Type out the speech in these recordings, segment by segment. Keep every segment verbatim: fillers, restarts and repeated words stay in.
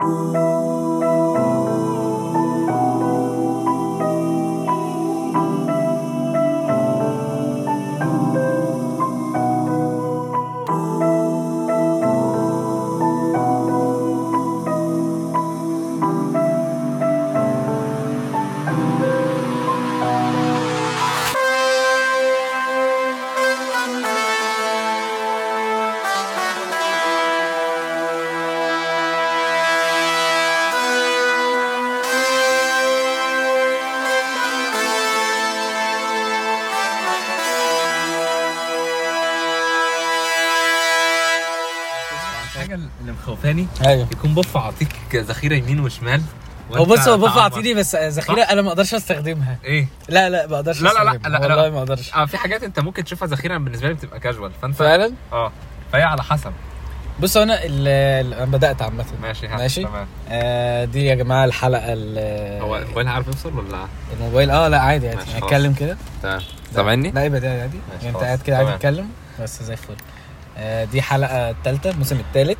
اللي مخوفاني ايوه يكون بوف عاطيك ذخيره يمين وشمال. هو بص هو بوف عاطيني بس ذخيره انا ما اقدرش استخدمها. ايه لا لا ما اقدرش لا لا لا, لا والله ما اقدرش. اه في حاجات انت ممكن تشوفها ذخيره بالنسبه لي بتبقى كاجوال فانت فعلا اه فهي على حسب. بص انا انا بدات عامه ماشي ماشي تمام. آه دي يا جماعه الحلقه هو الموبايل عارف يوصل ولا الموبايل اه لا عادي عادي هنتكلم كده تمام سامعني. لا يبقى عادي يعني انت قاعد كده عادي تتكلم بس زي الفل. آه دي حلقه الثالثه الموسم الثالث.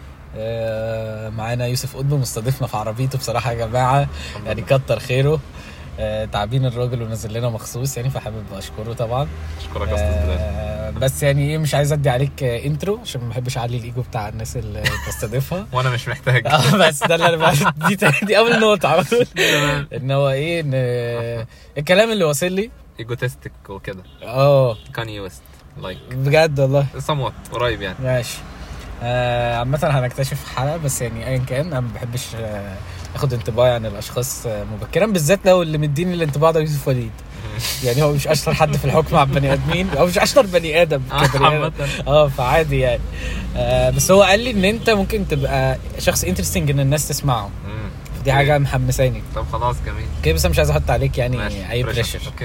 آه معانا يوسف قطب مستضيفنا في عربيته بصراحه يا جماعه يعني كتر خيره. آه تعبين الراجل ونزل لنا مخصوص يعني فحابب اشكره طبعا. اشكرك يا استاذ بلال. بس يعني ايه مش عايز ادي عليك انترو عشان ما بحبش اعلي الايجو بتاع الناس اللي بستضيفها وانا مش محتاج. اه بس ده اللي انا دي دي اول نقطه على طول ان هو ايه ان الكلام اللي واصل لي ايجوتستيك وكده. اه كاني ويست لايك بجد والله صمت قريب يعني. ماشي. آه عامه هنكتشف حلقه بس يعني ايا كان انا ما بحبش آه اخد انطباع عن الاشخاص مبكرا بالذات لو اللي مديني الانطباع ده يوسف وليد. يعني هو مش اشطر حد في الحكم على البني ادمين او مش اشطر بني ادم كده اه فعادي يعني. آه بس هو قال لي ان انت ممكن تبقى شخص انترستنج ان الناس تسمعه دي حاجه محمساني. طب خلاص جميل كده بس مش عايز احط عليك يعني اي بريشر. اوكي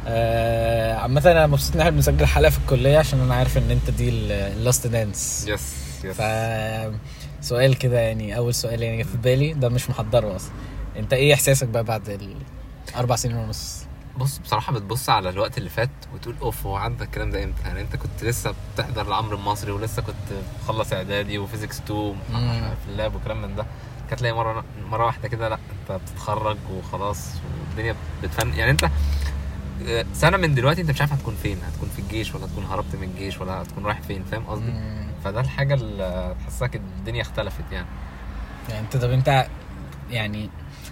آه عامه انا مبسوط ان احنا بنسجل حلقه في الكليه عشان انا عارف ان انت دي اللاست دانس. يس يس. ف سؤال كده يعني اول سؤال يعني في بالي ده مش محضره اصلا. انت ايه احساسك بقى بعد الاربع سنين ونص؟ بص بصراحه بتبص على الوقت اللي فات وتقول اوف هو عندك الكلام ده امتى؟ يعني انت كنت لسه بتحضر العمر المصري ولسه كنت بتخلص اعدادي وفيزيكس اتنين في اللاب وكلام من ده. كانت تلاقي مره مره واحده كده لا انت بتتخرج وخلاص والدنيا بتفن. يعني انت سنه من دلوقتي انت مش عارف هتكون فين، هتكون في الجيش ولا هتكون هربت من الجيش ولا هتكون رايح فين، فاهم قصدي؟ فده الحاجه اللي تحسسك الدنيا اختلفت يعني. يعني انت طب انت يعني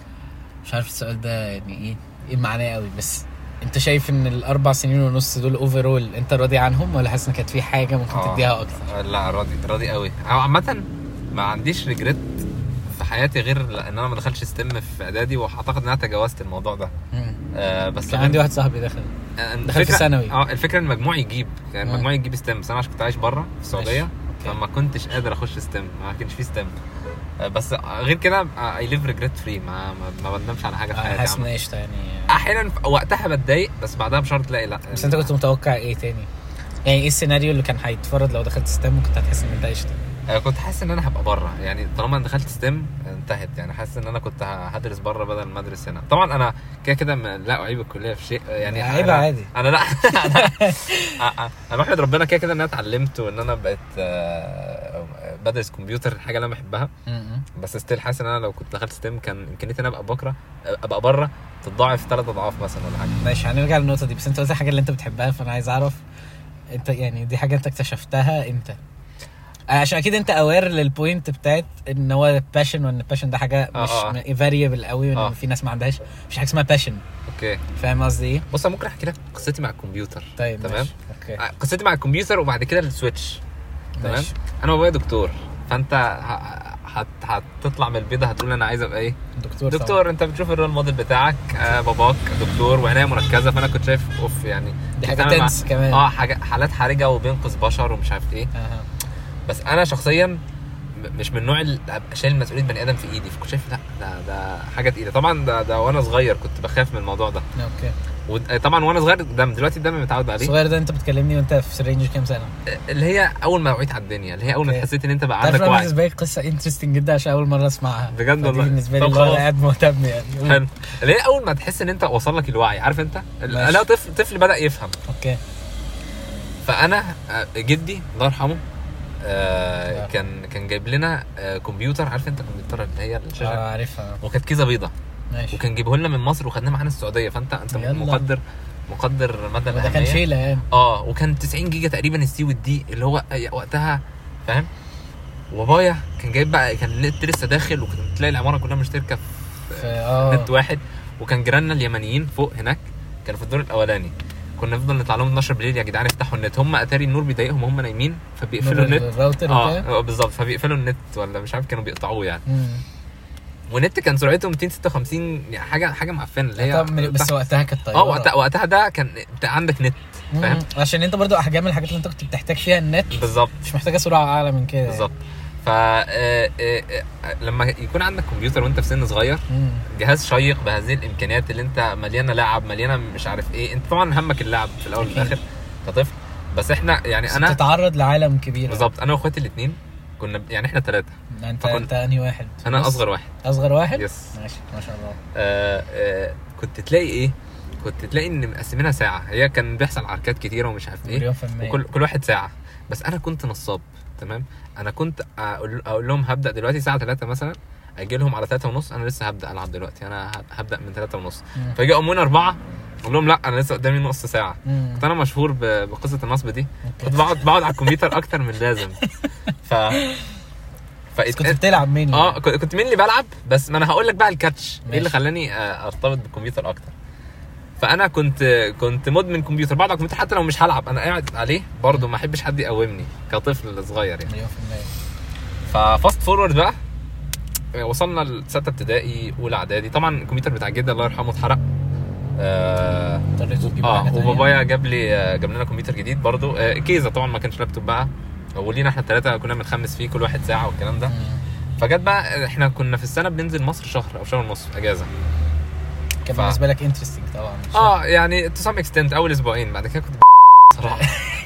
مش عارف السؤال ده يعني ايه ايه معناه قوي بس انت شايف ان الاربع سنين ونص دول اوفرول انت راضي عنهم ولا حاسس ان كانت في حاجه ممكن آه. تديها اكتر؟ لا راضي راضي قوي. عامه ما عنديش ريجريت في حياتي غير لان انا ما دخلتش ستيم في اعدادي واعتقد ان انا تجاوزت الموضوع ده. آه بس كان عندي واحد صاحبي دخل دخل في ثانوي. اه الفكره ان مجموعي يجيب يعني آه. مجموعي يجيب ستيم بس انا عشان كنت عايش بره في السعوديه فما كنتش قادر اخش ستيم ما كانش في ستيم. بس غير كده اي ليف ريجريت فري ما ما بندمش على حاجه في حياتي. حاسس ناقشت يعني احيانا وقتها بتضايق بس بعدها بشهر تلاقي لا. بس انت كنت متوقع ايه تاني؟ يعني ايه السيناريو اللي كان هيتفرض لو دخلت ستيم وكنت هتحس ان انت عشت؟ كنت حاسس ان انا هبقى بره يعني طالما انا دخلت ستيم انتهت يعني. حاسس ان انا كنت هدرس بره بدل ما ادرس هنا. طبعا انا كده كده لا اعيب الكليه في شيء يعني عيب عادي. انا لا انا انا بحمد ربنا كده كده ان انا اتعلمت وان انا بقيت بدرس كمبيوتر الحاجه اللي انا بحبها. بس ستيل حاسس ان انا لو كنت دخلت ستيم كان امكانيتي ان انا ابقى بكره ابقى بره تتضاعف ثلاث اضعاف مثلا ولا حاجه. ماشي هنرجع للنقطه دي بس انت قلت الحاجه اللي انت بتحبها فانا عايز اعرف انت يعني دي حاجه انت اكتشفتها امتى؟ عشان اكيد انت اوير للبوينت بتاعت ان هو باشن وان الباشن ده حاجه مش فاريبل قوي وان آه. في ناس ما عندهاش مش حاجه اسمها باشن. اوكي فاهم قصدي ايه؟ بص ممكن احكي لك قصتي مع الكمبيوتر. طيب تمام اوكي قصتي مع الكمبيوتر وبعد كده السويتش. تمام انا بابايا دكتور فانت هت هتطلع من البيضه هتقول انا عايز ابقى ايه؟ دكتور. دكتور طبعا. انت بتشوف الرول موديل بتاعك آه باباك دكتور وعنايه مركزه فانا كنت شايف اوف يعني دي حاجه تنس كمان اه حاجه حالات حرجه وبينقذ بشر ومش عارف ايه. أه. بس انا شخصيا مش من النوع اللي ابقى شايل مسؤوليه بني ادم في ايدي فكنت شايف لا ده ده حاجه تقيله. طبعا ده ده وانا صغير كنت بخاف من الموضوع ده. اوكي وطبعا وانا صغير دم دلوقتي الدم متعود عليه. صغير ده انت بتكلمني وانت في رينج كام سنه؟ اللي هي اول ما وعيت على الدنيا اللي هي اول ما حسيت ان انت بقى عندك وعي. بالنسبه لي قصه انترستنج جدا عشان اول مره اسمعها بجد والله. بالنسبه لي انا قاعد مهتم يعني حلو. اللي هي اول ما تحس ان انت وصل لك الوعي عارف انت لا طفل طفل بدا يفهم. اوكي فانا جدي الله يرحمه آه كان كان جايب لنا آه كمبيوتر. عارف انت الكمبيوتر اللي هي الشاشه؟ اه عارفها. وكانت كيسه بيضه. ماشي. وكان جايبه لنا من مصر وخدناه معانا السعوديه. فانت انت يلا. مقدر مقدر مدى ده الاهميه. كان شيله يعني. اه وكان تسعين جيجا تقريبا السي والدي اللي هو وقتها فاهم. وبابايا كان جايب بقى كان النت لسه داخل وكنت تلاقي العماره كلها مشتركه في اه نت واحد. وكان جيراننا اليمنيين فوق هناك كانوا في الدور الاولاني. كنا نفضل نطلع لهم اتناشر بالليل يا جدعان افتحوا النت. هم اتاري النور بيضايقهم وهم نايمين فبيقفلوا النت. الراوتر اه بالظبط فبيقفلوا النت ولا مش عارف كانوا بيقطعوه يعني. مم. والنت كان سرعته مئتين وستة وخمسين يعني حاجه حاجه معفنه اللي هي طب بس وقتها كانت طياره. اه وقتها وقتها ده كان انت عندك نت فاهم. عشان انت برضو احجام الحاجات اللي انت كنت بتحتاج فيها النت بالظبط مش محتاجه سرعه اعلى من كده بالظبط. ف لما يكون عندك كمبيوتر وانت في سن صغير مم. جهاز شيق بهذه الامكانيات اللي انت مليانه لعب مليانه مش عارف ايه. انت طبعا همك اللعب في الاول والاخر كطفل. بس احنا يعني انا بتتعرض لعالم كبير بالظبط. انا واخواتي الاثنين كنا يعني احنا ثلاثه. انت انت انهي واحد؟ انا اصغر واحد. اصغر واحد يس. ماشي ما شاء الله. آه آه كنت تلاقي ايه كنت تلاقي ان مقسمينها ساعه. هي كان بيحصل عركات كتيره ومش عارف ايه وكل كل واحد ساعه. بس انا كنت نصاب تمام. انا كنت اقول, أقول لهم هبدا دلوقتي الساعه ثلاثة مثلا. اجي لهم على ثلاثة ونص انا لسه هبدا العب دلوقتي. انا هبدا من ثلاثة ونص. فيجي امون أربعة اقول لهم لا انا لسه قدامي نص ساعه. مم. كنت انا مشهور بقصه النصب دي. كنت بقعد بقعد على الكمبيوتر اكتر من لازم. ف ف كنت بتلعب مين؟ اه كنت مين اللي بلعب. بس ما انا هقول لك بقى الكاتش ايه اللي خلاني ارتبط بالكمبيوتر اكتر. فانا كنت كنت مدمن كمبيوتر. بعد الكمبيوتر حتى لو مش هلعب انا قاعد عليه برضه ما احبش حد يقومني كطفل صغير يعني. مليون في المية. ففاست فورورد بقى وصلنا لستة ابتدائي اولى اعدادي. طبعا الكمبيوتر بتاع جدي الله يرحمه اتحرق. اه, آه وبابايا جاب لي جاب لنا كمبيوتر جديد برضه. آه كيزه طبعا ما كانش لابتوب بقى. ولينا احنا الثلاثه كنا بنخمس فيه كل واحد ساعه والكلام ده. فجت بقى احنا كنا في السنه بننزل مصر شهر او شهر ونص اجازه. كان ف... بالنسبه لك انترستنج طبعا. اه يعني تو سام اكستنت اول اسبوعين بعد كده كنت صراحه.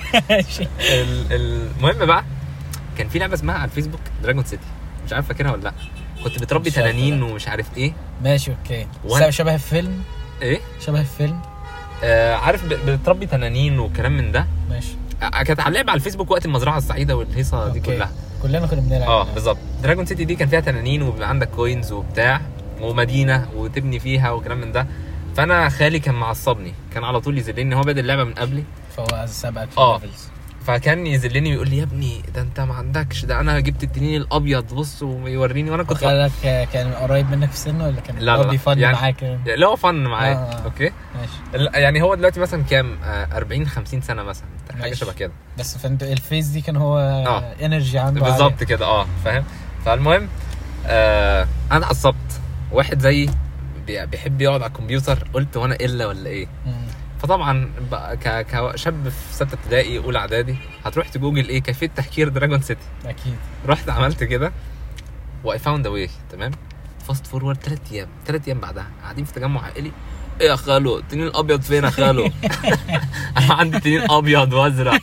المهم بقى كان في لعبه اسمها على الفيسبوك دراجون سيتي. مش عارف فاكرها ولا لا. كنت بتربي تنانين ومش عارف ايه. ماشي اوكي. وان... شبه الفيلم. ايه شبه الفيلم. آه عارف بتربي تنانين وكلام من ده. ماشي. كانت على لعبه على الفيسبوك وقت المزرعه السعيده والهيصه دي كلها. كلنا كنا بنلعب. اه بالظبط. دراجون سيتي دي كان فيها تنانين وبيبقى عندك كوينز وبتاع ومدينه وتبني فيها وكلام من ده. فانا خالي كان معصبني كان على طول يذلني. هو بادئ اللعبه من قبلي فهو سبقك في الليفلز. فكان يذلني ويقول لي يا ابني ده انت ما عندكش ده انا جبت التنين الابيض بص ويوريني. وانا كنت خالك كان قريب منك في السن ولا كان لا لا فن يعني معاك؟ لا هو فن معايا. آه. اوكي ماشي. يعني هو دلوقتي مثلا كام أربعين خمسين سنه مثلا حاجه شبه كده. بس فانت الفيس دي كان هو آه. انرجي عنده بالظبط كده. اه فاهم. فالمهم آه انا عصبت واحد زيي بيحب يقعد على الكمبيوتر. قلت وانا الا ولا ايه. م. فطبعا كشاب في ستة ابتدائي اولى اعدادي هتروح تجوجل ايه كيفيه تهكير دراجون سيتي. اكيد. رحت عملت كده واي فاوند واي تمام. فاست فورورد ثلاث ايام ثلاث ايام بعدها قاعدين في تجمع عائلي. ايه يا خالو التنين الابيض فين يا خالو؟ انا عندي تنين ابيض وازرق.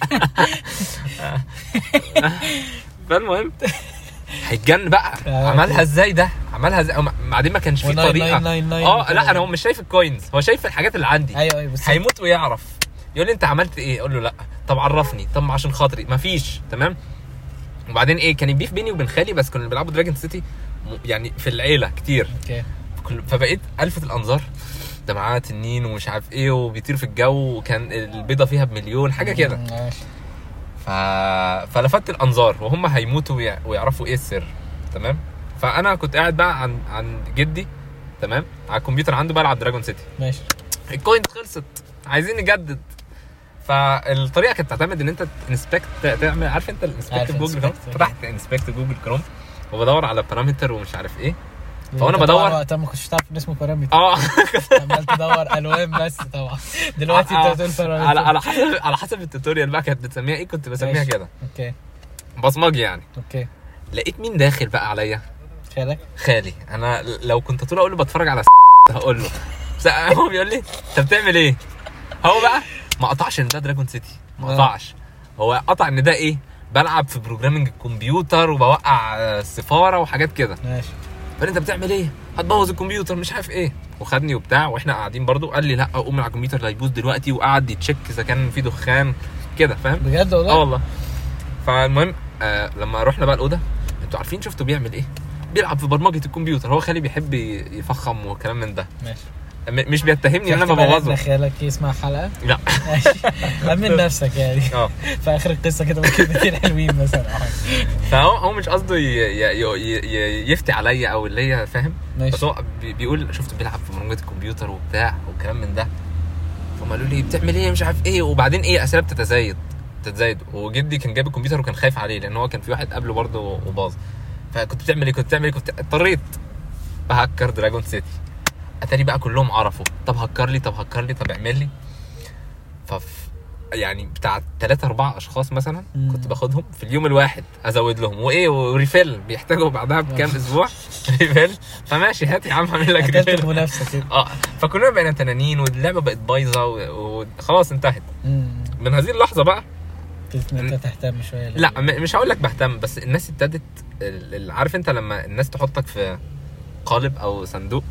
فالمهم هيتجن بقى. عملها ازاي ده عملها ازاي. بعدين ما كانش في طريقه. اه لا انا هو مش شايف الكوينز هو شايف الحاجات اللي عندي. ايوه ايوه بس هيموت ويعرف. يقول لي انت عملت ايه. اقول له لا. طب عرفني. طب عشان خاطري مفيش تمام. وبعدين ايه كان يبيف بيني وبين خالي بس كنا بنلعبوا دراجون سيتي يعني في العيله كتير. اوكي. فبقيت الفت الانظار ده معاه تنين ومش عارف ايه وبيطير في الجو وكان البيضه فيها بمليون حاجه كده. ف... فلفت الانظار وهم هيموتوا ويع... ويعرفوا ايه السر تمام. فانا كنت قاعد بقى عن عن جدي تمام على الكمبيوتر عنده بلعب دراجون سيتي. ماشي. الكوينز خلصت عايزين نجدد. فالطريقه كانت تعتمد ان انت انسبكت تعمل عارف انت الانسبكت في جوجل كروم. فتحت انسبكت جوجل كروم وبدور على بارامتر ومش عارف ايه. فانا بدور وقتها ما كنتش تعرف ان اسمه بارامتر. اه عمال تدور الوان بس طبعا. دلوقتي انت بتقول بارامتر على على حسب على حسب التوتوريال بقى كانت بتسميها ايه. كنت بسميها كده. اوكي. بصمجي يعني. اوكي. لقيت مين داخل بقى عليا. خالك. خالي. انا لو كنت طول اقول له بتفرج على هقول له بس هو بيقول لي انت بتعمل ايه. هو بقى ما قطعش ان ده دراجون سيتي ما قطعش. هو قطع ان ده ايه بلعب في بروجرامينج الكمبيوتر وبوقع السفاره وحاجات كده. ماشي. فانت بتعمل ايه هتبوظ الكمبيوتر مش عارف ايه. وخدني وبتاع واحنا قاعدين برضو قال لي لا قوم من على الكمبيوتر لا يبوظ دلوقتي. وقعد يتشيك اذا كان في دخان كده فاهم بجد والله. اه والله. فالمهم آه لما رحنا بقى الاوضه، انتوا عارفين شفتوا بيعمل ايه؟ بيلعب في برمجه الكمبيوتر. هو خالي بيحب يفخم وكلام من ده. ماشي. مش بيتهمني ان انا ببوظه. خيالك يسمع حلقه؟ لا امن نفسك يعني. اه في اخر القصه كده ممكن كلمتين حلوين مثلا. فهو هو مش قصده يفتي عليا او اللي هي فاهم، بس هو بيقول شفت بيلعب في برمجه الكمبيوتر وبتاع وكلام من ده. فهم قالوا لي بتعمل ايه مش عارف ايه، وبعدين ايه اسئله بتتزايد تتزايد. وجدي كان جايب الكمبيوتر وكان خايف عليه لان هو كان في واحد قبله برضه وباظ. فكنت بتعمل ايه كنت بتعمل ايه كنت اضطريت بهكر دراجون سيتي. اتاري بقى كلهم عرفوا طب هكر لي طب هكر لي طب اعمل لي. فف يعني بتاع ثلاثة أربعة اشخاص مثلا كنت باخدهم في اليوم الواحد ازود لهم وايه وريفيل بيحتاجوا بعدها بكام اسبوع ريفيل. فماشي هات يا عم اعمل لك ريفيل منافسه كده. اه فكلنا بقينا تنانين واللعبه بقت بايظه وخلاص انتهت. من هذه اللحظه بقى انت تهتم شويه. لا مش هقول لك بهتم، بس الناس ابتدت عارف انت لما الناس تحطك في قالب او صندوق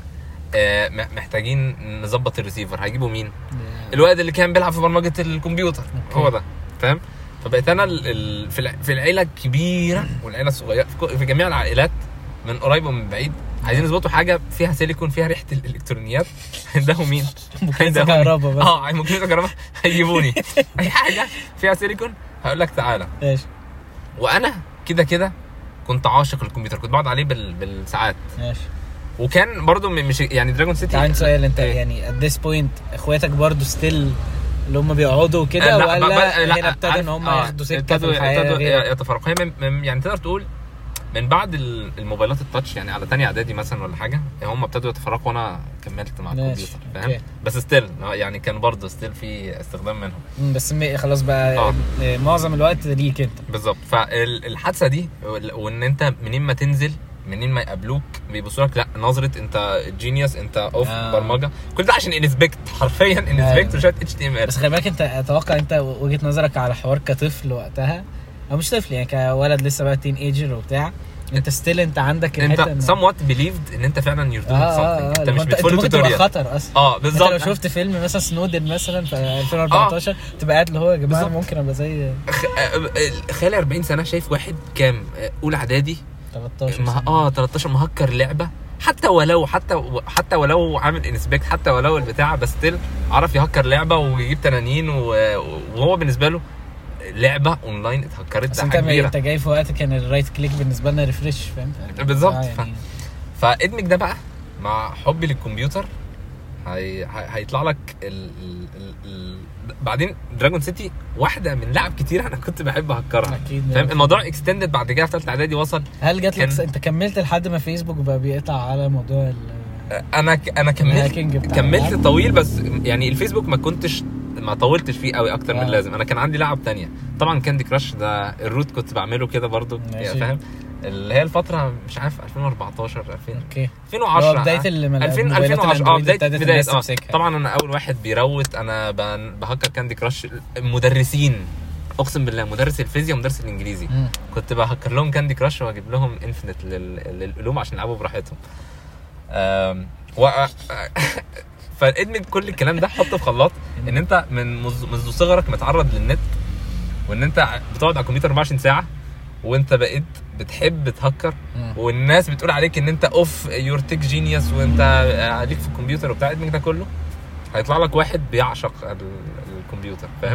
محتاجين نظبط الريسيفر هيجيبوا مين؟ الواد اللي كان بيلعب في برمجه الكمبيوتر هو ده فاهم. فبقيت انا في العيله الكبيره والعيله الصغيره في جميع العائلات من قريب ومن بعيد عايزين يظبطوا حاجه فيها سيليكون فيها ريحه الالكترونيات. هيندهوا مين؟ هيندهوا كهرباء بس. اه ممكن كهرباء هيجيبوني. اي حاجه فيها سيليكون هقول لك تعالى. ماشي. وانا كده كده كنت عاشق الكمبيوتر كنت بقعد عليه بالساعات. ماشي. وكان برضو مش يعني دراجون سيتي. عندي سؤال انت إيه؟ يعني at this point اخواتك برضو ستيل اللي هم بيقعدوا كده ولا هنا ابتدوا ان هم ياخدوا سكه في الحياه يتفرقوا؟ هي يعني تقدر تقول من بعد الموبايلات التاتش يعني على تانية اعدادي مثلا ولا حاجه هم ابتدوا يتفرقوا وانا كملت مع الكمبيوتر فاهم. بس ستيل يعني كان برضو ستيل في استخدام منهم بس خلاص بقى آه. معظم الوقت ليك انت بالظبط. فالحادثه دي وان انت منين ما تنزل منين ما يقابلوك بيبصوا لك لا نظره انت جينيوس انت اوف آه. برمجه كل ده عشان انسبكت حرفيا انسبكت وشويه اتش تي ام ال. بس خلي بالك انت اتوقع انت وجهه نظرك على حوار كطفل وقتها او مش طفل يعني كولد لسه بقى تين ايجر وبتاع انت ستيل انت عندك الحته انت somewhat believed ان انت فعلا you're doing آه something. آه انت مش بتفولو توتوريال خطر اصلا. اه بالظبط. انت لو شفت فيلم مثلا سنودن مثلا في ألفين وأربعتاشر آه. تبقى قاعد اللي هو يا جماعه ممكن ابقى زي خالي أربعين سنه شايف واحد كام اولى اعدادي تلتاشر مه... اه تلتاشر مهكر لعبه حتى ولو حتى حتى ولو عامل انسبكت حتى ولو البتاع بس ستيل عرف يهكر لعبه ويجيب تنانين وهو بالنسبه له لعبه اونلاين اتهكرت ده حاجه كبيره. انت جاي في وقت كان الرايت كليك بالنسبه لنا ريفريش فاهم بالظبط. يعني... ف... فادمج ده بقى مع حبي للكمبيوتر هي... هيطلع لك ال... ال... ال... بعدين دراجون سيتي واحده من لعب كتير انا كنت بحب اهكرها فاهم. الموضوع اكستندد بعد كده في ثالثه اعدادي وصل. هل جات لك كان... انت كملت لحد ما فيسبوك بقى بيقطع على موضوع ال... انا انا كملت كملت طويل بس يعني الفيسبوك ما كنتش ما طولتش فيه قوي اكتر آه. من لازم. انا كان عندي لعب تانية طبعا كاندي كراش ده الروت كنت بعمله كده برضو يعني فاهم اللي هي الفتره مش عارف ألفين وأربعتاشر ألفين اوكي ألفين وعشرة بدايه ألفين ألفين وعشرة اه بدايه بدايه اه طبعا انا اول واحد بيروت انا بهكر كاندي كراش. مدرسين اقسم بالله مدرس الفيزياء ومدرس الانجليزي م. كنت بهكر لهم كاندي كراش واجيب لهم انفينيت للعلوم عشان يلعبوا براحتهم. امم و فادمج كل الكلام ده حطه في خلاط ان انت من منذ صغرك متعرض للنت وان انت بتقعد على الكمبيوتر أربعة وعشرين ساعه وانت بقيت بتحب تهكر والناس بتقول عليك ان انت اوف يور تيك جينيوس وانت عليك في الكمبيوتر وبتاع. ادمج ده كله هيطلع لك واحد بيعشق الكمبيوتر فاهم.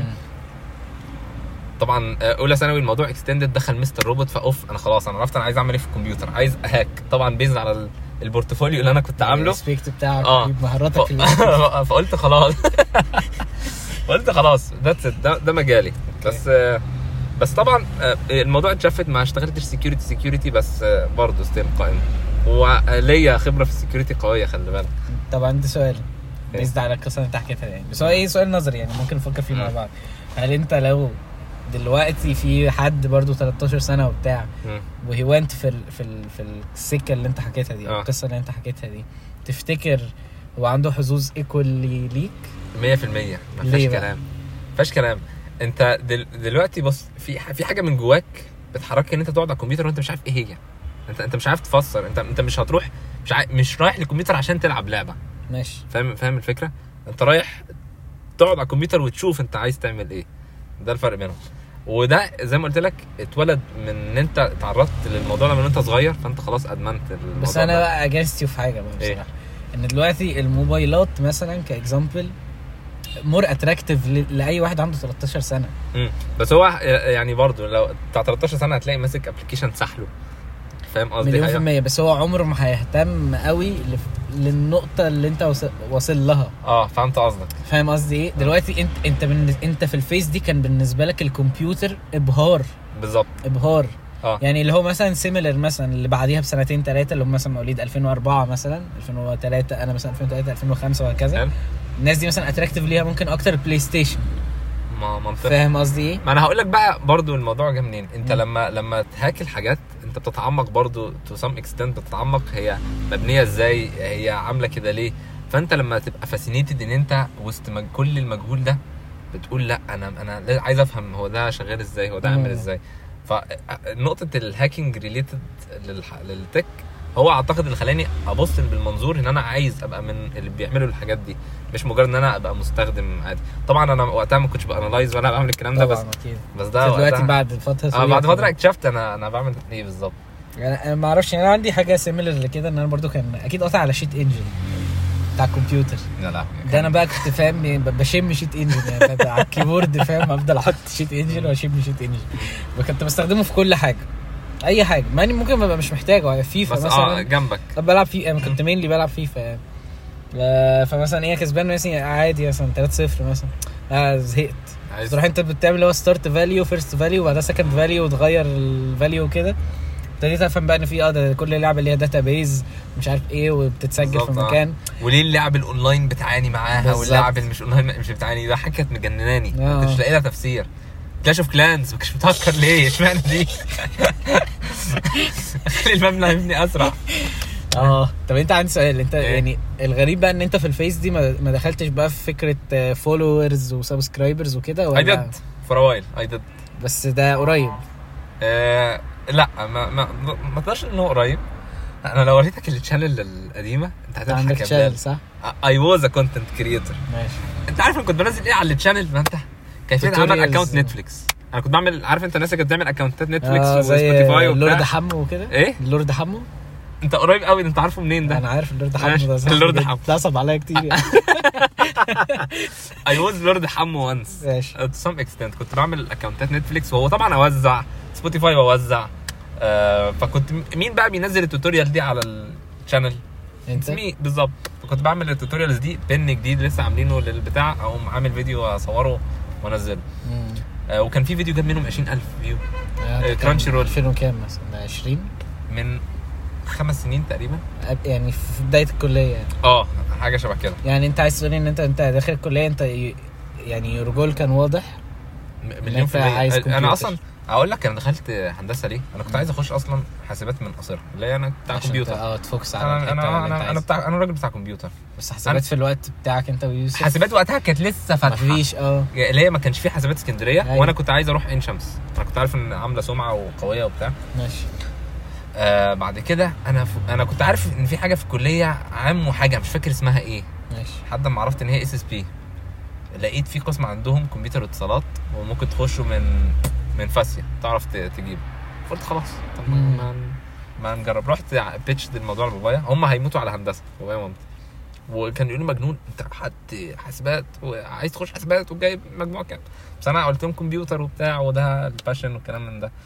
طبعا اولى ثانوي الموضوع اكستندد دخل مستر روبوت فاوف انا خلاص انا عرفت انا عايز اعمل ايه في الكمبيوتر عايز اهاك طبعا بيز على البورتفوليو اللي انا كنت عامله السبيكت بتاعك آه. مهاراتك ف... فقلت خلاص قلت خلاص ذاتس ده ده مجالي بس بس طبعا الموضوع اتشفت ما اشتغلتش سيكيورتي سيكيورتي بس برضه ستيل قائم وليا خبره في السيكيورتي قويه خلي بالك. طبعا عندي سؤال بيزد على القصه اللي انت حكيتها يعني بس هو ايه سؤال نظري يعني ممكن نفكر فيه مع بعض. هل انت لو دلوقتي في حد برضو تلتاشر سنه وبتاع وهي وانت في ال في ال في السكه اللي انت حكيتها دي او القصه اللي انت حكيتها دي تفتكر هو عنده حظوظ ايكوالي ليك مية في المية؟ ما فيش كلام فيش كلام. انت دل دلوقتي بص في في حاجه من جواك بتحركك ان انت تقعد على الكمبيوتر وانت مش عارف ايه هي. انت انت مش عارف تفسر. انت انت مش هتروح مش عارف مش رايح للكمبيوتر عشان تلعب لعبه ماشي فاهم فاهم الفكره. انت رايح تقعد على الكمبيوتر وتشوف انت عايز تعمل ايه. ده الفرق بينهم. وده زي ما قلت لك اتولد من ان انت تعرضت للموضوع ده من انت صغير، فانت خلاص ادمنت الموضوع. بس انا بقى اجازتي في حاجه بقى بصراحه، إيه؟ ان دلوقتي الموبايلات مثلا كاكزامبل مور اتراكتيف لاي واحد عنده تلتاشر سنه. امم بس هو يعني برضو لو بتاع تلتاشر سنه هتلاقي ماسك ابلكيشن سحله، فاهم قصدي؟ مليون في المية. بس هو عمره ما هيهتم قوي للنقطه اللي انت واصل لها. اه فهمت قصدك. فاهم قصدي ايه؟ دلوقتي انت انت من انت في الفيس دي كان بالنسبه لك الكمبيوتر ابهار. بالظبط ابهار. اه يعني اللي هو مثلا سيميلر مثلا اللي بعديها بسنتين ثلاثه، اللي هم مثلا مواليد ألفين وأربعة مثلا ألفين وثلاثة، انا مثلا ألفين وثلاثة ألفين وخمسة وهكذا. الناس دي مثلا اتراكتيف ليها ممكن اكتر بلاي ستيشن. ما منطقي. فاهم قصدي ايه؟ ما انا هقول لك بقى برضو الموضوع جه منين. انت م. لما لما تهاك الحاجات انت بتتعمق برضو تو سام اكستنت، بتتعمق هي مبنيه ازاي، هي عامله كده ليه. فانت لما تبقى فاسينيتد ان انت وسط مج... كل المجهول ده بتقول لا انا انا عايز افهم هو ده شغال ازاي، هو ده عامل ازاي. فنقطه الهاكينج ريليتد للح... للتك هو اعتقد اللي خلاني ابص بالمنظور ان انا عايز ابقى من اللي بيعملوا الحاجات دي، مش مجرد ان انا ابقى مستخدم عادي. طبعا انا وقتها ما كنتش بانالايز وانا بعمل الكلام ده، بس أكيد. بس ده دلوقتي بعد فتره اه بعد فتره اكتشفت انا انا بعمل ايه بالظبط. يعني انا ما اعرفش، انا عندي حاجه سيميلر لكده، ان انا برضو كان اكيد قاطع على شيت انجن بتاع الكمبيوتر. لا لا ده انا بقى كنت فاهم بشم شيت انجن يعني على الكيبورد، فاهم؟ افضل احط شيت انجن واشم شيت انجن، وكنت بستخدمه في كل حاجه، اي حاجه ماني ممكن ابقى مش محتاجه. فيفا بس مثلا اه جنبك بلعب فيه، انا كنت مينلي بلعب فيفا يعني. آه فمثلا ايه كسبان مثلا عادي مثلا ثلاثة صفر مثلا، آه زهقت تروح انت بتعمل اللي هو ستارت فاليو فيرست فاليو وبعدها سكند فاليو وتغير الفاليو كده. ابتديت افهم بقى ان في اه ده كل لعبه ليها داتابيز مش عارف ايه وبتتسجل في مكان. وليه اللعب الاونلاين بتعاني معاها واللعب اللي مش اونلاين مش بتعاني. ده حاجه كانت مجنناني، ما كنتش لاقي لها تفسير. كلاش اوف كلانز ما كنتش متفكر ليه اشمعنى دي خلي المبنى يبني اسرع. اه طب انت عندي سؤال، انت إيه؟ يعني الغريب بقى ان انت في الفيس دي ما دخلتش بقى في فكره فولورز وسبسكرايبرز وكده ولا؟ اي ديد فور وايل اي ديد بس ده قريب. آه لا ما ما ما تقدرش انه قريب. انا لو وريتك الشانل القديمه انت هتضحك. عندك شانل صح؟ اي واز ا كونتنت كريتور. ماشي. انت عارف انا كنت بنزل ايه على الشانل؟ ما انت كيفيه عمل اكونت نتفليكس. انا كنت بعمل، عارف انت الناس اللي كانت بتعمل اكونتات نتفليكس آه وسبوتيفاي وبتاع اللورد حمو وكده. ايه اللورد حمو؟ انت قريب قوي. انت عارفه منين ده؟ انا عارف اللورد حمو ده صح. اللورد حمو اتنصب عليا كتير يعني. اي واز لورد حمو وانس تو سم اكستنت. كنت بعمل اكونتات نتفليكس وهو طبعا اوزع سبوتيفاي واوزع. آه فكنت مين بقى بينزل التوتوريال دي على الشانل؟ انت مين بالظبط. فكنت بعمل التوتوريالز دي بن جديد لسه عاملينه للبتاع، اقوم عامل فيديو اصوره وانزله. آه وكان في فيديو جاب منهم عشرين ألف فيو. آه كرانشي رول ألفين وكام مثلا؟ عشرين من خمس سنين تقريبا يعني في بدايه الكليه يعني. اه حاجه شبه كده. يعني انت عايز تقولي ان انت انت داخل الكليه انت يعني رجول كان واضح مليون في المية. انا اصلا اقول لك انا دخلت هندسه ليه؟ انا كنت عايز اخش اصلا حاسبات من قصيرها اللي هي انا بتاع كمبيوتر. اه تفوكس على انا انا انا, أنا بتاع انا راجل بتاع كمبيوتر. بس حاسبات في الوقت بتاعك انت ويوسف حاسبات وقتها كانت لسه فاتحه مفيش اه اللي هي ما كانش في حاسبات اسكندريه. أيوة. وانا كنت عايز اروح عين شمس. انا كنت عارف ان عامله سمعه وقويه وبتاع. ماشي. آه بعد كده انا ف... انا كنت عارف ان في حاجه في الكليه عام وحاجه مش فاكر اسمها ايه. ماشي. لحد ما عرفت ان هي اس اس بي. لقيت في قسم عندهم كمبيوتر واتصالات وممكن تخشوا من من فاسيا تعرف تجيب. قلت خلاص طب ما ما نجرب. رحت بيتش الموضوع لبابايا. هم هيموتوا على هندسه بابايا ومامتي، وكان يقولوا مجنون انت حد حاسبات وعايز تخش حاسبات وجايب مجموع كام. بس انا قلت لهم كمبيوتر وبتاع وده الباشن والكلام من ده.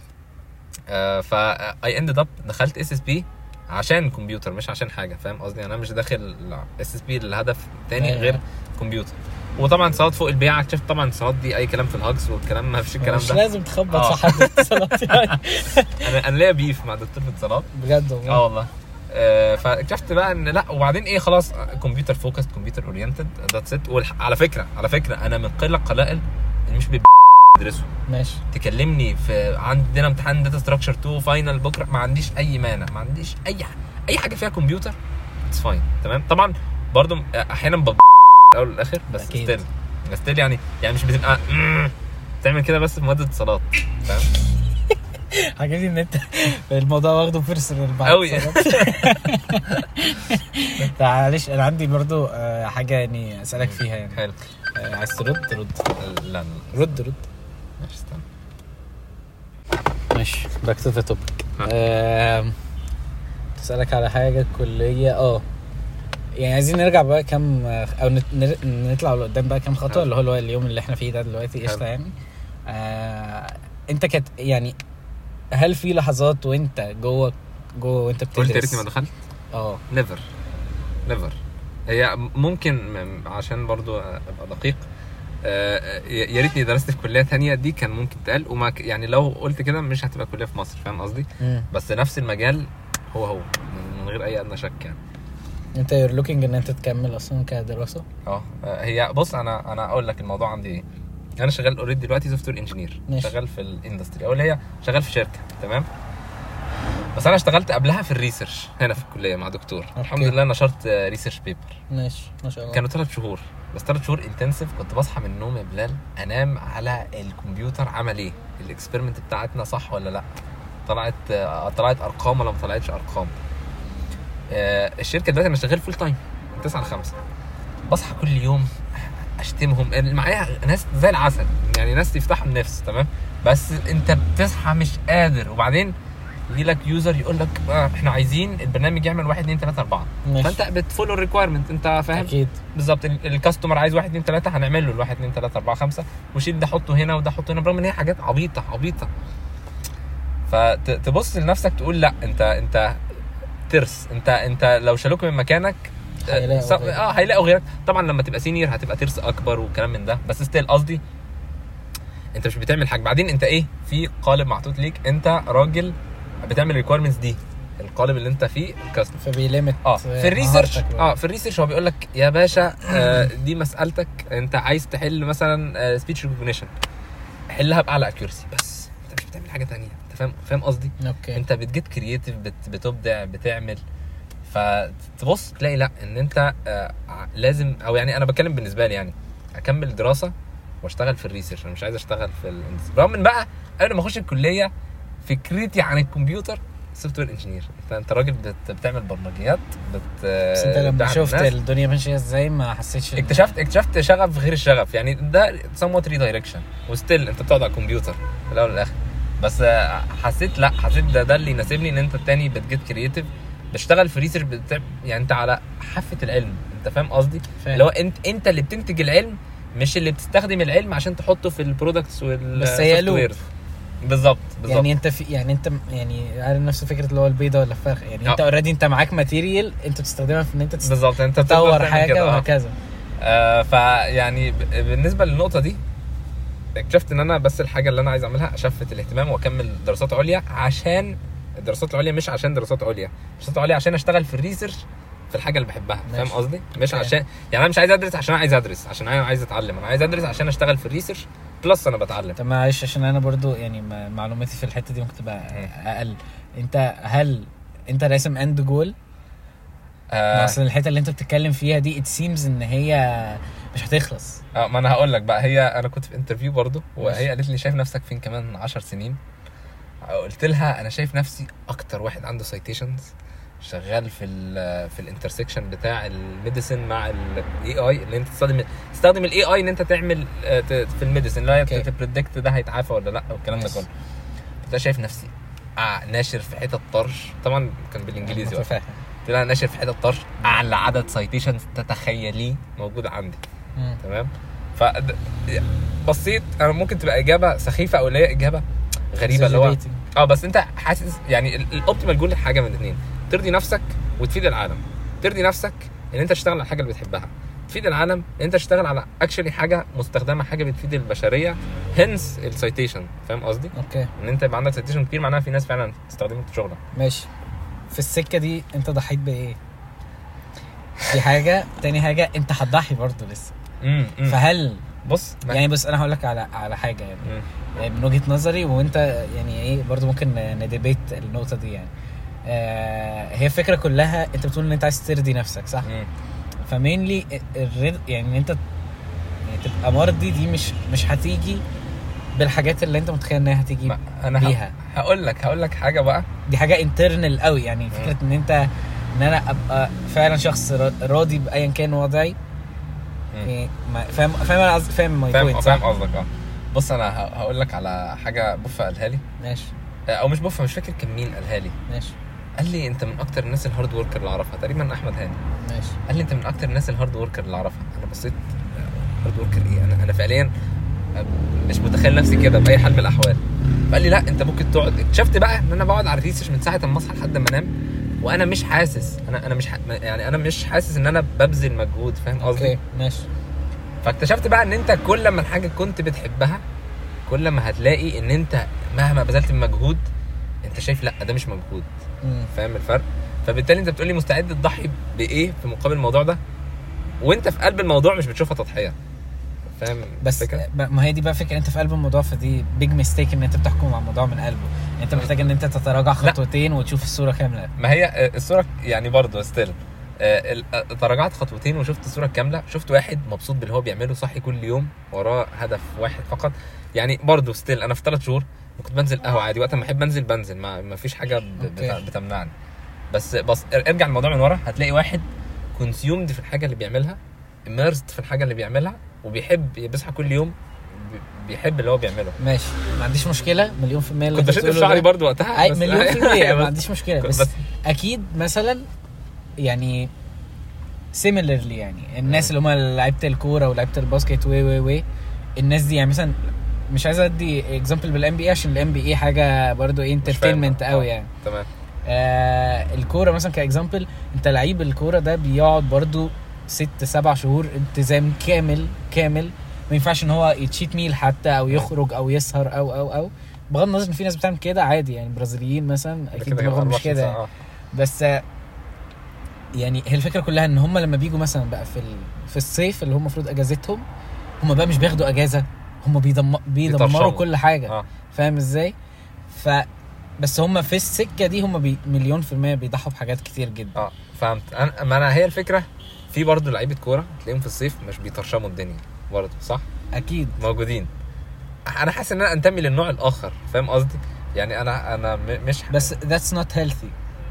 آه فا اي اندد اب دخلت اس اس بي عشان كمبيوتر مش عشان حاجه. فاهم قصدي؟ انا مش داخل اس اس بي للهدف تاني غير كمبيوتر. وطبعا صالات فوق البيعه. اكتشفت طبعا الصالات دي اي كلام في الهاكس والكلام ما فيش الكلام مش ده. مش لازم تخبط في حد اتصالات يعني. انا انا ليا بيف مع دكتور في اتصالات بجد والله. اه والله. آه فاكتشفت بقى ان لا. وبعدين ايه خلاص كمبيوتر فوكس كمبيوتر اورينتد ذاتس ات. وعلى فكره على فكره انا من قله قلائل اللي مش بيدرسوا. ماشي. تكلمني في عندنا امتحان داتا ستراكشر اتنين فاينل بكره ما عنديش اي مانع. ما عنديش اي اي حاجه فيها كمبيوتر اتس فاين تمام. طبعا برضو احيانا ب الاول والاخر بس ستيل ستيل يعني يعني مش بتبقى تعمل كده بس في ماده اتصالات. فاهم؟ عجبني ان انت الموضوع واخده بيرسونال قوي. معلش انا عندي برضو حاجه يعني اسالك فيها يعني. حلو. عايز ترد؟ رد. لا رد رد ماشي استنى. ماشي باك تو ذا توبيك. تسألك على حاجة كلية اه يعني عايزين نرجع بقى كم او نت- نطلع لقدام بقى كم خطوة اللي هو اليوم اللي احنا فيه ده دلوقتي قشطة يعني. آه انت كانت يعني هل في لحظات وانت جوه جوه وانت قلت يا ريتني بتدرس ما دخلت. اه نيفر نيفر. هي ممكن م- عشان برضو ابقى دقيق، آه، يا ريتني درست في كليه تانية، دي كان ممكن تقال وما ك- يعني لو قلت كده مش هتبقى كليه في مصر، فاهم قصدي؟ مم. بس نفس المجال هو هو من غير اي ادنى شك يعني. انت you're looking ان انت تكمل اصلا كدراسة؟ اه هي بص، انا انا اقول لك الموضوع عندي ايه. انا شغال اوريدي دلوقتي سوفت وير انجينير، ماشي. شغال في الاندستري او اللي هي شغال في شركه، تمام. بس انا اشتغلت قبلها في الريسيرش هنا في الكليه مع دكتور. أوكي. الحمد لله نشرت ريسيرش بيبر، ماشي ما شاء الله. كانوا ثلاث شهور بس، ثلاث شهور انتنسيف. كنت بصحى من النوم يا بلال انام على الكمبيوتر، عمل ايه الاكسبيرمنت بتاعتنا صح ولا لا، طلعت طلعت ارقام ولا ما طلعتش ارقام. الشركه دلوقتي انا شغال فول تايم من تسعة ل خمسة، بصحى كل يوم اشتمهم. معايا ناس زي العسل يعني، ناس يفتحوا النفس، تمام. بس انت بتصحى مش قادر، وبعدين يجي لك يوزر يقول لك احنا عايزين البرنامج يعمل واحد اتنين تلاتة اربعة، فانت بتفولو الريكويرمنت، انت فاهم اكيد بالظبط. الكاستمر عايز واحد اتنين تلاتة، هنعمل له الواحد اتنين تلاتة اربعة خمسة، وشيل ده حطه هنا وده حطه هنا، برغم ان هي حاجات عبيطه عبيطه. فتبص لنفسك تقول لا، انت انت ترس، انت انت لو شالوك من مكانك هيلاقوا اه هيلاقوا غيرك. طبعا لما تبقى سينيور هتبقى ترس اكبر وكلام من ده، بس ستيل قصدي انت مش بتعمل حاجه. بعدين انت ايه، في قالب محطوط ليك، انت راجل بتعمل ريكويرمنتس دي، القالب اللي انت فيه الكاستمر، فبيليمت اه في الريسيرش. اه في الريسيرش هو بيقول لك يا باشا آه دي مسالتك، انت عايز تحل مثلا سبيتش ريكوجنيشن، حلها باعلى اكيورسي، بس انت مش بتعمل حاجه تانية. انت فاهم فاهم قصدي؟ اوكي. انت بتجيت كرييتيف، بت بتبدع، بتعمل. فتبص تلاقي لا ان انت آه لازم، او يعني انا بتكلم بالنسبه لي يعني اكمل دراسه واشتغل في الريسيرش. انا مش عايز اشتغل في الاندستري، رغم ان بقى قبل ما اخش الكليه فكرتي عن الكمبيوتر سوفت وير انجينير. انت انت راجل بت بتعمل برمجيات، بت بس انت لما شفت الناس. الدنيا ماشيه ازاي ما حسيتش اكتشفت اكتشفت شغف غير الشغف يعني، ده somewhat redirection، وستيل انت بتقعد على الكمبيوتر في الاول والاخر. بس حسيت لا حسيت ده ده اللي يناسبني، ان انت التاني بتجيت كرييتيف، بتشتغل في ريسيرش، بتعب يعني انت على حافه العلم. انت فاهم قصدي؟ اللي هو انت انت اللي بتنتج العلم، مش اللي بتستخدم العلم عشان تحطه في البرودكتس والسوفت وير. بالظبط بالظبط. يعني انت في يعني انت يعني عارف نفس فكره اللي هو البيضه ولا الفرخ يعني. أه. انت اوريدي انت معاك ماتيريال انت بتستخدمها في ان انت تست... بالظبط، انت تطور حاجه وهكذا. آه فيعني بالنسبه للنقطه دي اكتشفت ان انا بس الحاجه اللي انا عايز اعملها اشفت الاهتمام واكمل دراسات عليا، عشان الدراسات العليا مش عشان دراسات عليا، دراسات عليا عشان اشتغل في الريسيرش في الحاجه اللي بحبها. فاهم قصدي؟ مش عشان يعني انا مش عايز ادرس عشان انا عايز ادرس، عشان انا عايز اتعلم. انا عايز ادرس عشان اشتغل في الريسيرش بلس انا بتعلم. طب معلش عشان انا برضو يعني معلوماتي في الحته دي ممكن تبقى اقل. انت هل انت راسم اند جول؟ آه اصلا الحته اللي انت بتتكلم فيها دي ات سيمز ان هي مش هتخلص. اه ما انا هقول لك بقى. هي انا كنت في انترفيو برضو، وهي قالت لي شايف نفسك فين كمان عشر سنين؟ قلت لها انا شايف نفسي اكتر واحد عنده سايتيشنز، شغال في ال في الانترسكشن بتاع الميديسن مع الاي اي، اللي انت تستخدم تستخدم الاي اي ان انت تعمل في الميديسن لا تبريدكت ده هيتعافى ولا لا والكلام ده كله. كنت شايف نفسي آه ناشر في حته طرش، طبعا كان بالانجليزي بقى. قلت لها ناشر في حته طرش، اعلى عدد سايتيشنز تتخيليه موجود عندي. مم. تمام. ف بصيت انا ممكن تبقى اجابه سخيفه او لا اجابه غريبه اللي هو اه بس انت حاسس يعني الاوبتيمال جول حاجه من الاثنين، ترضي نفسك وتفيد العالم. ترضي نفسك ان انت تشتغل على الحاجه اللي بتحبها، تفيد العالم ان انت تشتغل على اكشلي حاجه مستخدمه، حاجه بتفيد البشريه، هنس السايتيشن. فاهم قصدي؟ اوكي. ان انت يبقى عندك سايتيشن كتير معناها في ناس فعلا تستخدمه في شغلها. ماشي. في السكه دي انت ضحيت بايه؟ دي حاجه. تاني حاجه انت هتضحي برضه لسه. امم فهل بص يعني بص انا هقول لك على على حاجه يعني, يعني من وجهه نظري، وانت يعني ايه برضو ممكن نديبيت النقطه دي يعني. آه هي الفكره كلها انت بتقول ان انت عايز ترضي نفسك صح؟ فمينلي الرضا يعني ان انت يعني تبقى مرضي دي مش مش هتيجي بالحاجات اللي انت متخيل انها هتيجي انا بيها. هقول لك هقول لك حاجه بقى، دي حاجه انترنال قوي يعني. فكره ان انت ان انا ابقى فعلا شخص راضي بايا كان وضعي. فاهم فاهم انا فاهم ماي بوينت. فاهم قصدك. اه بص انا هقول لك على حاجه بوفا قالها لي. ماشي. او مش بفهم مش فاكر كان مين قالها لي. ماشي. قال لي انت من اكتر الناس الهارد وركر اللي اعرفها، تقريبا احمد هاني. ماشي. قال لي انت من اكتر الناس الهارد وركر اللي اعرفها. انا بصيت هارد وركر ايه؟ انا انا فعليا مش متخيل نفسي كده باي حال من الاحوال. قال لي لا انت ممكن تقعد. شفت بقى ان انا بقعد على الريسيرش من ساعه ما اصحى لحد ما انام وانا مش حاسس، انا انا مش ح... يعني انا مش حاسس ان انا ببذل مجهود، فاهم قصدي؟ اوكي ماشي. فاكتشفت بقى ان انت كل ما الحاجه كنت بتحبها كل ما هتلاقي ان انت مهما بذلت من مجهود انت شايف لا ده مش مجهود. مم. فاهم الفرق؟ فبالتالي انت بتقولي مستعد تضحي بايه في مقابل الموضوع ده وانت في قلب الموضوع مش بتشوفها تضحيه. فاهم بس فكرة؟ ما هي دي بقى فكره، انت في قلب الموضوع، فدي بيج ميستيك ان انت بتحكم على الموضوع من قلبه. يعني انت محتاج ان انت تتراجع خطوتين وتشوف الصوره كامله. ما هي الصوره يعني برضه ستيل تراجعت خطوتين وشفت الصوره الكامله. شفت واحد مبسوط باللي هو بيعمله، صحي كل يوم وراه هدف واحد فقط. يعني برضه ستيل انا في ثلاث شهور كنت بنزل قهوه عادي وقت ما احب انزل بنزل، ما, ما فيش حاجه بتمنعني. بس بس ارجع الموضوع من ورا هتلاقي واحد كونسيومد في الحاجه اللي بيعملها، اميرست في الحاجه اللي بيعملها، وبيحب بيصحى كل يوم بيحب اللي هو بيعمله. ماشي ما عنديش مشكله مليون في المية. كنت بشد في شعري برضو وقتها اي مليون في المية ما عنديش مشكله. بس, بس اكيد مثلا يعني سيميلرلي يعني الناس اللي هم لعيبه الكوره ولعيبه الباسكت و و و الناس دي، يعني مثلا مش عايز ادي اكزامبل بالان بي اي عشان الان بي اي حاجه برضو انترتينمنت قوي يعني. تمام. آه الكوره مثلا كاكزامبل، انت لعيب الكوره ده بيقعد برضو ست سبع شهور التزام كامل كامل. ما ينفعش ان هو يتشيت ميل حتى او يخرج او يسهر او او او بغض النظر ان في ناس بتعمل كده عادي، يعني برازيليين مثلا اكيد دماغهم مش كده يعني. بس يعني هي الفكره كلها ان هم لما بيجوا مثلا بقى في في الصيف اللي هم المفروض اجازتهم، هم بقى مش بياخدوا اجازه، هم بيدم... بيدمروا كل حاجه. آه. فاهم ازاي؟ ف بس هم في السكه دي هم بي... مليون في المية بيضحوا بحاجات كتير جدا. اه فهمت. انا ما انا هي الفكره في برضه لعيبه كوره تلاقيهم في الصيف مش بيطرشموا الدنيا برضه، صح؟ اكيد موجودين. انا حاسس ان انا انتمي للنوع الاخر، فاهم قصدي؟ يعني انا انا مش بس that's not healthy.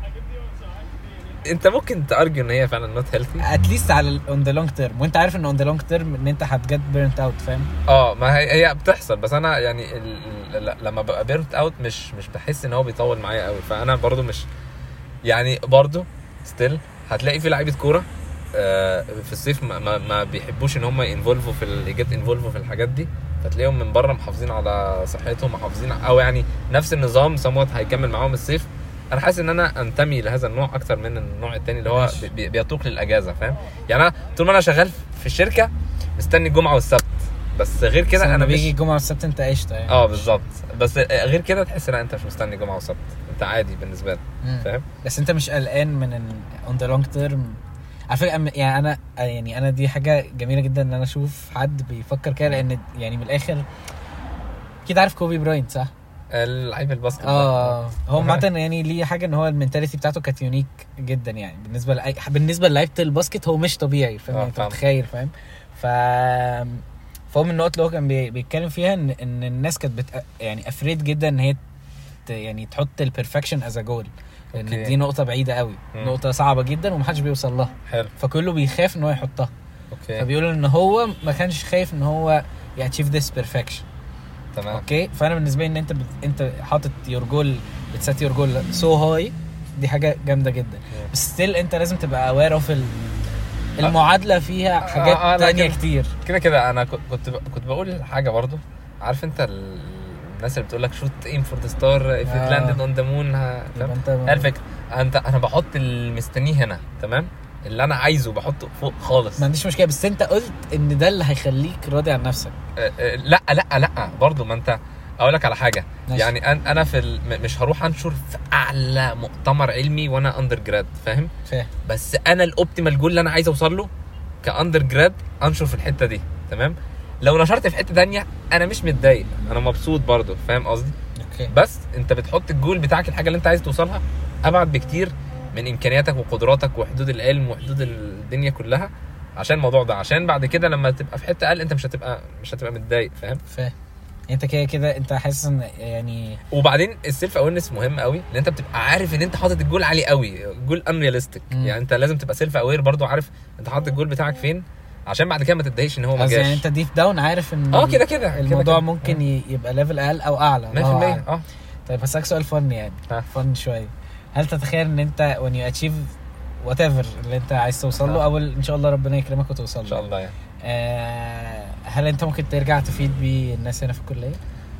انت ممكن تارجو ان هي فعلا not healthy اتليست على on the long term، وانت عارف ان on the long term ان انت هتجت burnt out. فاهم؟ اه ما هي هي بتحصل. بس انا يعني ال... ال... لما ببقى burnt out مش مش بحس ان هو بيطول معايا قوي. فانا برضو مش يعني برضو still هتلاقي في لعيبه كوره آه في الصيف ما, ما, ما بيحبوش ان هم ينفولفوا في الجيت انفولفوا في الحاجات دي، فتلاقيهم من بره محافظين على صحتهم، محافظين او يعني نفس النظام سموت هيكمل معاهم الصيف. انا حاسس ان انا انتمي لهذا النوع اكتر من النوع التاني اللي هو بي بيطوق للاجازه. فاهم؟ يعني انا طول ما انا شغال في الشركه مستني الجمعه والسبت، بس غير كده انا بيجي الجمعه والسبت انت قشطه يعني. اه بالظبط. بس غير كده تحس ان انت مش مستني الجمعه والسبت، انت عادي بالنسبه لك. فاهم؟ بس انت مش قلقان من اون ذا لونج تيرم. على فكره يعني انا يعني انا دي حاجه جميله جدا ان انا اشوف حد بيفكر كده، لان يعني من الاخر كده عارف كوبي براينت صح؟ اللعيب الباسكت اه هو مثلا يعني ليه حاجه ان هو المينتاليتي بتاعته كانت يونيك جدا يعني بالنسبه لاي بالنسبه للعيبه الباسكت هو مش طبيعي. فاهم؟ آه انت متخيل؟ فاهم؟ ف فهو من النقط اللي هو كان بيتكلم فيها ان ان الناس كانت بت... يعني افريد جدا ان هي ت... يعني تحط البرفكشن از ا جول، لان دي نقطه بعيده قوي. م. نقطه صعبه جدا ومحدش بيوصل لها. حلو. فكله بيخاف ان هو يحطها. اوكي. فبيقولوا ان هو ما كانش خايف ان هو ياتشيف ذس بيرفكشن. تمام. اوكي. فانا بالنسبه لي ان انت بت... انت حاطط يور جول بتسات يور جول سو هاي، دي حاجه جامده جدا. yeah. بس ستيل انت لازم تبقى اوير اوف ال... المعادله فيها حاجات آه آه تانية كتير كده كده. انا كنت كنت بقول حاجه برضو، عارف انت الناس اللي بتقول لك شوت ايم فور ذا ستار اف ات لاندد اون ذا مون. الفكره انت انا بحط المستنيه هنا، تمام؟ اللي انا عايزه بحطه فوق خالص، ما عنديش مشكله. بس انت قلت ان ده اللي هيخليك راضي عن نفسك. أه أه لا لا لا برضو. ما انت اقول لك على حاجه ناشي. يعني انا في مش هروح انشر في اعلى مؤتمر علمي وانا اندر جراد، فاهم؟ فاهم. بس انا الاوبتيمال جول اللي انا عايز اوصل له كاندر جراد انشر في الحته دي، تمام؟ لو نشرت في حته ثانيه انا مش متضايق، انا مبسوط برضو. فاهم قصدي؟ اوكي. بس انت بتحط الجول بتاعك، الحاجه اللي انت عايز توصلها ابعد بكتير من امكانياتك وقدراتك وحدود العلم وحدود الدنيا كلها، عشان الموضوع ده، عشان بعد كده لما تبقى في حته اقل انت مش هتبقى مش هتبقى متضايق. فاهم؟ فاهم. انت كده كده انت حاسس ان يعني. وبعدين السيلف اويرنس مهم قوي، لان انت بتبقى عارف ان انت حاطط الجول عالي قوي، جول انرياليستيك. يعني انت لازم تبقى سيلف اوير برضو، عارف انت حاطط الجول بتاعك فين، عشان بعد كده ما تتضايقش ان هو ما جاش. يعني انت ديف داون عارف ان اه كده كده الموضوع كده ممكن كده. يبقى ليفل اقل او اعلى مية في المية. اه طيب هسألك سؤال فن يعني ها. فن شويه. هل تتخيل ان انت when you achieve whatever اللي انت عايز توصل له، ها. او ان شاء الله ربنا يكرمك وتوصل له ان شاء الله يعني آه هل انت ممكن ترجع تفيد بيه الناس هنا في الكليه؟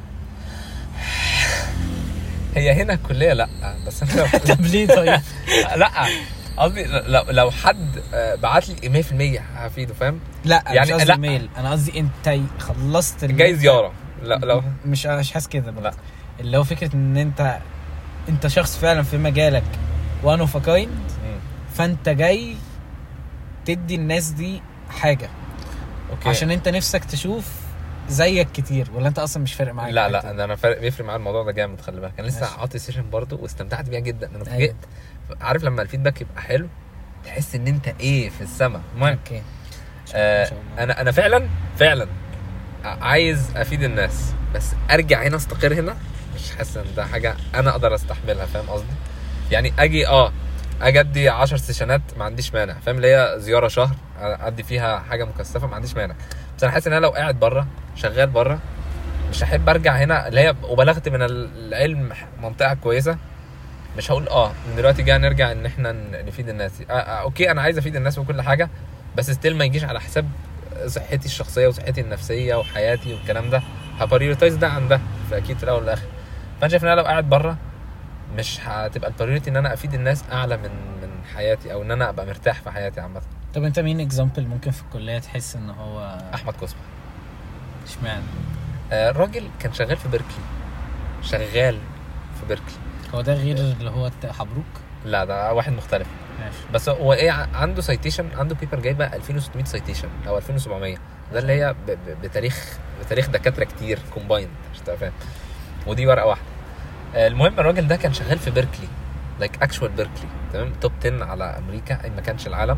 هي هنا الكليه لا بس انا طب ليه طيب؟ لا قصدي لو لو حد بعت لي مية في المية هفيده فاهم. لا يعني مش قصدي لا. ايميل، انا قصدي انت خلصت اللي جاي انت- زياره لا لو مش مش حاسس كده برضه. لا. اللي هو فكره ان انت انت شخص فعلا في مجالك one of a kind، مم. فانت جاي تدي الناس دي حاجه اوكي عشان انت نفسك تشوف زيك كتير، ولا انت اصلا مش فارق معاك؟ لا الحتة لا دي؟ انا فارق بيفرق معايا الموضوع ده جامد. خلي بالك انا لسه ماشي. عاطي سيشن برضو واستمتعت بيها جدا. انا أيوة. فاجئت عارف لما الفيدباك يبقى حلو تحس ان انت ايه في السما. المهم اوكي آه ما شاء الله. انا انا فعلا فعلا عايز افيد الناس، بس ارجع هنا استقر هنا مش حاسس ان ده حاجه انا اقدر استحملها فاهم قصدي. يعني اجي اه اجدي عشر سيشنات ما عنديش مانع فاهم، اللي هي زياره شهر ادي فيها حاجه مكثفه ما عنديش مانع. بس انا حاسس ان انا لو قاعد بره شغال بره مش هحب ارجع هنا اللي هي وبلغت من العلم منطقه كويسه. مش هقول اه من دلوقتي جاي نرجع ان احنا نفيد الناس. آه آه اوكي انا عايز افيد الناس وكل حاجه، بس ستيل ما يجيش على حساب صحتي الشخصيه وصحتي النفسيه وحياتي والكلام ده. هبريورتايز ده عن ده فاكيد في الاول والاخر. فانا شايف ان انا لو قاعد بره مش هتبقى البريورتي ان انا افيد الناس اعلى من من حياتي او ان انا ابقى مرتاح في حياتي عامه. طب انت مين اكزامبل ممكن في الكليه تحس ان هو احمد كوسبا. اشمعنى؟ آه الراجل كان شغال في بيركلي شغال في بيركلي. هو ده غير اللي هو الت- حبروك؟ لا ده واحد مختلف. ماشي. بس هو ايه عنده سايتيشن عنده بيبر جايبه ألفين وستمية سايتيشن او ألفين وسبعمية ده اللي هي ب- ب- بتاريخ بتاريخ دكاتره كتير كومبايند مش فاهم. ودي ورقه واحده. آه المهم الراجل ده كان شغال في بيركلي لايك اكشوال بيركلي تمام توب عشرة على امريكا اي ما كانش العالم.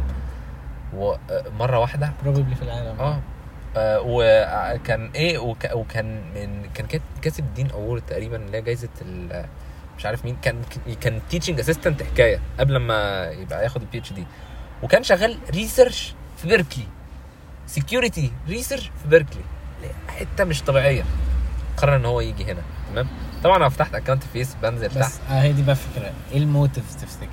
ومره واحده بروبلي في العالم. اه آه، وكان ايه وك- وكان من كان كات- كاسب دين اوورد تقريبا اللي هي جايزه ال- مش عارف مين. كان كان تيتشنج اسيستنت حكايه قبل ما يبقى ياخد البي اتش دي. وكان شغال ريسيرش في بيركلي سكيورتي ريسيرش في بيركلي حته مش طبيعيه. قرر ان هو يجي هنا تمام. طبعا انا فتحت اكونت فيس بنزل تحت. بس اه هي دي بقى فكره، ايه الموتيف تفتكر؟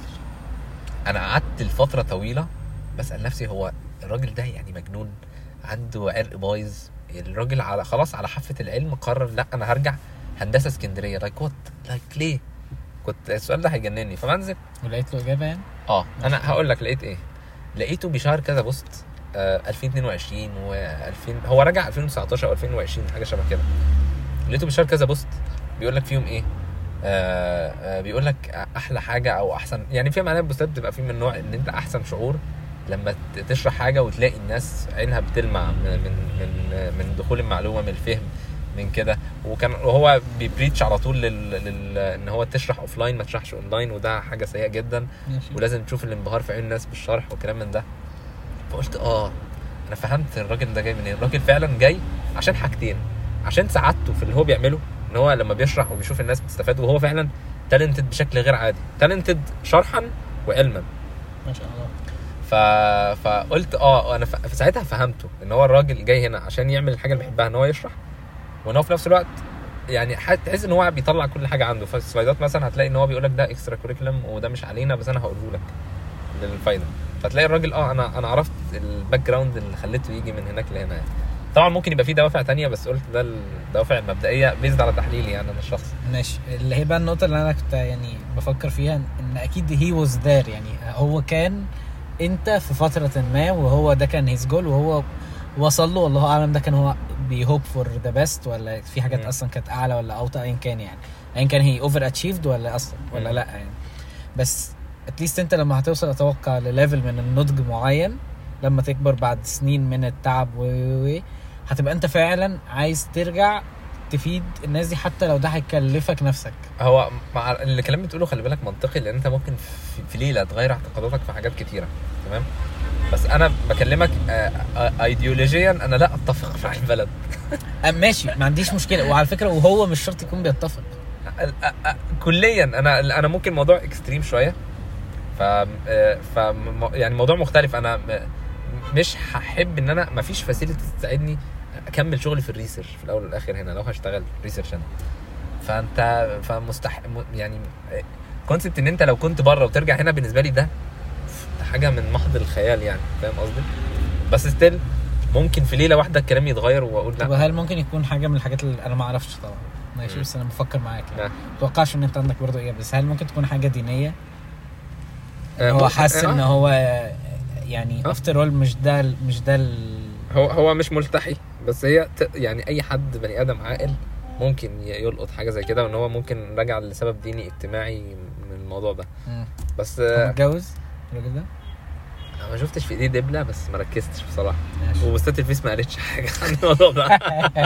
انا قعدت لفتره طويله بسال نفسي هو الراجل ده يعني مجنون عنده عرق بايظ. الراجل على خلاص على حافه العلم قرر لا انا هرجع هندسه اسكندريه لايك وات لايك ليه. كنت السؤال ده هيجنني فبنزل ولقيت له اجابه يعني؟ اه انا هقول لك لقيت ايه. لقيته بيشهر كذا بوست آه ألفين واتنين وعشرين و2000 هو رجع ألفين وتسعتاشر او ألفين وعشرين حاجه شبه كده. لقيته بيشهر كذا بوست بيقول لك فيهم ايه آه آه بيقول لك احلى حاجه او احسن يعني في معناه بوستات بتبقى فيه من نوع ان انت احسن شعور لما تشرح حاجه وتلاقي الناس عينها بتلمع من من من, من دخول المعلومه من الفهم من كده. وكان وهو بيبريتش على طول لل, لل ان هو تشرح اوفلاين ما تشرحش اونلاين وده حاجه سيئه جدا. ماشي. ولازم تشوف الانبهار في عين الناس بالشرح وكلام من ده. فقلت اه انا فهمت الراجل ده جاي منين. الراجل فعلا جاي عشان حاجتين، عشان سعادته في اللي هو بيعمله ان هو لما بيشرح وبيشوف الناس بتستفاد وهو فعلا تالنتد بشكل غير عادي تالنتد شرحا وعلما ما شاء الله. ف... فقلت اه انا ف... في ساعتها فهمته ان هو الراجل جاي هنا عشان يعمل الحاجه اللي بيحبها ان هو يشرح وان هو في نفس الوقت يعني هتحس ان هو بيطلع كل حاجه عنده. في السلايدات مثلا هتلاقي ان هو بيقول لك ده اكسترا كوريكولم وده مش علينا بس انا هقوله لك للفايده. فتلاقي الراجل اه انا انا عرفت الباك جراوند اللي خليته يجي من هناك لهنا يعني. طبعا ممكن يبقى فيه دوافع تانية بس قلت ده الدوافع المبدئيه بيزد على تحليلي يعني انا الشخص. ماشي. اللي هي بقى النقطه اللي انا كنت يعني بفكر فيها ان اكيد هي واز ذير، يعني هو كان انت في فتره ما وهو ده كان هيز جول وهو وصل له والله اعلم. ده كان هو بيهوب فور ذا بيست ولا في حاجات م. اصلا كانت اعلى ولا اوطى ايا كان يعني ايا كان هي اوفر اتشيفد ولا اصلا ولا م. لا يعني. بس اتليست انت لما هتوصل اتوقع لليفل من النضج معين لما تكبر بعد سنين من التعب و و هتبقى انت فعلا عايز ترجع تفيد الناس دي حتى لو ده هيكلفك نفسك. هو مع الكلام بتقوله خلي بالك منطقي لان انت ممكن في, في ليله تغير اعتقاداتك في حاجات كتيره تمام. بس انا بكلمك ايديولوجيا انا لا اتفق مع البلد. ماشي ما عنديش مشكله. وعلى فكره وهو مش شرط يكون بيتفق كليا. انا انا ممكن موضوع اكستريم شويه ف ف يعني موضوع مختلف. انا مش هحب ان انا مفيش فاسيلتي تساعدني اكمل شغلي في الريسيرش في الاول والاخر هنا لو هشتغل ريسيرش انا. فانت فمستح يعني كونسبت ان انت لو كنت بره وترجع هنا بالنسبه لي ده حاجه من محض الخيال يعني فاهم قصدي. بس ستيل ممكن في ليله واحده الكلام يتغير واقول لا. طب هل ممكن يكون حاجه من الحاجات اللي انا ما اعرفش طبعا ماشي بس انا بفكر معاك يعني. متوقعش ان انت عندك برضه ايه بس هل ممكن تكون حاجه دينيه آه هو حاسس آه. ان هو يعني افتر اول مش ده مش ده ال... هو هو مش ملتحي بس هي ت... يعني اي حد بني ادم عاقل ممكن يلقط حاجه زي كده وان هو ممكن راجع لسبب ديني اجتماعي من الموضوع ده. مم. بس متجوز الراجل ده انا ما شفتش في ايديه دبله بس ما ركزتش بصراحه وبستات الفيس ما قالتش حاجه عن الموضوع ده.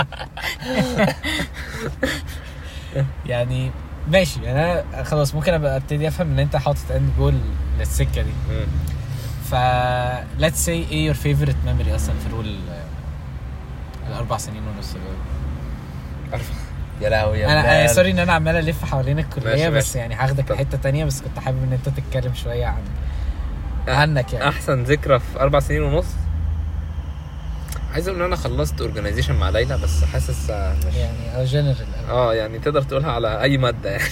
يعني ماشي انا خلاص ممكن ابقى ابتدي افهم ان انت حاطط اند جول للسكه دي. ف let's say ايه your favorite memory اصلا في رول الاربع سنين ونص دول؟ يا لهوي انا سوري ان انا عمال الف حوالين الكليه بس ماشي. يعني هاخدك لحته تانية بس كنت حابب ان انت تتكلم شويه عن عنك يعني. احسن ذكرى في اربع سنين ونص عايز اقول ان انا خلصت اورجانيزيشن مع ليلى بس حاسس مش يعني او جنرال اه يعني تقدر تقولها على اي ماده يعني.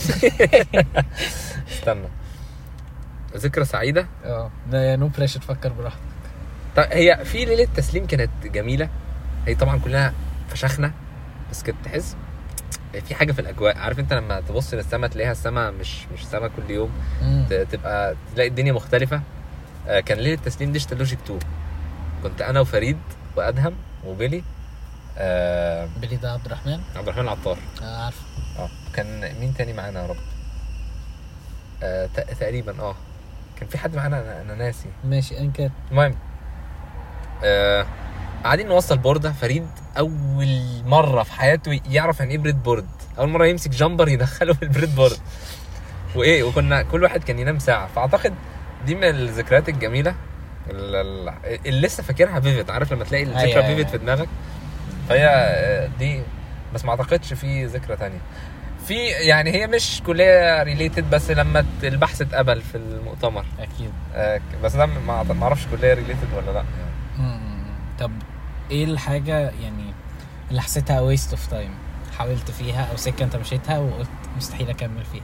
استنى ذكرى سعيده اه نو بريشر تفكر براحتك. طيب هي في ليله تسليم كانت جميله هي طبعا كلها فشخنا بس كنت تحس في حاجه في الاجواء عارف انت لما تبص للسماء تلاقيها السماء مش مش سماء كل يوم مم. تبقى تلاقي الدنيا مختلفه. كان ليله التسليم ديجيتال لوجيك اتنين كنت انا وفريد وادهم وبيلي آه بيلي ده عبد الرحمن عبد الرحمن العطار اه عارف اه كان مين تاني معانا يا رب آه تقريبا اه كان في حد معانا انا, أنا ناسي ماشي ان كان المهم آه قاعدين نوصل بورده فريد اول مره في حياته يعرف يعني ايه بريد بورد اول مره يمسك جامبر يدخله في البريد بورد وايه وكنا كل واحد كان ينام ساعه فاعتقد دي من الذكريات الجميله اللي لسه فاكرها فيفيد عارف لما تلاقي الذكرى فيفيد في دماغك فهي دي بس ما اعتقدش في ذكرى تانية في يعني هي مش كليه ريليتد بس لما البحث اتقبل في المؤتمر اكيد آه بس ده ما اعرفش كليه ريليتد ولا لا يعني. طب ايه الحاجه يعني اللي حسيتها ويست اوف تايم حاولت فيها او سكه انت مشيتها وقلت مستحيل اكمل فيها؟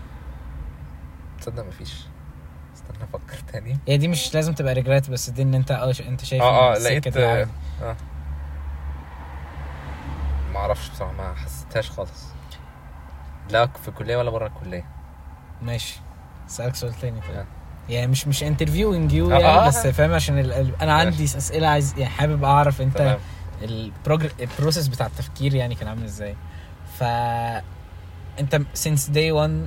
تصدق مفيش استنى افكر تاني. هي دي مش لازم تبقى ريجريت بس دي ان انت اه انت شايف اه اه لقيت اه ما اعرفش بصراحه ما حسيتهاش خالص لا في الكليه ولا بره الكليه. ماشي اسالك سؤال تاني طيب يعني مش مش انترفيوينج يو آه يعني آه بس فاهم عشان ال... انا عندي اسئله عايز يعني حابب اعرف انت البروجرس البروسيس بتاع التفكير يعني كان عامل ازاي. ف انت since day one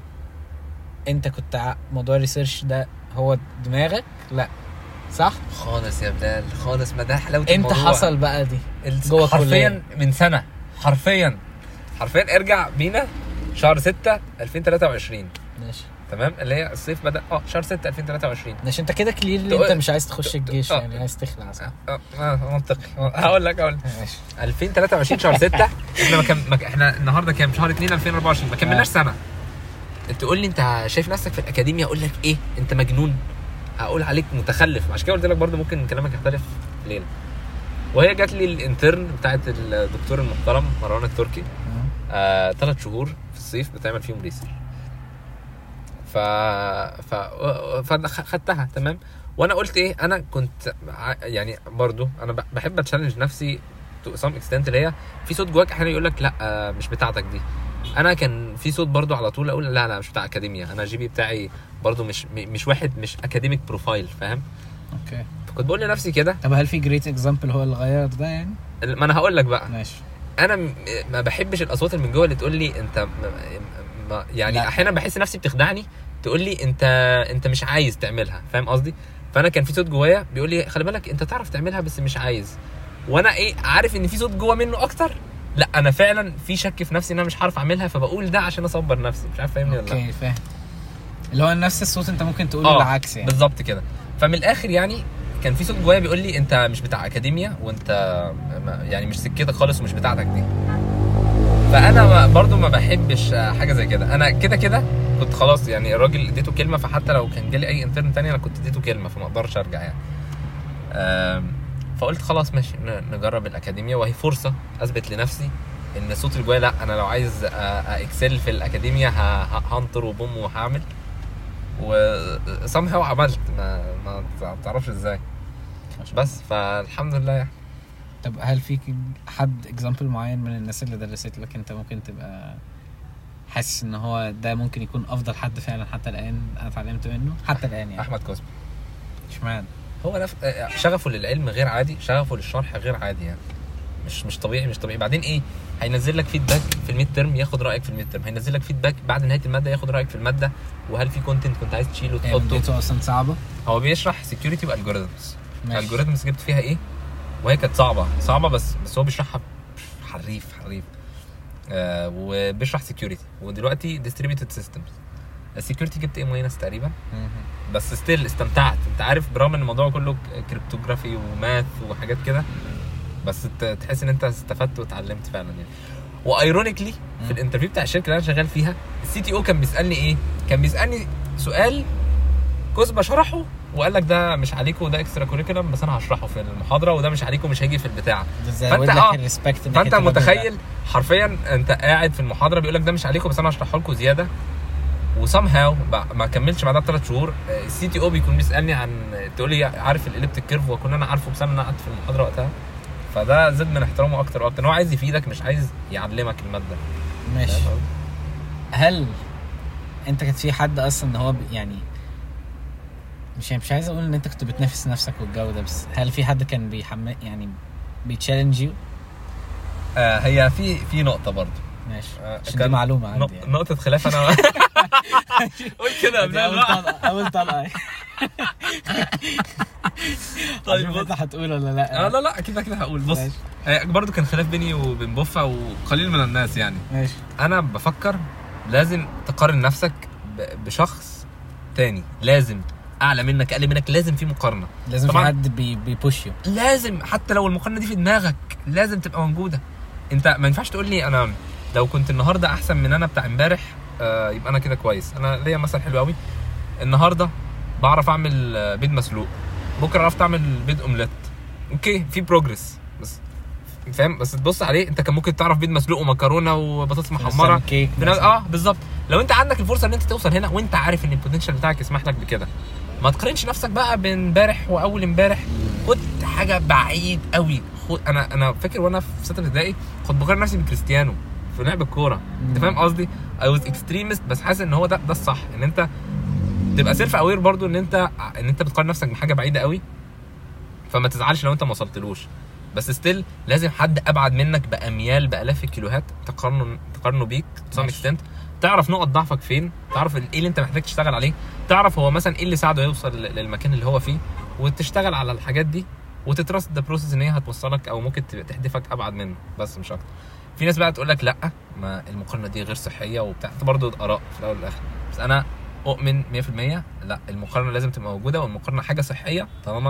انت كنت موضوع الريسيرش ده هو دماغك لا صح خالص يا بلال خالص ما ده حلاوه الموضوع. انت حصل بقى دي جوه حرفيا من سنه حرفيا حرفيا ارجع بينا شهر ستة ألفين وثلاثة وعشرين ماشي تمام اللي هي الصيف بدا اه شهر ستة ألفين وثلاثة وعشرين ماشي انت كده كلير اللي انت مش عايز تخش الجيش اه يعني عايز تخلع صح اه اه منطقي هقول لك اقول ماشي ألفين وثلاثة وعشرين شهر ستة احنا ما كان احنا النهارده كام شهر اتنين ألفين وأربعة وعشرين ما كملناش سنه. انت تقول لي انت شايف نفسك في الاكاديميه اقول لك ايه انت مجنون هقول عليك متخلف عشان كده قلت لك برضه ممكن كلامك يختلف ليله. وهي جات لي الانترن بتاعه الدكتور المحترم مروان التركي آه ثلاث شهور في الصيف بتعمل فيهم ريسيرش ف ف فخدتها تمام. وانا قلت ايه انا كنت يعني برضو انا بحب اتشالنج نفسي تو سام اكستنت اللي هي في صوت جواك احيانا يقول لك لا مش بتاعتك دي. انا كان في صوت برضو على طول اقول لا لا مش بتاع اكاديميا انا جي بي بتاعي برضو مش مش واحد مش اكاديميك بروفايل فاهم. اوكي فكنت بقول لنفسي كده. طب هل في جريت اكزامبل هو اللي غير ده يعني؟ ما انا هقول لك بقى ماشي. انا ما بحبش الاصوات اللي من جوه اللي تقول لي انت ما يعني لا. احيانا بحس نفسي بتخدعني تقول لي انت انت مش عايز تعملها فاهم قصدي. فانا كان في صوت جوايا بيقول لي خلي بالك انت تعرف تعملها بس مش عايز. وانا ايه عارف ان في صوت جوا منه اكتر لا انا فعلا في شك في نفسي ان انا مش عارف اعملها فبقول ده عشان اصبر نفسي مش عارف فاهمني ولا لا. اوكي فاهم اللي هو نفس الصوت انت ممكن تقول العكس يعني بالظبط كده. فمن الاخر يعني كان في صوت جوايا بيقول لي انت مش بتاع اكاديميا وانت يعني مش سكتك خالص ومش بتاعتك دي. فانا برضو ما بحبش حاجه زي كده. انا كده كده كنت خلاص يعني الراجل اديته كلمه فحتى لو كان جالي اي انترن تاني انا كنت اديته كلمه فما اقدرش ارجع يعني. فقلت خلاص ماشي نجرب الاكاديميا وهي فرصه اثبت لنفسي ان الصوت اللي جوايا لا انا لو عايز اكسل في الاكاديميا هنطر وبوم وهعمل وسامحوا عملت ما ما تعرفش ازاي بس فالحمد لله يعني. طب هل فيك حد اكزامبل معين من الناس اللي درست لك انت ممكن تبقى حاسس ان هو ده ممكن يكون افضل حد فعلا حتى الان انا اتعلمت منه حتى الان يعني؟ احمد كوزمي. اشمعنى؟ هو نف... شغفه للعلم غير عادي، شغفه للشرح غير عادي يعني مش مش طبيعي مش طبيعي. بعدين ايه هينزل لك فيدباك في الميد ترم ياخد رايك في الميد ترم، هينزل لك فيدباك بعد نهايه الماده ياخد رايك في الماده وهل في كونتنت كنت عايز تشيله وتحطه. ايه اصلا صعبه. هو بيشرح سيكيورتي والجوريثمز. الجوريثمز جبت فيها ايه وهي كانت صعبه صعبه بس بس هو بيشرحها حريف حريف آه وبيشرح سيكيورتي ودلوقتي ديستريبيوتد سيستمز. السيكيورتي جبت ايه ماينس تقريبا بس ستيل استمتعت. انت عارف برغم ان الموضوع كله كريبتوغرافي وماث وحاجات كده بس تحس ان انت استفدت وتعلمت فعلا يعني. وايرونيكلي في الانترفيو بتاع الشركه اللي انا شغال فيها السي تي او كان بيسالني ايه كان بيسالني سؤال كوزبا شرحه وقال لك ده مش عليكم ده اكسترا كوريكولم بس انا هشرحه في المحاضره وده مش عليكم مش هيجي في البتاع. فانت اه فانت متخيل حرفيا انت قاعد في المحاضره بيقول لك ده مش عليكم بس انا هشرحه لكم زياده وسام هاو ما كملش بعدها بثلاث شهور السي تي او بيكون بيسالني عن تقول لي عارف الاليبتيك كيرف وكنا انا عارفه بس انا قعدت في المحاضره وقتها. فده زاد من احترامه اكتر واكتر. هو عايز يفيدك مش عايز يعلمك الماده. ماشي. هل انت كنت في حد اصلا ان هو يعني مش مش عايز اقول ان انت كنت بتنافس نفسك والجو ده بس هل في حد كان بيحمل يعني بيتشالنج يو؟ آه هي في في نقطه برضه ماشي عشان دي معلومه عندي يعني. نقطه خلاف انا قول كده قبل اول طلقه. طيب انت هتقول ولا لا؟ اه لا لا اكيد كده هقول. بص برضو كان خلاف بيني وبين بوفا وقليل من الناس يعني. ماشي. انا بفكر لازم تقارن نفسك بشخص تاني لازم اعلى منك اقل منك لازم في مقارنه لازم في حد بي بيبوش يو لازم حتى لو المقارنه دي في دماغك لازم تبقى موجوده. انت ما ينفعش تقول لي انا لو كنت النهارده احسن من انا بتاع امبارح آه يبقى انا كده كويس. انا ليا مثل حلو قوي النهارده بعرف اعمل بيض مسلوق بكره عرفت اعمل بيض اومليت اوكي في بروجرس بس فاهم بس تبص عليه انت كان ممكن تعرف بيض مسلوق ومكرونه وبطاطس محمره اه بالظبط. لو انت عندك الفرصه ان انت توصل هنا وانت عارف ان البوتنشال بتاعك يسمح لك بكده ما تقارنش نفسك بقى بين امبارح واول امبارح. خد حاجه بعيد قوي. خد انا انا فاكر وانا في سته ابتدائي كنت بقارن نفسي بكريستيانو في لعب الكوره. انت فاهم قصدي اي واز اكستريمست بس حاسس ان هو ده ده الصح ان انت تبقى سيلف اوير برضو ان انت ان انت بتقارن نفسك بحاجه بعيده قوي فما تزعلش لو انت ما وصلتلوش بس ستيل لازم حد ابعد منك باميال بالاف الكيلوهات تقارنه تقارنه بيك سام اكستنت تعرف نقط ضعفك فين تعرف ايه اللي انت محتاج تشتغل عليه تعرف هو مثلا ايه اللي ساعده يوصل للمكان اللي هو فيه وتشتغل على الحاجات دي وتترست ده بروسيس ان هي هتوصلك او ممكن تحدفك ابعد منه بس مش اكتر. في ناس بقى تقول لك لا ما المقارنه دي غير صحيه وبتاع برضه اراء في الاول والاخر بس انا اؤمن مية في المية لا المقارنه لازم تبقى موجوده والمقارنه حاجه صحيه طالما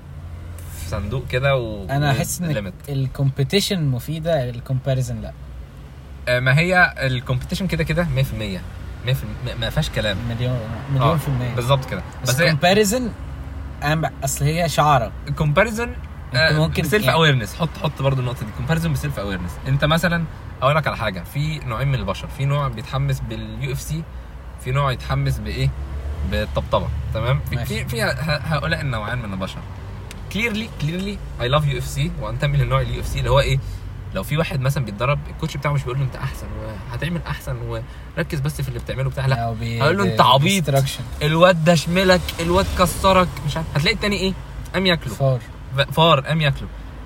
في صندوق كده و انا احس ان الكومبيتيشن مفيده الكومباريزن لا. ما هي الكومبيتيشن كده كده مية في المية مية في المية ما فيهاش كلام مليون مليون آه. في المية بالظبط كده بس الكومباريزن اصل هي شعاره الكومباريزن ممكن سيلف اويرنس حط حط برضو النقطه دي كومباريزن بسيلف اويرنس. انت مثلا اقول لك على حاجه في نوعين من البشر في نوع بيتحمس باليو اف سي في نوع يتحمس بايه بالطبطبه تمام في في, في هؤلاء النوعين من البشر كليرلي كليرلي اي لاف يو اف سي وانتمي للنوع اليو اف سي اللي هو ايه لو في واحد مثلا بيتدرب الكوتش بتاعه مش بيقول له انت احسن وهتعمل احسن وركز بس في اللي بتعمله بتاع لا هقول له انت عبيط الواد ده شملك الواد كسرك مش عارف هتلاقي التاني ايه قام ياكله فار فار قام ياكله.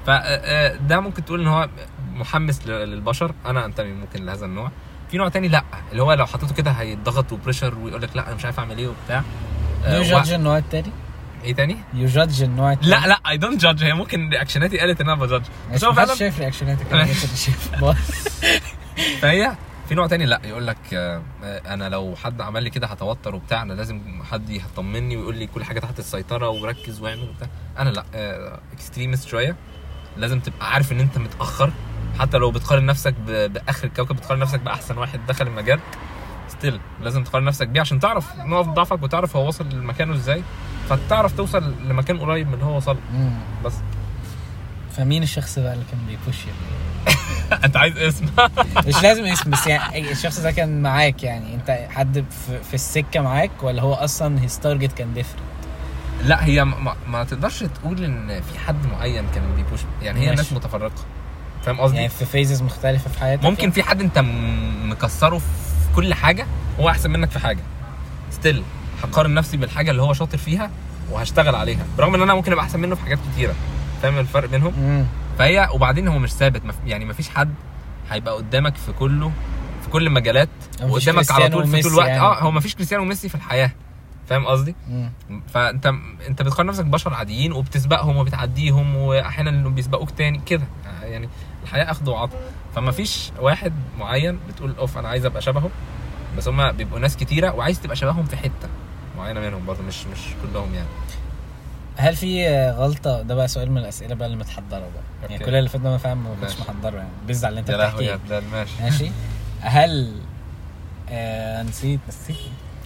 فده ممكن تقول ان هو محمس للبشر انا انتمي ممكن لهذا النوع. في نوع تاني لا اللي هو لو حطيته كده هيتضغط وبريشر ويقول لك لا انا مش عارف اعمل ايه وبتاع. يو جادج النوع التاني ايه تاني يو جادج النوع التاني لا لا اي دونت جادج هي ممكن رياكشناتي قالت ان انا بجادج بس هو فعلا شايف رياكشناتك انا مش شايف فهي في نوع تاني لا يقول لك انا لو حد عمل لي كده هتوتر وبتاع انا لازم حد يطمني ويقول لي كل حاجه تحت السيطره وركز واعمل وبتاع. انا لا اكستريمست شويه لازم تبقى عارف ان انت متاخر حتى لو بتقارن نفسك باخر الكوكب بتقارن نفسك باحسن واحد دخل المجال ستيل لازم تقارن نفسك بيه عشان تعرف نقط ضعفك وتعرف هو وصل لمكانه ازاي فتعرف توصل لمكان قريب من اللي هو وصل بس. فمين الشخص بقى اللي كان بيبوش انت عايز اسم؟ مش لازم اسم، بس يعني الشخص ده كان معاك، يعني انت حد في, في السكه معاك ولا هو اصلا هيز تارجت كان ديفرنت؟ لا هي ما, ما تقدرش تقول ان في حد معين كان بيبوش، يعني هي ماشي. ناس متفرقه، فاهم قصدي؟ يعني في فيزز مختلفه في حياتك. ممكن يعني في حد انت م- مكسره في كل حاجه هو احسن منك في حاجه، ستيل هقارن نفسي بالحاجه اللي هو شاطر فيها وهشتغل عليها، برغم ان انا ممكن ابقى احسن منه في حاجات كتيره، فاهم الفرق بينهم؟ امم فهي وبعدين هو مش ثابت، مف... يعني مفيش حد هيبقى قدامك في كله في كل المجالات مفيش وقدامك على كريستيانو طول في طول وميسي الوقت. يعني. اه هو مفيش كريستيانو وميسي في الحياه، فاهم قصدي؟ امم فانت انت بتقارن نفسك ببشر عاديين وبتسبقهم وبتعديهم واحيانا انهم بيسبقوك تاني كده، يعني الحياه اخذ وعطاء، فما فيش واحد معين بتقول اوف انا عايز ابقى شبهه، بس هم بيبقوا ناس كتيره وعايز تبقى شبههم في حته معينه منهم برضه، مش مش كلهم يعني. هل في غلطه؟ ده بقى سؤال من الاسئله بقى اللي متحضره بقى، يعني أوكي. كل اللي فات ده ما فاهم، ما كنتش ماشي. محضره يعني، بيزعل اللي انت يا لهوي بتحكيه. يا بلال ماشي ماشي. هل آه نسيت نسيت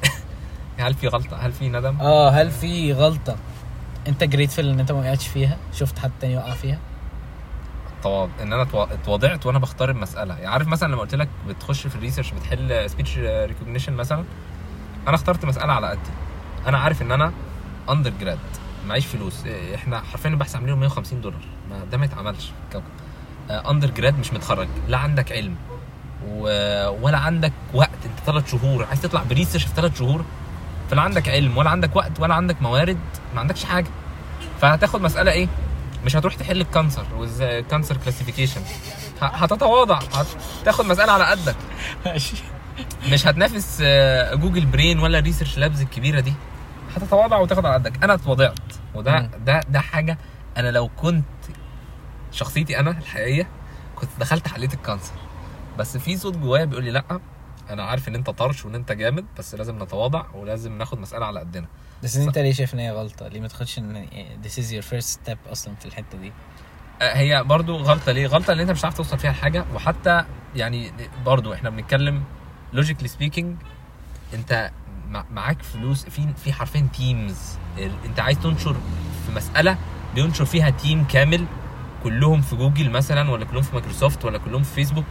هل في غلطه؟ هل في ندم؟ اه هل في غلطه انت جريتفل ان انت ما وقعتش فيها، شفت حد تاني وقع فيها؟ طوال ان انا اتوا- اتوضعت وانا بختار المساله، يعني عارف مثلا لما قلت لك بتخش في الريسيرش بتحل سبيتش ريكوجنيشن مثلا، انا اخترت مساله على قدي، انا عارف ان انا اندر جراد معيش فلوس، إيه، احنا حرفيا البحث عاملينه مية وخمسين دولار، ما ده ما يتعملش في الكوكب. اندر جراد مش متخرج، لا عندك علم و... ولا عندك وقت، انت ثلاث شهور عايز تطلع بريسيرش في ثلاث شهور، فلا عندك علم ولا عندك وقت ولا عندك موارد، ما عندكش حاجه، فهتاخد مساله ايه؟ مش هتروح تحل الكانسر والكانسر كلاسيفيكيشن، هتتواضع، هتاخد مساله على قدك، ماشي. مش هتنافس آه، جوجل برين ولا ريسيرش لابز الكبيره دي، هتتواضع وتاخد على قدك. انا اتواضعت، وده مم. ده ده حاجه، انا لو كنت شخصيتي انا الحقيقيه كنت دخلت حليت الكانسر، بس في صوت جوايا بيقول لي لا، انا عارف ان انت طرش وان انت جامد، بس لازم نتواضع ولازم ناخد مساله على قدنا. بس انت ليه شايف ان هي غلطه؟ ليه ما تاخدش ان this is your first step اصلا في الحته دي؟ آه، هي برضو غلطه، ليه غلطه؟ لان انت مش عارف توصل فيها لحاجه، وحتى يعني برضو احنا بنتكلم لوجيكلي سبيكينج، انت مع- معاك فلوس في في حرفين تيمز، انت عايز تنشر في مساله بينشر فيها تيم كامل كلهم في جوجل مثلا، ولا كلهم في مايكروسوفت، ولا كلهم في فيسبوك،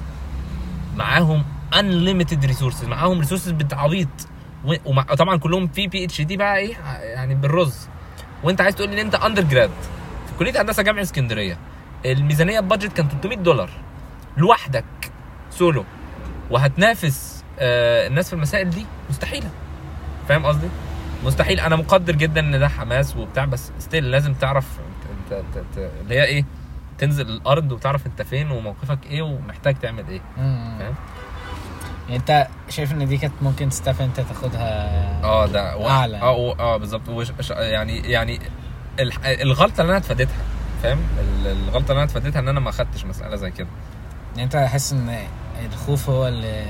معاهم unlimited resources، معاهم resources بالعبيط، وطبعا كلهم في بي اتش دي بقى ايه يعني بالرز، وانت عايز تقول لي ان انت اندر جراد في كليه هندسه جامعه اسكندريه، الميزانيه بادجت كان ثلاثمية دولار لوحدك سولو، وهتنافس آه الناس في المسائل دي؟ مستحيله، فاهم قصدي؟ مستحيل. انا مقدر جدا ان ده حماس وبتاع، بس ستيل لازم تعرف انت, انت, انت اللي هي ايه، تنزل الارض وتعرف انت فين وموقفك ايه ومحتاج تعمل ايه، فاهم؟ يعني انت شايف ان دي كانت ممكن ستاف انت تاخدها اه ده و... اعلى؟ اه اه بالظبط، وش... يعني يعني الح- الغلطه اللي انا اتفاديتها، فاهم؟ ال- الغلطه اللي انا اتفاديتها ان انا ما خدتش مساله زي كده. يعني انت حاسس ان الخوف هو اللي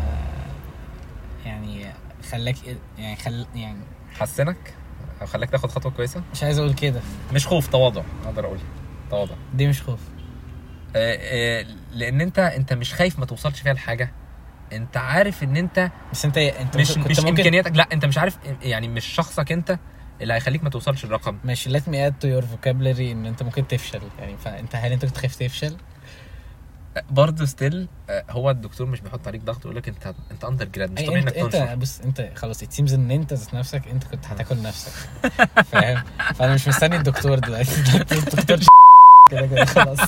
يعني خلاك يعني خل يعني حسنك او خلاك تاخد خطوه كويسه؟ مش عايز اقول كده، مش خوف، تواضع، اقدر اقول تواضع. دي مش خوف. آه آه لان انت انت مش خايف ما توصلش فيها الحاجه، انت عارف ان انت بس انت انت مش كنت مش ممكن امكانياتك، لا انت مش عارف، يعني مش شخصك انت اللي هيخليك ما توصلش الرقم. ماشي. let me add to your vocabulary ان انت ممكن تفشل، يعني فانت هل انت كنت خايف تفشل؟ برضه ستيل هو الدكتور مش بيحط عليك ضغط ويقول لك انت انت اندر جراد، مش طبيعي انت انك تنشر. انت بص، انت خلاص it seems ان انت ذات نفسك انت كنت هتاكل نفسك، فاهم؟ فانا مش مستني الدكتور دلوقتي، الدكتور كده كده خلاص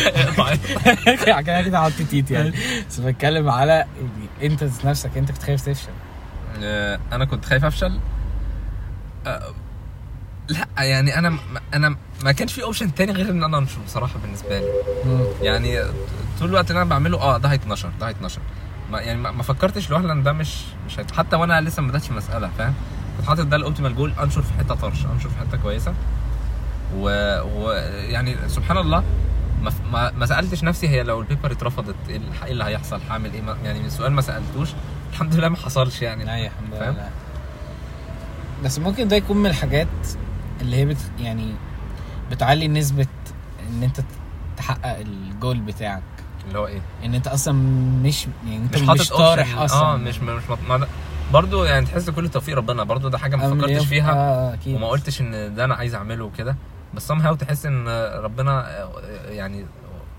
كده كده حط تيت يعني، بس بتكلم على انت ذات نفسك انت كنت خايف تفشل. آه، انا كنت خايف افشل. آه، لا يعني انا انا ما كانش في اوبشن تاني غير ان انا انشر بصراحه بالنسبه لي. مم. يعني طول الوقت اللي انا بعمله اه ده هيتنشر ده هيتنشر ما يعني ما فكرتش لوهله ان ده مش مش هيت... حتى وانا لسه ما بداتش المساله، فاهم؟ كنت حاطط ده الاوبتيمال جول، انشر في حته طرش، انشر في حته كويسه، و... و يعني سبحان الله ما ما, ما سالتش نفسي هي لو البيبر اترفضت ايه اللي, إيه اللي هيحصل، هعمل ايه، يعني السؤال ما سالتوش، الحمد لله ما حصلش يعني. لا يا الحمد فاهم؟ لله. بس ممكن ده يكون من الحاجات اللي هي بت يعني بتعلي نسبة ان انت تحقق الجول بتاعك، اللي هو ايه، ان انت اصلا مش يعني انت مش, مش, مش طارح اصلا. اه مش مش ما برضو يعني تحس كل توفيق ربنا، برضو ده حاجه ما فكرتش فيها آه أكيد. وما قلتش ان ده انا عايز اعمله وكده، بس somehow تحس ان ربنا يعني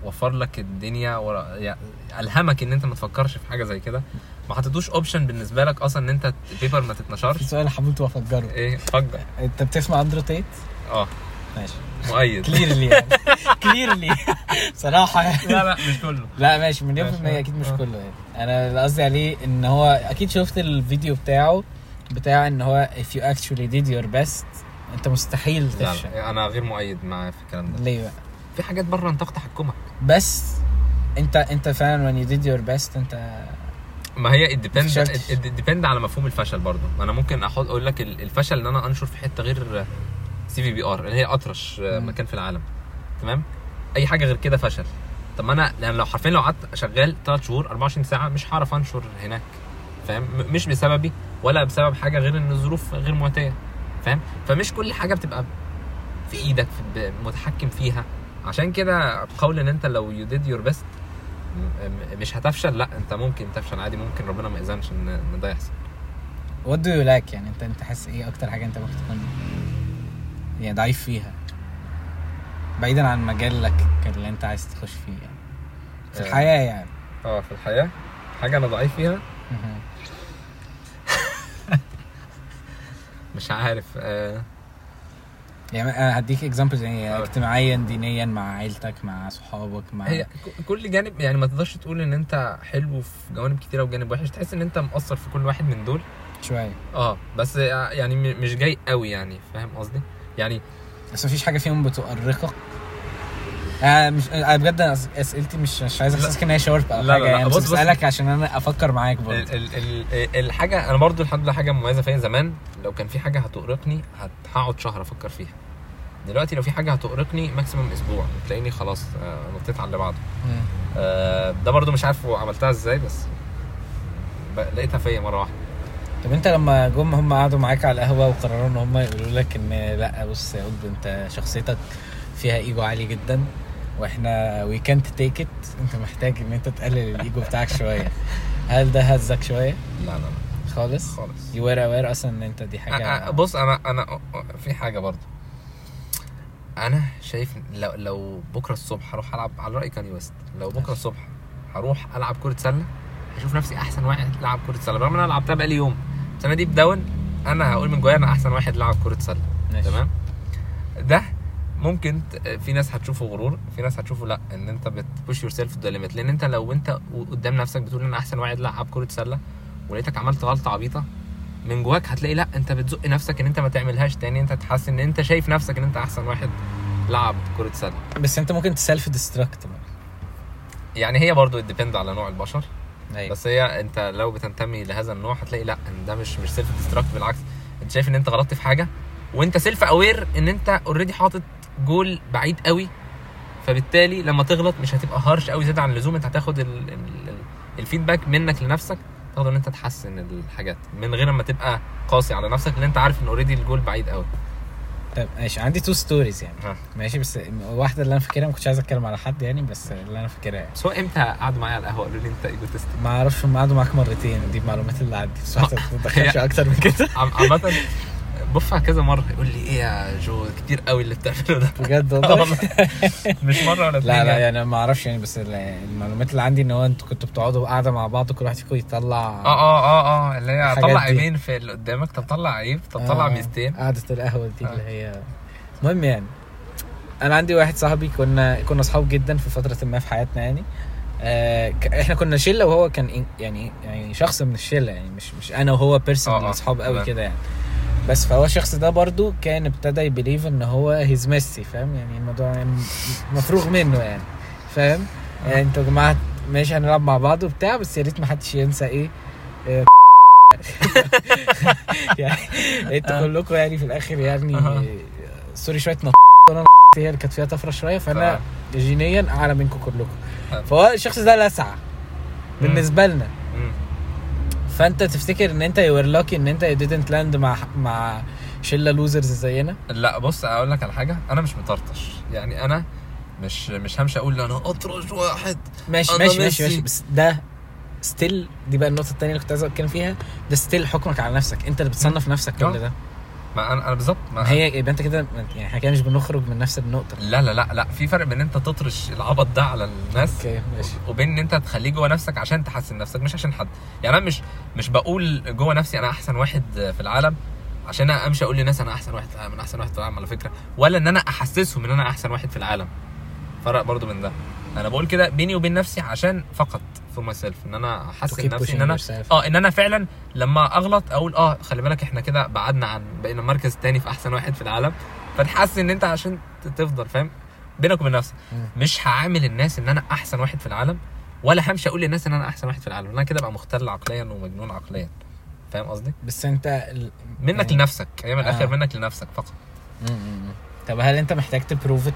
وفر لك الدنيا ورا... يعني الهمك ان انت ما تفكرش في حاجه زي كده، ما حطيتوش اوبشن بالنسبه لك اصلا ان انت البيبر ما تتنشرش. في سؤال حبيت افجره. ايه فجر؟ انت بتسمع اندرو تيت؟ اه ماشي مؤيد كليرلي يعني. كليرلي صراحه يعني. لا لا مش كله. لا ماشي مليون في المية اكيد مش آه. كله يعني. انا اللي قصدي عليه ان هو اكيد شفت الفيديو بتاعه بتاع ان هو if you actually did your best انت مستحيل تفشل. لا انا غير مؤيد مع في الكلام ده. ليه بقى؟ في حاجات بره نطاق تحكمك. بس انت انت فعلا when you did your best انت ما هي الديبند فشلتش. الديبند على مفهوم الفشل برضو. انا ممكن احط اقول لك الفشل ان انا انشر في حته غير سي في بي ار اللي هي اطرش مكان في العالم، تمام؟ اي حاجه غير كده فشل. طب ما انا يعني لو حرفيا لو قعدت شغال ثلاث شهور أربعة وعشرين ساعه مش هعرف انشر هناك، فاهم؟ مش بسببي ولا بسبب حاجه غير ان الظروف غير مواتيه، فاهم؟ فمش كل حاجه بتبقى في ايدك في متحكم فيها. عشان كده قول ان انت لو يو ديد يور بيست مش هتفشل، لا انت ممكن تفشل عادي، ممكن ربنا ما يأذنش ان ان ده يحصل. what do you like يعني انت انت حاسس ايه اكتر حاجه انت ممكن تكون يعني ضعيف فيها بعيدا عن مجالك اللي انت عايز تخش فيه يعني في الحياه يعني؟ اه في الحياه حاجه انا ضعيف فيها مش عارف. آه يعني انا هديك اكزامبلز يعني اجتماعيا دينيا مع عيلتك مع صحابك مع هي كل جانب يعني ما تقدرش تقول ان انت حلو في جوانب كتيره وجانب وحش، تحس ان انت مقصر في كل واحد من دول شويه. اه بس يعني مش جاي قوي يعني، فاهم قصدي؟ يعني بس مفيش حاجه فيهم بتؤرقك. آه مش انا بجد اسئلتي مش مش عايز احسسك ان هي شورت او حاجه يعني، بس بسالك عشان انا افكر معاك برضه. ال ال ال الحاجه انا برضو الحمد لله حاجه مميزه فيا. زمان لو كان في حاجه هتؤرقني هقعد شهر افكر فيها. دلوقتي لو في حاجه هتؤرقني ماكسيمم اسبوع تلاقيني خلاص آه نطيت على اللي بعده. آه ده برضو مش عارف عملتها ازاي بس لقيتها فيا مره واحده. طب انت لما جم هم قعدوا معاك على القهوه وقرروا ان هم يقولوا لك ان لا بص يا قطب انت شخصيتك فيها ايجو عالي جدا واحنا وي كانت تيك ات، انت محتاج ان انت تقلل الايجو بتاعك شويه، هل ده هزك شويه؟ لا لا لا خالص خالص. يو وير اوير اصلا ان انت دي حاجه. بص انا انا في حاجه برضو انا شايف لو لو بكره الصبح هروح العب على راي كاني ويست، لو بكره الصبح هروح العب كره سله هشوف نفسي احسن واحد لعب كره سله رغم ان انا لعبتها بقالي يوم. بس انا ديب داون انا هقول من جوايا انا احسن واحد لعب كره سله. تمام؟ ده ممكن في ناس هتشوفه غرور، في ناس هتشوفه لا ان انت بتبوش يور سيلف تو ذا ليميت. لان انت لو انت قدام نفسك بتقول ان انا احسن واحد لعب كره سله ولقيتك عملت غلطه عبيطه من جواك هتلاقي لا انت بتزق نفسك ان انت ما تعملهاش تاني. انت تحس ان انت شايف نفسك ان انت احسن واحد لعب كره سله. بس انت ممكن تسلف ديستراكت يعني هي برضو ديبند على نوع البشر. أيوة. بس هي انت لو بتنتمي لهذا النوع هتلاقي لا ان ده مش مش سيلف ديستراكت، بالعكس انت شايف ان انت غلطت في حاجه وانت سيلف اوير ان انت اوريدي حاطط جول بعيد قوي، فبالتالي لما تغلط مش هتبقى هارش قوي زياده عن اللزوم. انت هتاخد ال ال الفيدباك منك لنفسك، تاخد ان انت تحسن الحاجات من غير ما تبقى قاسي على نفسك لان انت عارف ان اوريدي الجول بعيد قوي. طب ماشي عندي تو ستوريز يعني ها. ماشي بس واحده اللي انا فاكرها ما كنتش عايز اتكلم على حد يعني بس اللي انا فاكرها يعني. بس هو امتى قعدوا معايا على القهوه قالوا لي انت ايجوتست؟ ما اعرفش هم قعدوا معاك مرتين دي المعلومات اللي عندي بس ما تدخلش اكتر من كده. عامه بوفها كذا مره يقول لي ايه يا جو كتير قوي اللي بتعمله ده بجد والله مش مره ولا اتنين. لا لا يعني ما اعرفش يعني بس المعلومات اللي عندي ان هو انتوا كنتوا بتقعدوا قاعده مع بعض كل واحد فيكم يطلع اه اه اه اه اللي هي طلع عيبين في اللي قدامك، طب طلع عيب، طب طلع ميزتين. قعده القهوه دي اللي هي المهم يعني. انا عندي واحد صاحبي كنا كنا اصحاب جدا في فتره ما في حياتنا يعني. آه احنا كنا شله وهو كان يعني يعني شخص من الشله يعني مش مش انا وهو بيرسونال اصحاب قوي كده يعني. بس فهو الشخص ده برضو كان ابتدى يبليف ان هو هيز ميسي، فاهم يعني الموضوع يعني مفروغ منه يعني، فاهم يعني انتوا يا جماعه ماشي هنلعب مع بعض وبتاع بس يا ريت ما حدش ينسى ايه آه يعني انتوا كلكم يعني في الاخر يعني سوري شويه نط انا هي اللي كانت فيها طفره شويه فانا جينيا اعلى منكم كلكم. فهو الشخص ده لسعه بالنسبه لنا. فانت تفتكر ان انت يور لاكي ان انت didn't land مع مع شله لوزرز زينا؟ لا بص اقول لك على حاجه، انا مش مطرطش يعني، انا مش مش همشي اقول انا اطرش واحد ماشي ماشي ماشي, ماشي بس ده ستيل دي بقى النقطه الثانيه اللي كنت عايز اتكلم فيها. ده ستيل حكمك على نفسك، انت اللي بتصنف نفسك كل ده ما انا انا بالظبط ما هي يبقى انت كده يعني احنا كده مش بنخرج من نفس النقطه. لا لا لا لا في فرق بين ان انت تطرش العبط ده على الناس اوكي ماشي وبين ان انت تخليه جوه نفسك عشان تحسن نفسك مش عشان حد. يعني انا مش مش بقول جوه نفسي انا احسن واحد في العالم عشان انا امشي اقول للناس انا احسن واحد من احسن واحد في العالم على فكره, ولا ان انا احسسهم ان انا احسن واحد في العالم. فرق برضو من ده. انا بقول كده بيني وبين نفسي عشان فقط فور ماي سيلف ان انا احسن نفسي ان انا اه ان انا فعلا لما اغلط اقول اه خلي بالك احنا كده بعدنا عن بقينا المركز الثاني في احسن واحد في العالم, فتحس ان انت عشان تفضل فاهم بينك وبين نفسك. مش هعامل الناس ان انا احسن واحد في العالم ولا همشي اقول للناس ان انا احسن واحد في العالم. انا كده بقى مختل عقليا ومجنون عقليا. فاهم قصدي؟ بس انت ال... منك يعني... لنفسك هي من الاخر آه. منك لنفسك فقط. امم طب هل انت محتاج تبروفت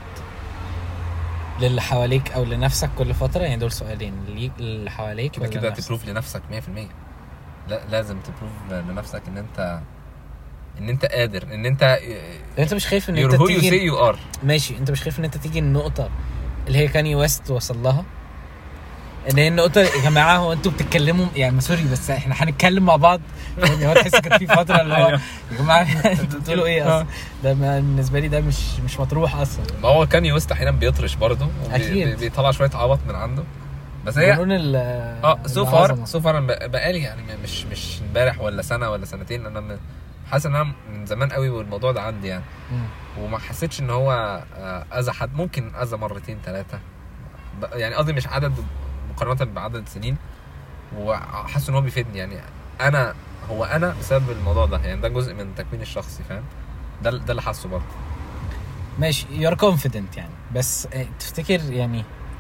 للي حواليك او لنفسك كل فتره؟ يعني دول سؤالين, اللي حواليك كده كده تبروف لنفسك مية في المية. لا لازم تبروف لنفسك ان انت ان انت قادر ان انت انت مش خايف ان انت تيجي ماشي انت مش خايف ان انت تيجي النقطه اللي هي كاني ويست وصل لها, ان هي النقطه يا جماعه هو انتوا بتتكلموا يعني سوري بس احنا هنتكلم مع بعض يعني هو تحس كده في فتره اللي هو يا جماعه انتوا بتقولوا ايه اصلا؟ ده بالنسبه لي ده مش مش مطروح اصلا. ما هو كاني ويست احيانا بيطرش برضه بيطلع شويه عبط من عنده, بس هي اه سو فار سو فار بقالي يعني مش مش امبارح ولا سنه ولا سنتين, انا حاسس ان انا من زمان قوي والموضوع ده عندي يعني م. وما حسيتش ان هو اذى حد. ممكن اذى مرتين ثلاثه يعني, قصدي مش عدد مقارنه بعدد سنين, وحاسس ان هو بيفيدني يعني. انا هو انا بسبب الموضوع ده يعني, ده جزء من تكوين الشخصي فاهم, ده ده اللي حاسه برضه. ماشي you're confident يعني, بس تفتكر يعني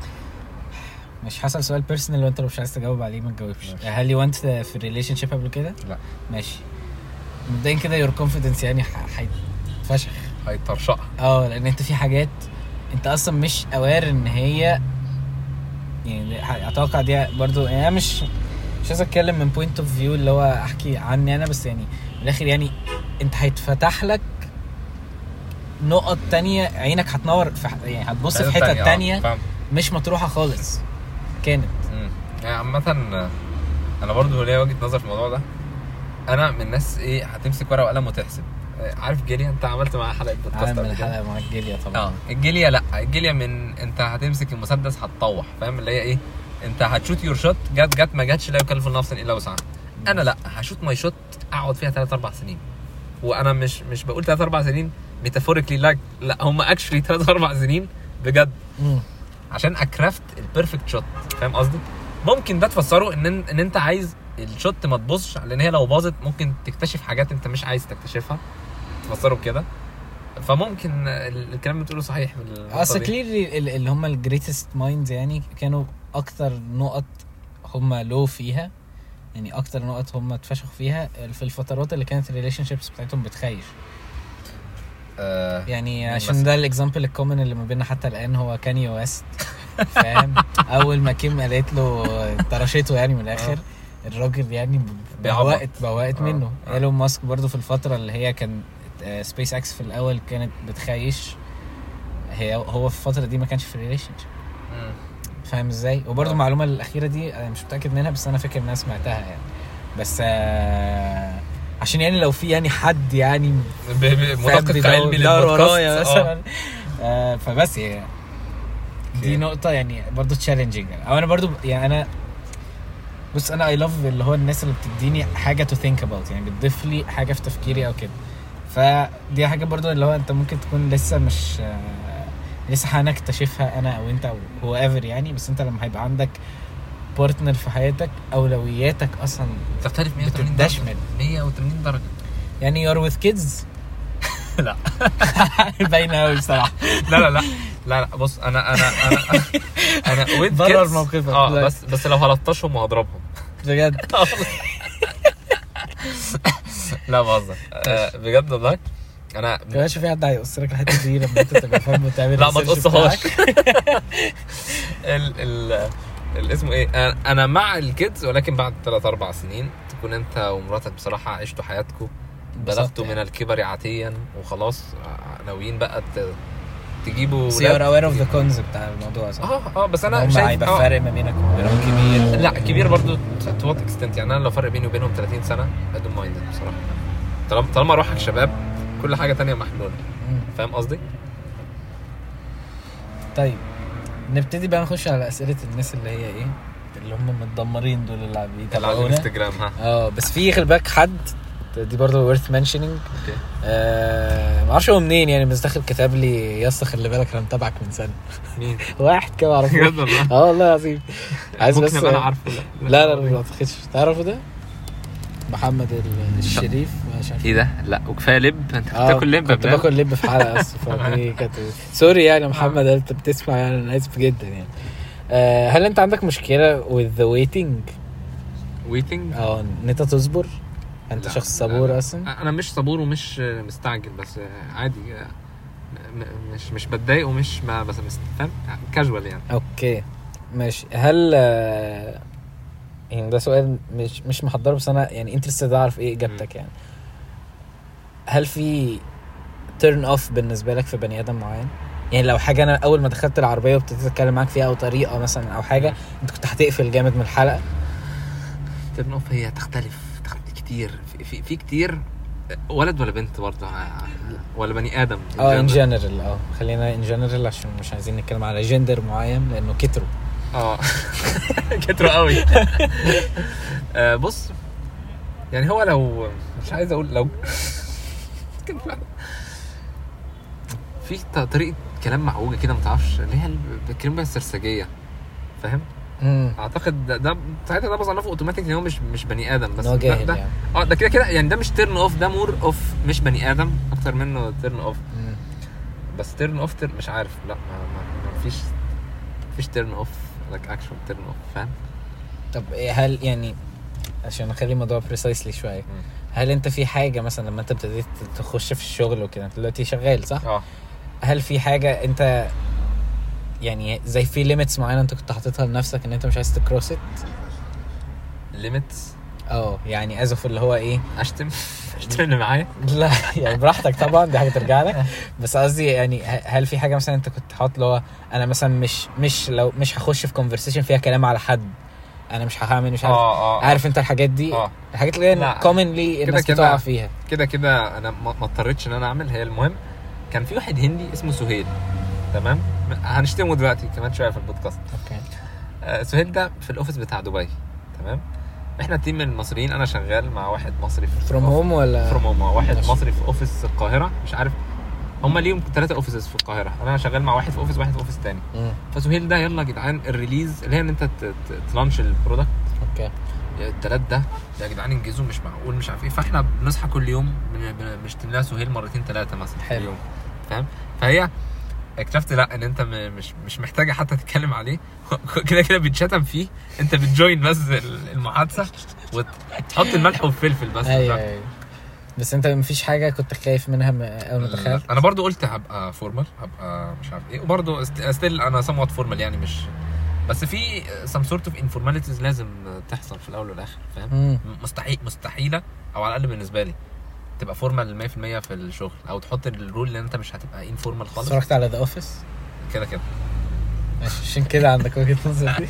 مش حصل سؤال بيرسونال وانت لو مش عايز تجاوب عليه ما تجاوبش. هل يو انت في ريليشن شيب قبل كده؟ لا ماشي مبدئيا كده your confidence يعني هيتفشخ هيترشق اه لان انت في حاجات انت اصلا مش اوير ان هي يعني اتوقع دي برضو يعني. انا مش مش عايز اتكلم من بوينت اوف فيو اللي هو احكي عني انا, بس يعني من الاخر يعني انت هيتفتح لك نقط تانية, عينك هتنور في يعني هتبص في حتة تانية مش مطروحة خالص كانت امم يعني عامة انا برضو ليا وجهة نظر في الموضوع ده. انا من الناس ايه هتمسك ورقة وقلم وتحسب. عارف جيليا؟ انت عملت معاها حلقة بودكاست عامل حلقة مع الجيليا طبعا. اه الجيليا لا الجيليا من انت هتمسك المسدس هتطوح فاهم اللي هي ايه, انت هتشوت يور شوت جت جت ما جاتش لا يكلف نفسا الا وسعها. انا لا هشوت ماي شوت اقعد فيها ثلاثة أربعة سنين, وانا مش مش بقول ثلاثة أربعة سنين ميتافوريكلي لا لا هم اكشلي ثلاثة أربعة سنين بجد م. عشان اكرافت البيرفكت شوت. فاهم قصدي؟ ممكن ده تفسره ان ان انت عايز الشوت ما تبصش لان هي لو باظت ممكن تكتشف حاجات انت مش عايز تكتشفها, تفسره بكده. فممكن الكلام اللي بتقوله صحيح من اصل كلير اللي هم الجريتست مايندز يعني كانوا اكتر نقط هم لو فيها يعني, اكتر نقط هم اتفشخوا فيها في الفترات اللي كانت الريليشن شيبس بتاعتهم بتخيش آه يعني. عشان ده الاكزامبل الكومن اللي ما بيننا حتى الان هو كاني ويست فاهم. اول ما كيم قالت له طرشته يعني من الاخر الراجل يعني بوقت بوقت منه. ايلون ماسك برضو في الفتره اللي هي كان سبيس اكس في الاول كانت بتخيش, هي هو في الفتره دي ما كانش في ريليشن فاهم ازاي. وبرضو المعلومه الاخيره دي انا مش متاكد منها بس انا فاكر ان انا سمعتها يعني, بس آه عشان يعني لو في يعني حد يعني مدقق علمي للبودكاست مثلا آه فبس يعني دي نقطه يعني برضو تشالنجينج يعني. او انا برضو يعني انا بص انا اي لاف اللي هو الناس اللي بتديني حاجه تو ثينك اباوت يعني, بتضيف لي حاجه في تفكيري او كده. فدي حاجه برضو اللي هو انت ممكن تكون لسه مش آه لسه هنكتشفها انا او انت او هو ايفر يعني, بس انت لما هيبقى عندك بارتنر في حياتك اولوياتك اصلا تختلف مية وتمانين درجه مية وتمانين درجه يعني. you're with kids لا باينه قوي بصراحه. لا لا لا لا لا بص انا انا انا انا with kids برر موقفك اه بس بس لو هلطشهم وهضربهم بجد لا بهزر آه بجد والله. انا كانش في حد هيقص لك الحته دي لما انت تبقى فاهم وتعمل لا ما تقصهاش ال ال الاسم ايه. انا مع الكيدز ولكن بعد ثلاثة أربعة سنين تكون انت ومراتك بصراحه عشتوا حياتكم بلغتوا من الكبر عاتيا وخلاص ناويين بقى تجيبوا سي ار اوير اوف ذا كونز بتاع الموضوع صح. اه اه بس انا شايف هيبقى فرق ما بينك وبينهم كبير. لا كبير برضو تو وات اكستنت يعني. انا لو فرق بيني وبينهم ثلاثين سنه ادوم مايند بصراحه. طالما طالما روحك شباب كل حاجه تانية محلوله. فاهم قصدي؟ طيب نبتدي بقى نخش على اسئله الناس اللي هي ايه اللي هم متدمرين دول اللي على الانستجرام. ها اه بس في خلي بالك حد دي برضه worth mentioning. اوكي آه ما اعرفش هو منين يعني، بس داخل كتب لي يا اسطى خلي بالك انا متابعك من سنه. مين؟ واحد كده اعرفه. بجد والله؟ اه والله العظيم. عايز بس انا عارفه. لا لا لا ما تاخدش تعرفه ده محمد الشريف مش عارف ايه ده. لا وكفايه لب انت بتاكل لب. كنت باكل لب في حلقه بس فدي كانت سوري يعني يا محمد انت بتسمع يعني انا اسف جدا يعني. آه هل انت عندك مشكله with the waiting waiting اه ان انت تصبر؟ انت شخص صبور اصلا؟ انا مش صبور ومش مستعجل بس عادي مش مش بتضايق ومش ما بس فاهم كاجوال يعني. اوكي ماشي. هل يعني ده سؤال مش مش محضره بس انا يعني انترستد اعرف ايه اجابتك يعني. هل في تيرن اوف بالنسبه لك في بني ادم معين؟ يعني لو حاجه انا اول ما دخلت العربيه وابتديت اتكلم معاك فيها او طريقه مثلا او حاجه انت كنت هتقفل جامد من الحلقه. تيرن اوف هي تختلف كتير في, في في كتير ولد ولا بنت برضه ولا بني ادم اه ان جنرال. اه خلينا ان جنرال عشان مش عايزين نتكلم على جندر معين لانه كتروا اه كتروا قوي. آه بص يعني هو لو مش عايز اقول لو في طريقه كلام معوجه كده ما تعرفش اللي هي الكلمه السرسجيه فاهم. مم. اعتقد ده, ده ساعتها ده بصنفه اوتوماتيك ان هو مش مش بني ادم بس ده, ده يعني. اه ده كده كده يعني ده مش تيرن اوف ده مور اوف مش بني ادم اكتر منه تيرن اوف. بس تيرن اوف تيرن مش عارف لا ما, ما, ما فيش فيش تيرن اوف لايك اكشوال تيرن اوف فاهم. طب هل يعني عشان اخلي الموضوع بريسايسلي شويه م. هل انت في حاجه مثلا لما انت ابتديت تخش في الشغل وكده انت دلوقتي شغال صح؟ اه هل في حاجه انت يعني زي في ليميتس معينه انت كنت حاططها لنفسك ان انت مش عايز تكروس ات؟ ليميتس اه يعني ازف اللي هو ايه اشتم اشتم اللي معايا لا يعني براحتك طبعا دي حاجه ترجع لك بس قصدي يعني هل في حاجه مثلا انت كنت حاطط اللي هو انا مثلا مش مش لو مش هخش في كونفرسيشن فيها كلام على حد انا مش هعمل مش عارف آه آه عارف انت الحاجات دي آه. الحاجات اللي هي كومنلي الناس بتقع فيها كده كده انا ما اضطريتش ان انا اعمل. هي المهم كان في واحد هندي اسمه سهيل تمام هنشتمه دلوقتي كمان شويه في البودكاست. اوكي آه سهيل ده في الاوفيس بتاع دبي تمام. احنا تيم من المصريين انا شغال مع واحد مصري في فروم هوم ولا فروم هوم واحد ماشي. مصري في اوفيس القاهره مش عارف هم ليهم ثلاثه اوفيسز في القاهره انا شغال مع واحد في اوفيس واحد في اوفيس تاني. فسهيل ده يلا يا جدعان الريليز اللي هي ان انت تلانش البرودكت اوكي الثلاث ده يا جدعان انجزوا مش معقول مش عارف ايه. فاحنا بنصحى كل يوم بنشتم لها سهيل مرتين ثلاثه مثلا في اليوم فاهم. فهي اكتشفت لا ان انت مش مش محتاجه حتى تتكلم عليه كده كده بيتشتم فيه انت بتجوين بس المحادثه وتحط الملح والفلفل بس. أيوة أيوة. بس انت مفيش حاجه كنت خايف منها اول ما دخلت؟ انا برضو قلت هبقى فورمال هبقى مش عارف ايه وبرضو ستيل انا somewhat فورمال يعني مش بس في some sort of informalities لازم تحصل في الاول والاخر فاهم. مستحيل مستحيله او على الاقل بالنسبه لي تبقى فورمال مية في المية في الشغل او تحط الرول ان انت مش هتبقى انفورمال خالص. اتفرجت على ذا اوفيس كده كده ماشي عشان كده عندك وجهه نظر دي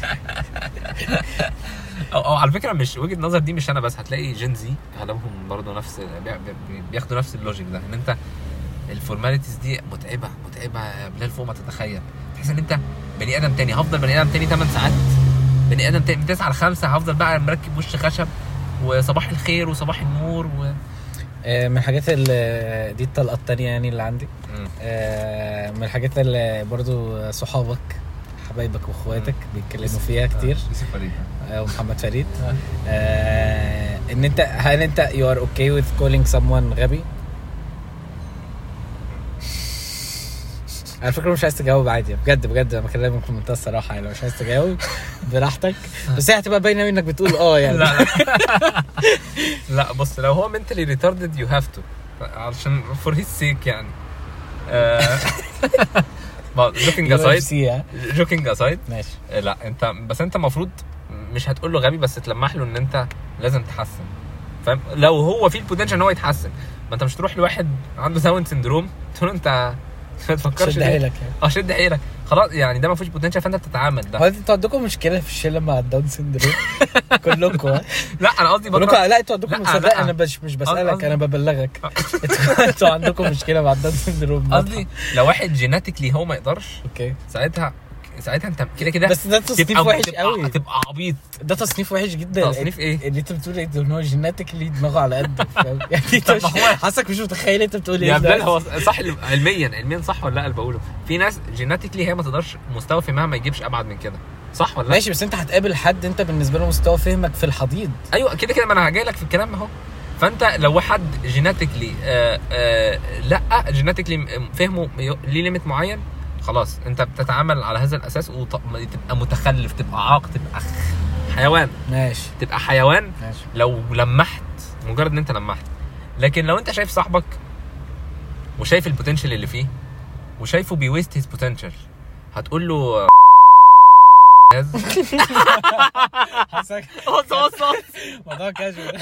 او او على فكره مش وجهه نظر دي مش انا بس هتلاقي جين زي اغلبهم برضو نفس بياخدوا نفس اللوجيك ده ان انت الفورماليتيز دي متعبه متعبه بلال فوق ما تتخيل. تحس ان انت بني ادم تاني هفضل بني ادم تاني ثمانية ساعات بني ادم تاني من تسعة لخمسة هفضل بقى مركب وش خشب وصباح الخير وصباح النور و من الحاجات اللي دي الطلقه الثانيه يعني اللي عندي من الحاجات اللي برضو صحابك حبايبك واخواتك بيتكلموا فيها كتير يوسف فريد ومحمد فريد آه ان انت هل انت you are okay with calling someone غبي؟ على فكره مش عايز تجاوب عادي بجد بجد انا بكلمك في منتهى الصراحه يعني لو مش عايز تجاوب براحتك بس هي هتبقى باينه منك بتقول اه يعني لا لا لا بص لو هو mentally retarded you have to علشان for his sake يعني joking aside joking aside ماشي لا انت بس انت المفروض مش هتقول له غبي بس تلمح له ان انت لازم تحسن فاهم. لو هو في البوتنشال ان هو يتحسن ما انت مش تروح لواحد عنده داون سيندروم تقول له انت ما تفكرش شد حيلك يعني. اه شد حيلك خلاص يعني ده ما فيش بوتنشال فانت بتتعامل ده. هو انتوا عندكم مشكله في الشله مع الداون سيندروم كلكم؟ لا انا قصدي بكره بكره لا انتوا عندكم لا، مصدق لا. انا مش مش بسالك قصدي- انا ببلغك انتوا انتوا عندكم مشكله مع الداون سيندروم قصدي لو واحد جيناتيكلي هو ما يقدرش اوكي ساعتها ساعتها انت كده كده بس ده تصنيف تبقى وحش تبقى قوي هتبقى عبيط. ده تصنيف وحش جدا تصنيف ايه؟ اللي انت بتقول ايه ان هو جيناتيكلي دماغه على قده فاهم يعني انت طب مش ما هو- حاسك مش متخيل انت بتقول ايه يا بلال ده. هو صح علميا علميا صح ولا لا اللي بقوله؟ في ناس جيناتيكلي هي ما تقدرش مستوى فهمها ما يجيبش ابعد من كده صح ولا لا؟ ماشي بس انت هتقابل حد انت بالنسبه له مستوى فهمك في الحضيض. ايوه كده كده ما انا جاي لك في الكلام اهو. فانت لو حد جيناتيكلي آه آه لا جيناتيكلي فهمه ليه ليميت معين خلاص انت بتتعامل على هذا الاساس وتبقى متخلف تبقى عاق تبقى حيوان ماشي تبقى حيوان ماشي لو لمحت مجرد ان انت لمحت. لكن لو انت شايف صاحبك وشايف البوتنشال اللي فيه وشايفه بيويست هيز بوتنشال هتقول له حاسك بص بص موضوع كاجوال.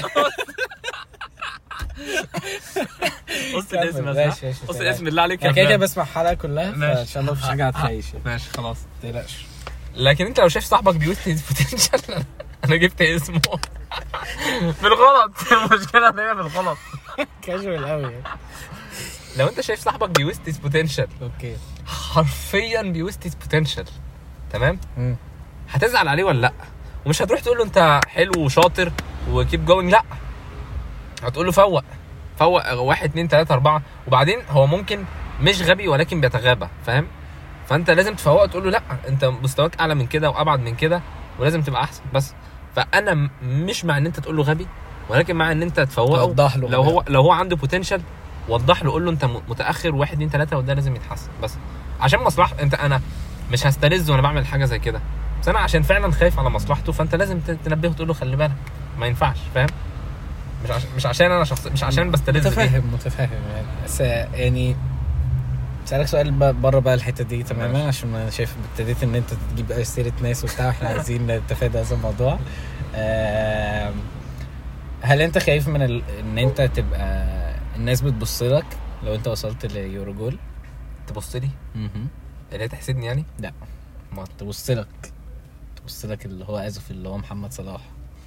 بص الاسم ماشي، بس ماشي، بص ماشي. الاسم بالله عليك يا انا كده كده فلان. بسمع الحلقه كلها ماشي. فان شاء الله مفيش حاجه هتخيش يعني. ماشي خلاص ما تقلقش. لكن انت لو شايف صاحبك بيوست هيز بوتنشال انا جبت اسمه بالغلط. المشكله ان هي بالغلط. كاجوال قوي يعني. لو انت شايف صاحبك بيوست هيز بوتنشال اوكي حرفيا بيوست هيز بوتنشال تمام امم هتزعل عليه ولا لا؟ ومش هتروح تقول له انت حلو وشاطر وكيب جوينج لا هتقول له فوق فوق واحد اتنين تلاته اربعه. وبعدين هو ممكن مش غبي ولكن بيتغابى فاهم. فانت لازم تفوق تقول له لا انت مستواك اعلى من كده وابعد من كده ولازم تبقى احسن بس. فانا م- مش مع ان انت تقول له غبي ولكن مع ان انت تفوقه. توضح له لو هو لو هو عنده بوتنشال وضح له قول له انت م- متاخر واحد اتنين تلاته وده لازم يتحسن بس عشان مصلحه. انت انا مش هستلذ وانا بعمل حاجه زي كده بس انا عشان فعلا خايف على مصلحته فانت لازم ت- تنبهه تقول له خلي بالك ما ينفعش فاهم. مش عشان مش عشان انا شخص مش عشان بستلذ بيه. متفاهم متفاهم يعني بس يعني سألك سؤال بره بقى الحته دي تماما ماشي. عشان انا شايف ابتديت ان انت تجيب سيره ناس وبتاع واحنا عايزين نتفادى هذا الموضوع. آم، هل انت خايف من ال... ان انت تبقى الناس بتبص لك لو انت وصلت ليورو جول؟ تبص لي اها اللي هي تحسدني يعني لا ما تبص لك تبص لك اللي هو اسف اللي هو محمد صلاح.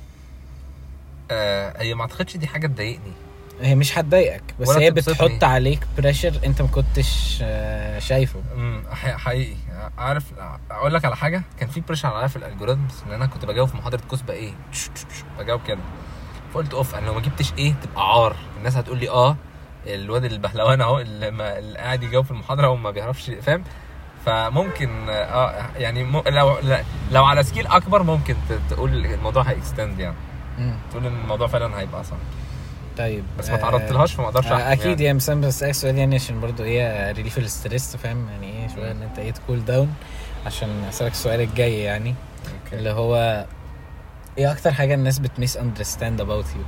آه هي ما اعتقدش دي حاجه تضايقني. هي مش هتضايقك بس ولا هي تبسطني. بتحط عليك بريشر انت ما كنتش آه، شايفه. امم حقيقي عارف اقول لك على حاجه كان في بريشر عليا في الالجوريثمز ان انا كنت بجاوب في محاضره كوسبا ايه بجاوب كده فقلت اوف انا لو ما جبتش ايه تبقى عار الناس هتقول لي اه الواد البهلوان اهو اللي, ما- اللي قاعد يجاوب في المحاضره وما بيعرفش فاهم. فممكن اه يعني م... لو لو على سكيل اكبر ممكن ت- تقول الموضوع هيكستند يعني مم. تقول ان الموضوع فعلا هيبقى صعب طيب بس ما تعرضت لهاش فما اقدرش آه احكم اكيد يعني. يعني بس انا بسالك سؤال يعني عشان برضو ايه ريليف الاستريس فاهم يعني ايه شويه ان انت ايه تكول داون عشان اسالك السؤال الجاي يعني أوكي. اللي هو ايه اكتر حاجه الناس بتميس اندرستاند اباوت يو؟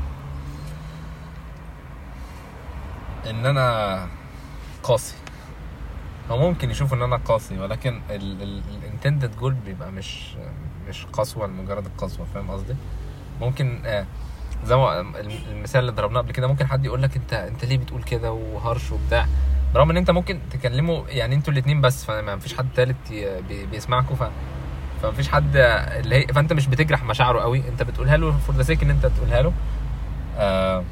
ان انا قاسي. هو ممكن يشوفوا ان انا قاسي ولكن الانتندد جول بيبقى مش مش قسوه لمجرد القسوه فاهم قصدي. ممكن آه زي ما المثال اللي ضربناه قبل كده ممكن حد يقول لك انت انت ليه بتقول كده وهرش وبتاع برغم ان انت ممكن تكلمه يعني انتوا الاثنين بس فما فيش حد ثالث بي بيسمعكوا ف فما فيش حد اللي هي فانت مش بتجرح مشاعره قوي انت بتقولها له فور ذا سيك ان انت تقولها له. آه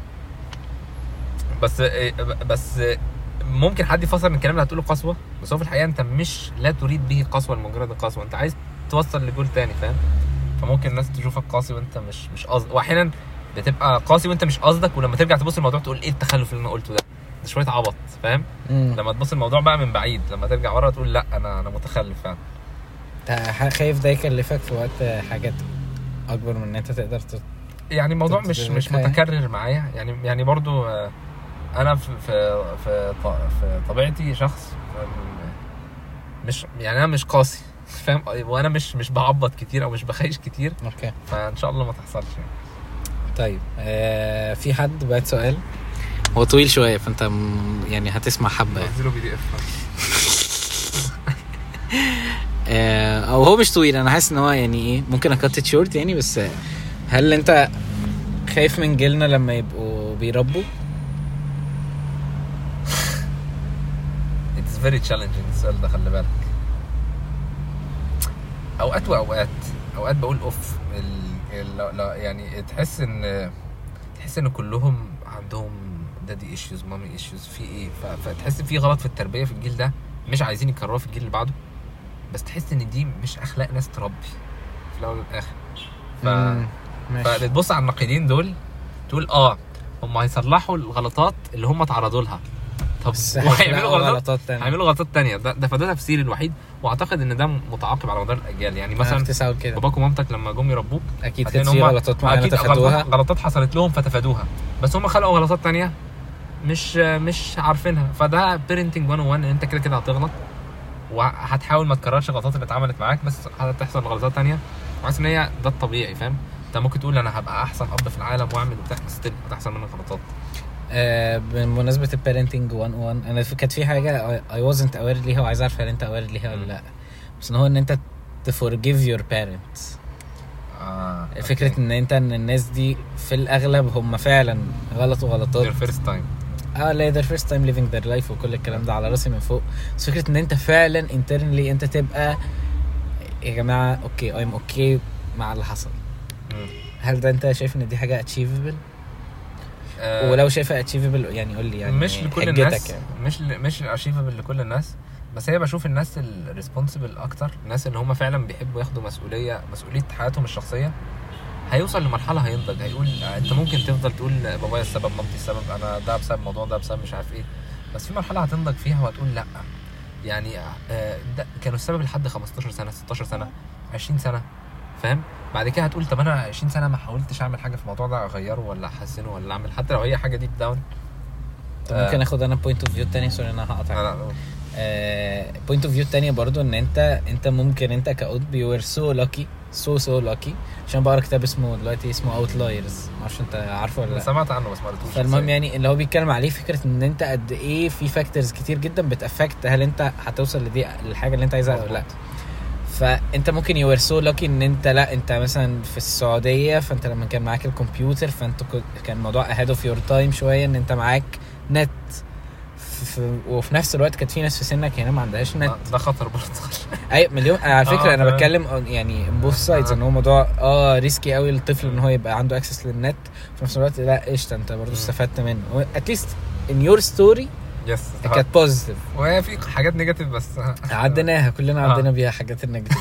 بس بس ممكن حد يفسر ان الكلام اللي هتقوله قسوه بس هو في الحقيقه انت مش لا تريد به قسوه لمجرد القسوه انت عايز توصل لجول تاني فاهم. فممكن الناس تشوفك قاسي وانت مش مش قصد واحيانا بتبقى قاسي وانت مش قصدك ولما ترجع تبص الموضوع تقول ايه التخلف اللي انا قلته ده ده شويه عبط فاهم. لما تبص الموضوع بقى من بعيد لما ترجع ورا تقول لا انا انا متخلف فعلا. انت خايف ده يكلفك في وقت حاجات اكبر من ان انت تقدر تت... يعني الموضوع مش مش متكرر معايا يعني يعني برضو انا في في في, في طبيعتي شخص مش يعني انا مش قاسي فاهم وانا مش مش بعبط كتير او مش بخيش كتير اوكي فان شاء الله ما تحصلش يعني. طيب آه في حد بعت سؤال هو طويل شويه فانت م... يعني هتسمع حبه يعني. نزله بي دي اف آه او هو مش طويل انا حاسس ان هو يعني ايه ممكن اكتت شورت يعني بس هل انت خايف من جيلنا لما يبقوا بيربوا؟ It's very challenging السؤال ده، خلي بالك. اوقات واوقات اوقات بقول اوف ال... لا يعني تحس ان تحس ان كلهم عندهم دادي ايشوز مامي ايشوز في ايه، فتحس في غلط في التربيه في الجيل ده مش عايزين يكرروه في الجيل اللي بعده، بس تحس ان دي مش اخلاق ناس تربي في الاول والاخر. ف... فبتبص على الناقدين دول تقول اه هم هيصلحوا الغلطات اللي هم تعرضوا لها، طب وهيعملوا غلطات تانية هيعملوا غلطات تانية ده, ده فده تفسير الوحيد، واعتقد ان ده متعاقب على مدار الاجيال. يعني مثلا باباك ومامتك لما جم يربوك اكيد كانت في غلطات معينه تفادوها، غلطات حصلت لهم فتفادوها، بس هم خلقوا غلطات تانية مش مش عارفينها. فده بيرنتنج واحد وان، انت كده كده هتغلط وهتحاول ما تكررش الغلطات اللي اتعملت معاك، بس هتحصل غلطات تانية وحاسس ان هي ده الطبيعي، فاهم؟ انت ممكن تقول انا هبقى احسن اب في العالم واعمل وبتاع، بس هتحصل منك غلطات. آه بمناسبه البيرنتنج واحد وان، انا كانت في حاجه I wasn't aware ليها وعايز اعرف هل انت aware ليها ولا لا، بس ان هو ان انت to forgive your parents. اه فكره أوكي. ان انت ان الناس دي في الاغلب هم فعلا غلطوا غلطات their first time اه لا their first time living their life وكل الكلام ده على راسي من فوق، بس فكره ان انت فعلا internally انت تبقى يا جماعه اوكي I'm اوكي مع اللي حصل. مم. هل ده انت شايف ان دي حاجه achievable؟ آه ولو شايفها achievable يعني قول لي يعني مش لكل الناس يعني. مش ل... مش achievable لكل الناس، بس هي بشوف الناس الريسبونسبل اكتر، الناس اللي هم فعلا بيحبوا ياخدوا مسؤوليه مسؤوليه حياتهم الشخصيه، هيوصل لمرحله هينضج، هيقول انت ممكن تفضل تقول بابايا السبب مامتي السبب انا ده بسبب الموضوع ده بسبب مش عارف ايه، بس في مرحله هتنضج فيها وهتقول لا يعني ده كانوا السبب لحد خمستاشر سنه ستاشر سنه عشرين سنه، فاهم؟ بعد كده هتقول طب انا عشرين سنه ما حاولتش اعمل حاجه في الموضوع ده اغيره ولا احسنه ولا اعمل حتى لو هي حاجه ديب داون. طب ممكن اخد انا بوينت اوف فيو تاني، سوري انا هقطع. لا لا بوينت اوف فيو تانية برضو ان انت انت ممكن انت كأب يو ار سو لاكي سو سو لاكي، عشان بقرا كتاب اسمه دلوقتي اسمه اوتلايرز، ما اعرفش انت عارفه ولا لا؟ سمعت عنه بس ما قريتوش. فالمهم يعني اللي هو بيتكلم عليه فكره ان انت قد ايه في فاكتورز كتير جدا بتافكت هل انت هتوصل لدي الحاجه اللي انت عايزها ولا لا. فانت ممكن يو ار سو لاكي ان انت لا انت مثلا في السعوديه، فانت لما كان معاك الكمبيوتر فانت كان الموضوع اهيد اوف يور تايم شويه، ان انت معاك نت في وفي نفس الوقت كانت في ناس في سنك هنا ما عندهاش نت. ده خطر برضه. اي مليون على فكره. آه انا بتكلم يعني بوث سايدز، ان هو موضوع اه ريسكي قوي للطفل ان هو يبقى عنده اكسس للنت، في نفس الوقت لا قشطه انت برضه استفدت منه اتليست ان يور ستوري. يس كانت بوزيتيف وهي في حاجات نيجاتيف بس عديناها كلنا عدينا بيها حاجات النيجاتيف.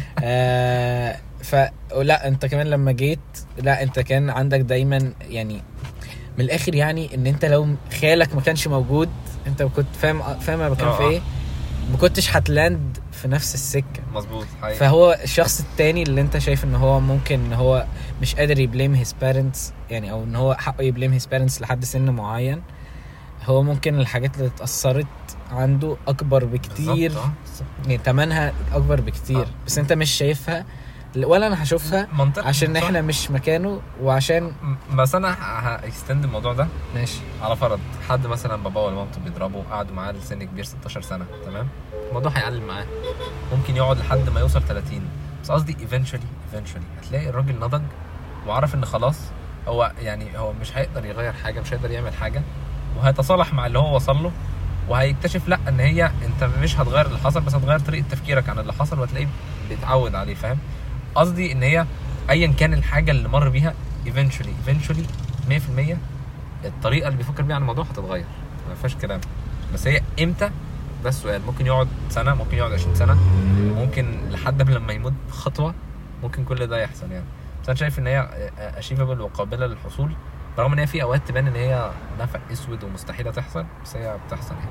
آه فلا انت كمان لما جيت لا انت كان عندك دايما يعني من الاخر يعني ان انت لو خالك ما كانش موجود انت كنت فاهم فاهم انا بكلم في ايه، ما كنتش هتلاند في نفس السكه. مظبوط حقيقي. فهو الشخص التاني اللي انت شايف ان هو ممكن ان هو مش قادر يبليم هيز بارنتس يعني، او ان هو حقه يبليم هيز بارنتس لحد سن معين، هو ممكن الحاجات اللي اتأثرت عنده اكبر بكتير يعني تمنها اكبر بكتير. آه. بس انت مش شايفها ولا انا هشوفها عشان صح. احنا مش مكانه وعشان بس انا هاكستند الموضوع ده. ماشي. على فرض حد مثلا بابا ولا مامته بيضربوا قعدوا معاه لسن كبير ستاشر سنه، تمام، الموضوع هيعلم معاه، ممكن يقعد لحد ما يوصل ثلاثين، بس قصدي eventually eventually هتلاقي الراجل نضج وعرف ان خلاص هو يعني هو مش هيقدر يغير حاجه، مش هيقدر يعمل حاجه، وهيتصالح مع اللي هو وصل له، وهيكتشف لا ان هي انت مش هتغير اللي حصل بس هتغير طريقه تفكيرك عن اللي حصل وهتلاقيه بيتعود عليه، فاهم قصدي؟ ان هي ايا كان الحاجه اللي مر بيها eventually eventually مية في المية الطريقه اللي بيفكر بيها عن الموضوع هتتغير، ما فيهاش كلام. بس هي امتى ده السؤال. ممكن يقعد سنه، ممكن يقعد عشرين سنه، ممكن لحد لما يموت خطوه، ممكن كل ده يحصل يعني. بس انا شايف ان هي achievable وقابله للحصول، رغم ان هي في اوقات تبان ان هي نفق اسود ومستحيله تحصل، بس هي بتحصل يعني.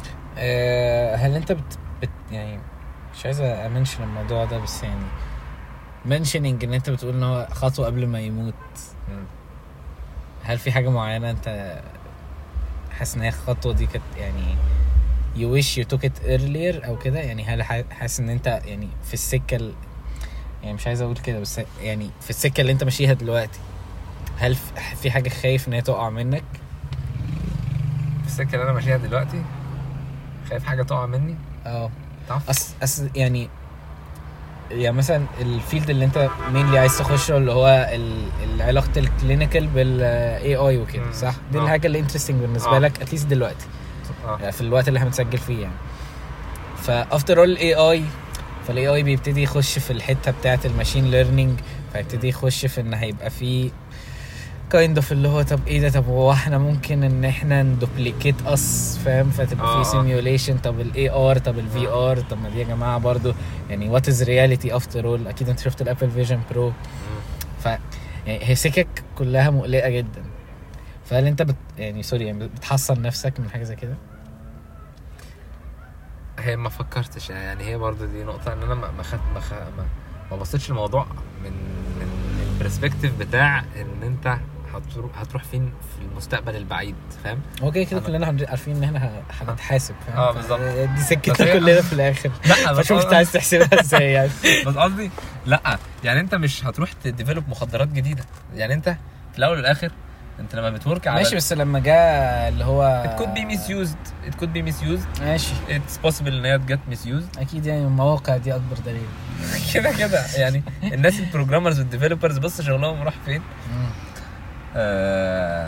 أه هل انت بت, بت يعني مش عايز امنشن الموضوع ده، بس يعني منشنينج ان انت بتقول ان هو خطوه قبل ما يموت، م. هل في حاجه معينه انت حاسس ان هي الخطوه دي كانت يعني you wish you took it earlier او كده يعني؟ هل حاسس ان انت يعني في السكه ال... يعني مش عايز اقول كده بس يعني في السكه اللي انت ماشيها دلوقتي، هل في حاجه خايف ان هي تقع منك؟ في السكه اللي انا ماشيها دلوقتي خايف حاجه تقع مني؟ اه اصل أص... يعني يعني مثلا الفيلد اللي انت مين اللي عايز تخشه اللي هو العلاقه الكلينيكال بالاي اي وكده، صح؟ دي الحاجه اللي انترستنج بالنسبه آه. لك اتليست دلوقتي آه. في الوقت اللي احنا بنسجل فيه يعني. فافتر اول اي اي فالاي اي بيبتدي يخش في الحته بتاعه الماشين ليرنينج فيبتدي يخش في ان هيبقى فيه كايند اوف اللي هو طب ايه ده طب هو احنا ممكن ان احنا ندوبليكيت اس فاهم فتبقى آه في سيميوليشن طب الاي ار طب الفي ار طب ما دي يا جماعه برضو يعني وات از رياليتي افتر اول اكيد انت شفت الابل فيجن برو ف يعني هي سكك كلها مقلقه جدا فهل انت بت يعني سوري يعني بتحصن نفسك من حاجه زي كده؟ هي ما فكرتش يعني هي برضو دي نقطه ان انا ما خدت ما, ما, ما بصيتش الموضوع من من البرسبكتيف بتاع ان انت هتروح هتروح فين في المستقبل البعيد فاهم. هو كده كده كلنا عارفين ان احنا هنتحاسب فاهم. اه بالظبط دي سكتنا كلنا في الاخر. لا فشوف انت عايز تحسبها ازاي يعني. بس قصدي لا يعني انت مش هتروح تديفلوب مخدرات جديده يعني انت في الاول والاخر انت لما بتورك على ماشي بس لما جاء اللي هو it could be misused it could be misused ماشي it's possible ان هي get misused اكيد يعني المواقع دي اكبر دليل كده كده يعني الناس البروجرامرز والديفلوبرز بص شغلهم راح فين. آه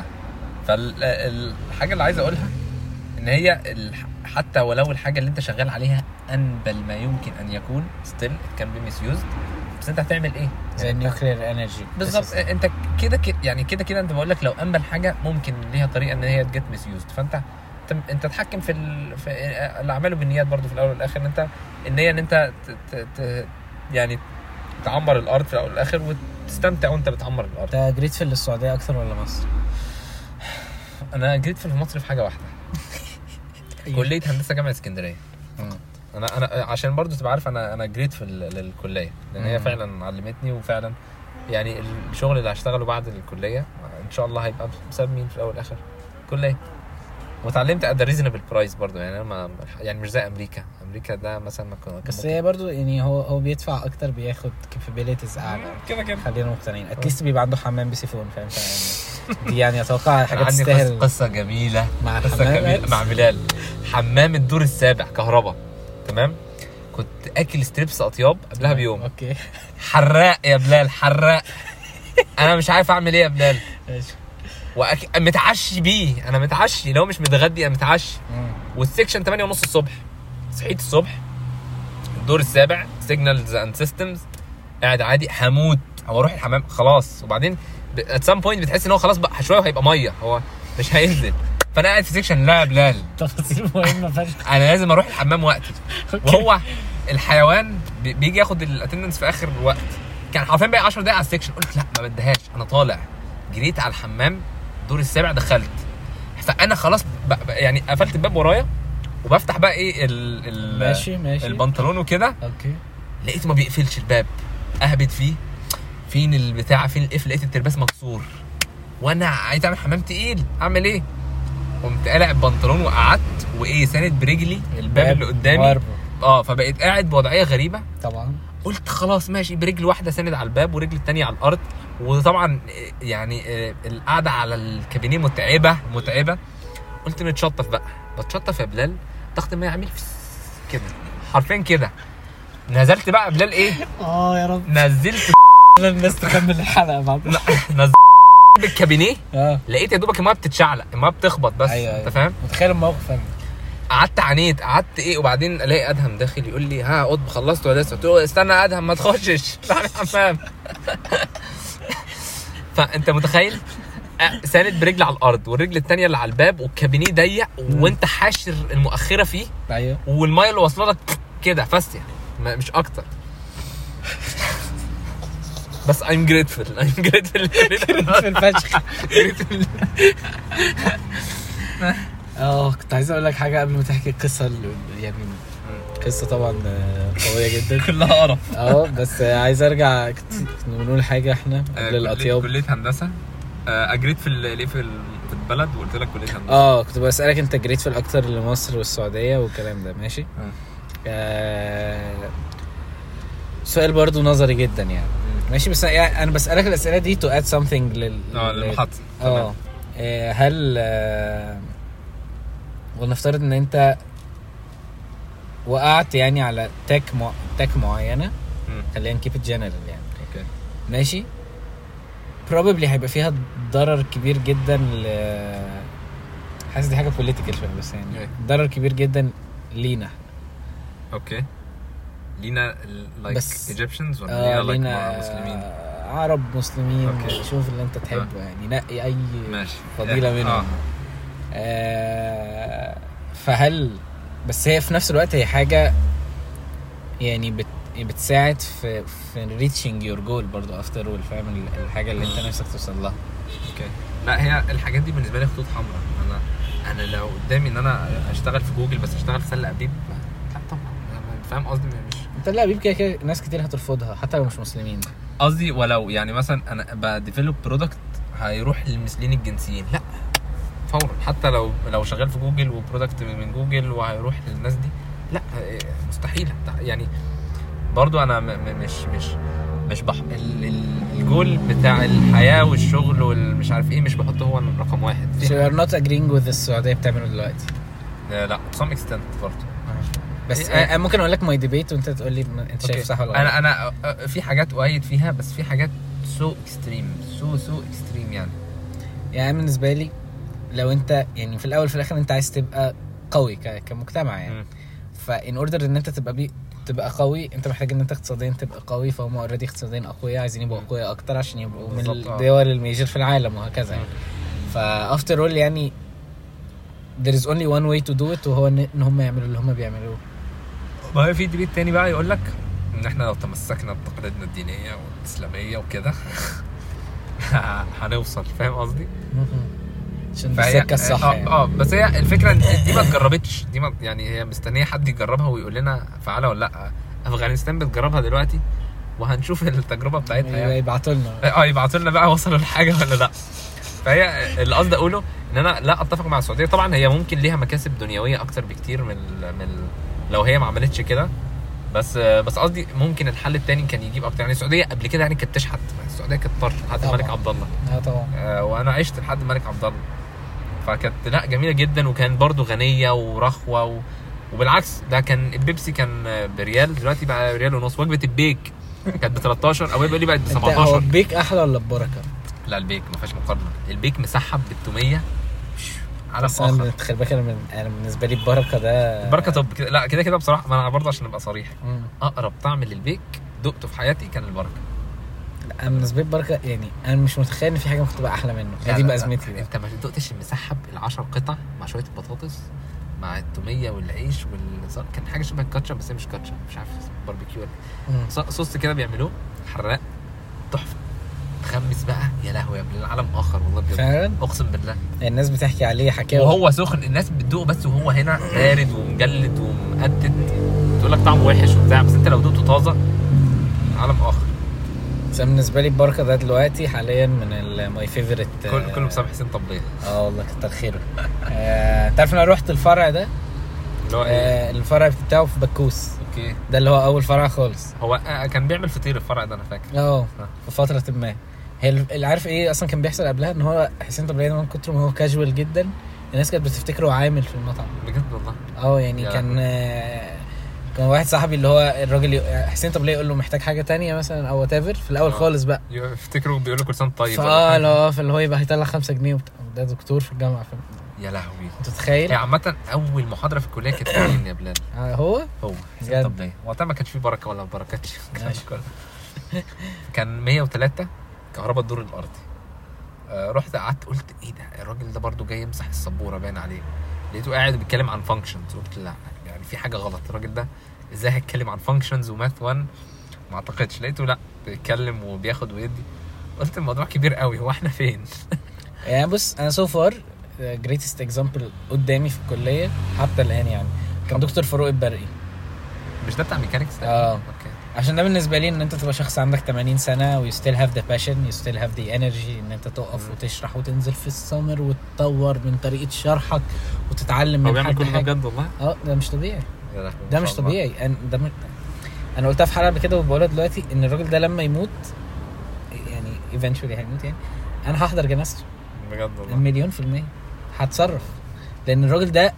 فالحاجه اللي عايز اقولها ان هي حتى ولو الحاجه اللي انت شغال عليها انبل ما يمكن ان يكون still it can be misused بس انت هتعمل ايه زي النيوكلير انرجي بالظبط. انت كده كده يعني كده كده انت بقول لك لو انبل حاجه ممكن ليها طريقه ان هي تجت ميسيوزد فانت انت تتحكم في, ال... في اللي عمله بالنيات برضو في الاول والاخر ان انت النيه ان انت ت... ت... يعني تعمر الارض في الاول والاخر وتستمتع وانت بتعمر الارض. انت جريت في السعوديه اكتر ولا مصر؟ انا جريت في مصر في حاجه واحده كليه هندسه جامعه اسكندريه. انا انا عشان برضو تبقى عارف انا انا جريت في الكليه لان هي فعلا علمتني وفعلا يعني الشغل اللي هشتغله بعد الكليه ان شاء الله هيبقى بسبب مين في الاول والاخر كليه. وتعلمت اد ريزونبل برايس برضو يعني انا ما يعني مش زي امريكا امريكا ده مثلا ما كان بس هي برضو يعني هو هو بيدفع اكتر بياخد كابابيلتيز اعلى كده كده خلينا مقتنعين اتليست بيبقى عنده حمام بسيفون فاهم يعني دي يعني اتوقع حاجات تستاهل. قصه جميله مع قصه جميله مع بلال حمام الدور السابع كهرباء تمام. كنت اكل ستريبس اطياب قبلها بيوم اوكي حراق يا بلال حراق انا مش عارف اعمل ايه يا بلال ماشي وأك... متعشي بيه انا متعشي لو مش متغدي انا متعشي والسكشن ثمانية ونص الصبح صحيت الصبح الدور السابع سيجنالز اند سيستمز قاعد عادي هموت او اروح الحمام خلاص وبعدين ات سام بوينت بتحس ان هو خلاص بقى شويه وهيبقى ميه هو مش هينزل فانا قاعد في سيكشن لا بلال تفاصيل مهمه فشخ انا لازم اروح الحمام وقتي وهو الحيوان بيجي ياخد الاتندنس في اخر وقت كان حرفيا بقى عشر دقايق على السيكشن قلت لا ما بديهاش انا طالع جريت على الحمام الدور السابع دخلت فانا خلاص يعني قفلت الباب ورايا وبفتح بقى ايه ال ال ماشي ماشي البنطلون وكده اوكي لقيته ما بيقفلش الباب اهبط فيه فين البتاع فين القفل لقيت الترباس مكسور وانا عايز اعمل حمام تقيل اعمل ايه قمت قلع البنطلون وقعدت وايه ساند برجلي الباب اللي قدامي اه فبقيت قاعد بوضعيه غريبه طبعا قلت خلاص ماشي برجل واحده ساند على الباب ورجل الثانيه على الارض وطبعا يعني القعده على الكابينيه متعبه متعبه قلت نتشطف بقى بتشطف يا بلال ضغط ما يعمل كده حرفيا كده نزلت بقى بلال ايه اه يا رب نزلت الناس تكمل الحلقه بعد نزلت بالكابينيه اه لقيت يا دوبك الميه بتتشعلق الميه بتخبط بس أيوة انت فاهم متخيل الموقف فاهم قعدت عانيت قعدت ايه وبعدين الاقي ادهم داخل يقول لي ها قطب خلصت ولا لسه قلت له استنى يا ادهم ما تخشش تعالى الحمام فانت متخيل ساند برجل على الارض والرجل الثانيه اللي على الباب والكابينيه ضيق وانت حاشر المؤخره فيه ايوه والميه اللي واصله لك كده فاسيه مش اكتر بس I'm grateful I'm grateful في الفشخ اه كنت عايز اقول لك حاجه قبل ما تحكي القصه يعني قصه طبعا قويه جدا كلها قرف اه بس عايز ارجع كنت بنقول حاجه احنا قبل الاطياب كليه هندسه اجريت في الايه في البلد وقلت لك كليه هندسه اه كنت بسالك انت جريت في الاكتر لمصر والسعوديه والكلام ده ماشي آه سؤال برضو نظري جدا يعني ماشي بس يعني انا بسالك الاسئله دي to add something لل اه للمحطه اه هل آه ونفترض ان انت وقعت يعني على تك مع... تك معينه خلينا نكيب جنرال يعني اوكي ماشي probably هيبقى فيها ضرر كبير جدا ل حاسس دي حاجه بوليتيكال شويه بس يعني ضرر كبير جدا لينا اوكي لينا لايك بس- ايجيبشنز ولا آه لينا لينا لايك مسلمين؟ آه، عرب مسلمين. أوكي. شوف اللي انت تحبه يعني، نقي اي ماشي فضيلة آه. منهم. آه فهل بس هي في نفس الوقت هي حاجة يعني بت بتساعد في في reaching your goal برضو after all، فاهم ال- الحاجة اللي انت نفسك توصل لها. اوكي لا هي الحاجات دي بالنسبه لي خطوط حمراء. انا انا لو قدامي ان انا اشتغل في جوجل بس اشتغل في سله ابيب، لا طبعا أنا فاهم قصدي. مش انت لا بيبقى كده ناس كتير هترفضها حتى لو مش مسلمين. قصدي ولو يعني مثلا انا بديفلوب برودكت هيروح للمثليين الجنسيين، لا فورا حتى لو لو شغال في جوجل وبرودكت من جوجل وهيروح للناس دي، لا مستحيل يعني. برضو انا م- م- مش مش مش بح ال- ال- الجول بتاع الحياه والشغل والمش عارف ايه مش بحطه هو رقم واحد. so you are not agreeing with السعودية بتعمله دلوقتي. لا لا some extent برضو. بس إيه؟ انا ممكن اقول لك ماي ديبيت وانت تقول لي انت شايف أوكي. صح ولا انا انا أ- في حاجات اؤيد فيها بس في حاجات سو اكستريم سو سو اكستريم يعني. يعني بالنسبه لي لو انت يعني في الاول في الاخر انت عايز تبقى قوي ك- كمجتمع يعني، م. فان اوردر ان انت تبقى بي تبقى قوي انت محتاج ان انت اقتصاديا تبقى قوي، فهم اوريدي اقتصاديا اقوياء عايزين يبقوا اقوياء اكتر عشان يبقوا من بالظبط، آه. الدول الميجر في العالم وهكذا يعني. فافتر اول يعني there is only one way to do it وهو ان إن هم يعملوا اللي هم بيعملوه. ما هي في ديبيت تاني بقى يقول لك ان احنا لو تمسكنا بتقاليدنا الدينيه والاسلاميه وكده هنوصل، فاهم قصدي؟ عشان دي فهي السكه الصح اه, يعني. آه بس هي الفكره ان دي ما اتجربتش، دي ما يعني هي مستنيه حد يجربها ويقول لنا فعاله ولا لا. افغانستان بتجربها دلوقتي وهنشوف التجربه بتاعتها يعني. يبعتوا لنا اه يبعتوا لنا بقى وصلوا لحاجه ولا لا. فهي اللي قصدي اقوله ان انا لا اتفق مع السعوديه. طبعا هي ممكن ليها مكاسب دنيويه اكتر بكتير من ال من ال لو هي ما عملتش كده، بس بس قصدي ممكن الحل التاني كان يجيب اكتر. يعني السعوديه قبل كده يعني كانت تشحت، السعوديه كانت طرش لحد طبعاً. الملك عبد الله. اه طبعا. آه وانا عشت لحد الملك عبد الله، فكانت لا جميله جدا وكان برضو غنيه ورخوه و... وبالعكس ده كان البيبسي كان بريال، دلوقتي بقى ريال ونص. وجبه البيك كانت ب تلتاشر، او بيقول لي بقت ب انت هو سبعتاشر. البيك احلى ولا البركه؟ لا البيك ما فيهاش مقارنه، البيك مسحب ب ستمية على بس اخر. انا خلي بالك انا من انا بالنسبه لي البركه ده البركه طب كده لا كده كده بصراحه. ما انا برضه عشان ابقى صريح مم. اقرب طعم للبيك دقته في حياتي كان البركه. لا انا بالنسبه لي البركه يعني انا مش متخيل ان في حاجه ممكن تبقى احلى منه. لا دي لا بقى لا. ازمتي بقى. انت ما دقتش المسحب العشر قطع مع شويه البطاطس مع التوميه والعيش وال كان حاجه شبه الكاتشب بس هي مش كاتشب، مش عارف باربيكيو ولا مم. ص- صوص كده بيعملوه حراق تحفه. تخمس بقى يا لهوي يا ابن العالم اخر والله بجد فعلا اقسم بالله. الناس بتحكي عليه حكاوي وهو سخن الناس بتدوقه بس وهو هنا بارد ومجلد ومقدد تقول لك طعمه وحش وبتاع، بس انت لو دوقته طازه عالم اخر. بس أنا بالنسبه لي البركه ده دلوقتي حاليا من ماي فيفورت. كل كله بسبب حسين طبليه. اه والله كتر خيره. آه، تعرف انا رحت الفرع ده اللي هو ايه؟ آه الفرع بتاعه في بكوس، اوكي ده اللي هو اول فرع خالص. هو آه، كان بيعمل فطير الفرع ده انا فاكر. اه في فتره ما هي اللي عارف ايه اصلا كان بيحصل قبلها ان هو حسين طبيعي من كتر ما هو كاجوال جدا الناس كانت بتفتكره عامل في المطعم بجد والله. اه يعني يا كان آه كان واحد صاحبي اللي هو الراجل ي- حسين طبيعي يقول له محتاج حاجه تانية مثلا او وات في الاول آه. خالص بقى، يفتكروا بيقولوا كل سنه طيب ولا فاه حاجة. لا فاللي هو يبقى هيطلع خمسة جنيه وبتاع. ده دكتور في الجامعه فاهم يا لهوي. انت تتخيل؟ هي عامه اول محاضره في الكليه كانت فين يا بلال؟ آه هو هو بجد؟ حسين طبليه. وقتها ما كانش فيه بركه ولا بركاتش ماشي. كان مية وتلاتة كهرباء الدور الارضي. آه رحت قعدت قلت ايه ده الراجل ده برضو جاي يمسح السبوره باين عليه. لقيته قاعد بيتكلم عن فانكشنز، قلت لا يعني في حاجه غلط، الراجل ده ازاي هيتكلم عن فانكشنز وماث واحد؟ ما اعتقدش. لقيته لا بيتكلم وبياخد ويدي، قلت الموضوع كبير قوي، هو احنا فين؟ يعني بص انا سو فار جريتست اكزامبل قدامي في الكليه حتى الان يعني كان دكتور فاروق البرقي. مش ده بتاع ميكانيكس؟ اه اوكي. عشان ده بالنسبه لي ان انت تبقى شخص عندك ثمانين سنه و you still have the passion you still have the energy ان انت تقف مم. وتشرح وتنزل في السمر وتطور من طريقه شرحك وتتعلم هو من بيعمل حد كل ده حاجه. بجد والله؟ اه ده مش طبيعي، يا لهوي ده ما مش شاء الله. طبيعي. انا ده م... انا قلتها في حلقه قبل كده وبقولها دلوقتي ان الراجل ده لما يموت يعني eventually هيموت يعني انا هحضر جنازته بجد والله. مليون في المية هتصرف لان الراجل ده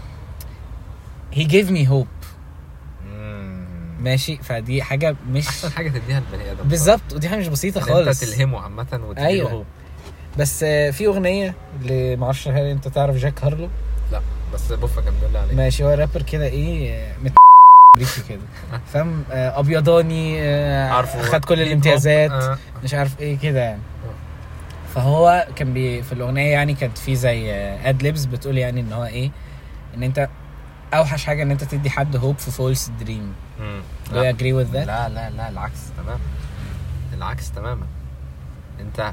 he gave me hope مم. ماشي. فدي حاجه مش احسن حاجه تديها للبني ادم بالظبط ودي حاجه مش بسيطه خالص. خالص انت تلهمه عامه وتديله أيوة. هو. بس آه، في اغنيه اللي معرفش هل انت تعرف جاك هارلو؟ لا بس بوفا كان بيقول لي عليه. ماشي هو رابر كده ايه آه، مت... امريكي كده فاهم آه، ابيضاني آه، عارفه خد كل هيب الامتيازات هوب. آه. مش عارف ايه كده يعني. فهو كان بي في الاغنيه يعني كانت في زي اد ليبس بتقول يعني ان هو ايه ان انت اوحش حاجه ان انت تدي حد هوب في فولس دريم. مم. Do you agree with that؟ لا لا لا العكس تماما، العكس تماما. انت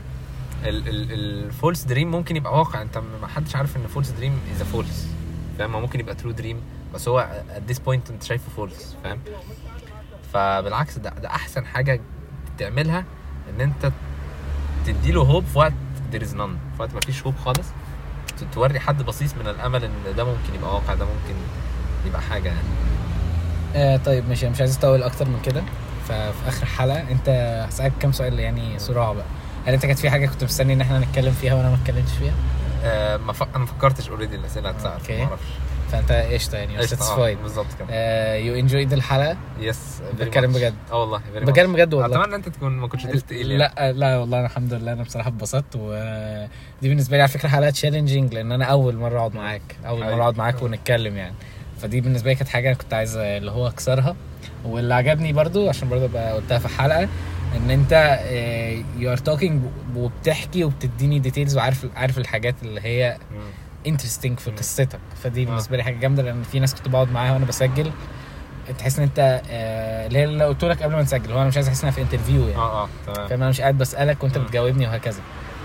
الفولس دريم ممكن يبقى واقع، انت ما حدش عارف ان فولس دريم از فولس، فاهم؟ ممكن يبقى ترو دريم بس هو at this point انت شايفه فولس، فاهم؟ فبالعكس ده ده احسن حاجه تعملها، ان انت تديله هوب في وقت there is none، في وقت ما فيش هوب خالص، توري حد بصيص من الامل ان ده ممكن يبقى واقع، ده ممكن يبقى حاجه يعني. آه طيب ماشي، مش عايز اطول اكتر من كده. ففي اخر حلقه انت هسألك كام سؤال يعني صراع بقى. هل انت كانت في حاجه كنت مستني ان احنا نتكلم فيها وانا ما اتكلمتش فيها؟ آه ما ف... انا ما فكرتش اوريدي الاسئله هتسال، ما اعرفش. فانت قشطه يعني ساتسفايد بالظبط كده. يو انجويد الحلقه؟ يس بتكلم بجد؟ اه والله بتكلم بجد والله. اتمنى انت تكون ما كنتش ضيف تقيل يعني. لا لا والله انا الحمد لله انا بصراحه اتبسطت، ودي بالنسبه لي على فكره حلقه تشالنجينج لان انا اول مره اقعد معاك اول مره اقعد معاك ونتكلم يعني. فدي بالنسبه لي كانت حاجه انا كنت عايز اللي هو اكسرها. واللي عجبني برضو عشان برضو بقى قلتها في الحلقه ان انت يو ار توكينج وبتحكي وبتديني ديتيلز وعارف عارف الحاجات اللي هي انترستينج في قصتك. فدي بالنسبه لي حاجه جامده لان في ناس كنت بقعد معاها وانا بسجل تحس ان انت آه اللي هي اللي قلت لك قبل ما نسجل هو انا مش عايز احس ان انا في انترفيو يعني. اه اه تمام. فانا مش قاعد بسالك وانت بتجاوبني وهكذا.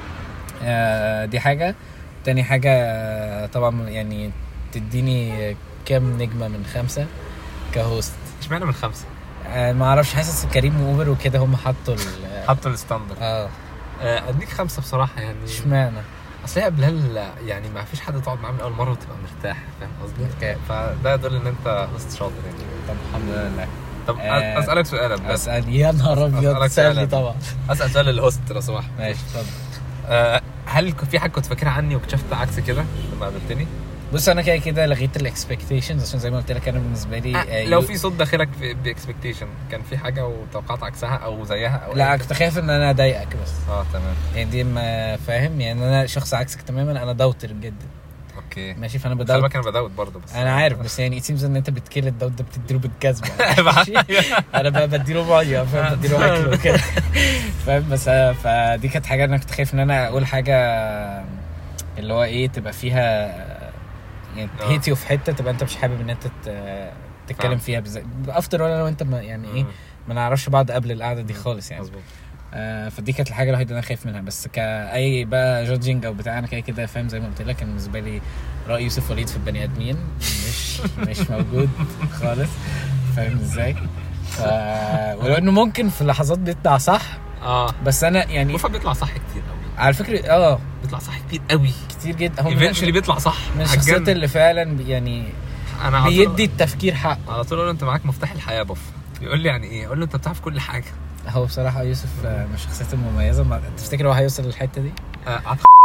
آه دي حاجه. تاني حاجه آه طبعا يعني تديني كام نجمه من خمسة كهوست؟ اشمعنى من خمسة؟ آه ما اعرفش، حاسس كريم واوبر وكده هم حطوا حطوا الستاندرد. اه اديك خمسة بصراحه يعني. اشمعنى؟ اصل هي بلال يعني ما فيش حد تقعد معاه من اول مره وتبقى مرتاح، فاهم قصدي؟ okay. فده يدل ان انت هوست شاطر يعني. طب الحمد لله. طب آه اسالك سؤال بجد. اسال يا نهار ابيض سالني طبعا. اسال سؤال للهوست لو سمحت. ماشي اتفضل. آه هل في حاجه كنت فاكرها عني واكتشفت عكس كده لما قابلتني؟ بص انا كده كده لغيت الاكسبكتيشنز عشان زي ما قلت لك انا بالنسبه لي آه لو في صوت داخلك باكسبكتيشن كان في حاجه وتوقعت عكسها او زيها او لا كنت خايف ان انا اضايقك بس. اه تمام يعني دي ما فاهم يعني انا شخص عكسك تماما، انا دوتر جدا. اوكي ماشي فانا بدوت. خلي بالك انا بدوت برضه بس انا عارف بس يعني اتسيمز ان انت بتكيل الدوت ده بتديله بالجزمه. انا بقى بديله ميه فاهم بديله اكل وكده فاهم. بس فدي كانت حاجه انا كنت خايف ان انا اقول حاجه اللي هو ايه تبقى فيها يعني تهيتي في حته تبقى انت مش حابب ان انت تتكلم فيها بالذات افتر ولا لو انت يعني ايه ما نعرفش بعض قبل القعده دي خالص يعني. مظبوط. آه فدي كانت الحاجه الوحيده اللي انا خايف منها. بس كاي بقى جادجينج او بتاع انا كده كده فاهم زي ما قلت لك كان بالنسبه لي راي يوسف وليد في البني ادمين مش مش موجود خالص فاهم ازاي. ف ولو انه ممكن في لحظات بيطلع صح اه بس انا يعني وفا بيطلع صح كتير قوي على فكره. اه بيطلع صح كتير قوي كتير جدا. هو ايفنشلي بيطلع صح من الشخصيات اللي فعلا يعني انا بيدي التفكير حق. على طول اقول له انت معاك مفتاح الحياه بف يقول لي يعني ايه اقول له انت بتعرف كل حاجه. هو بصراحه يوسف من الشخصيات المميزه. ما تفتكر هو هيوصل للحته دي؟ آه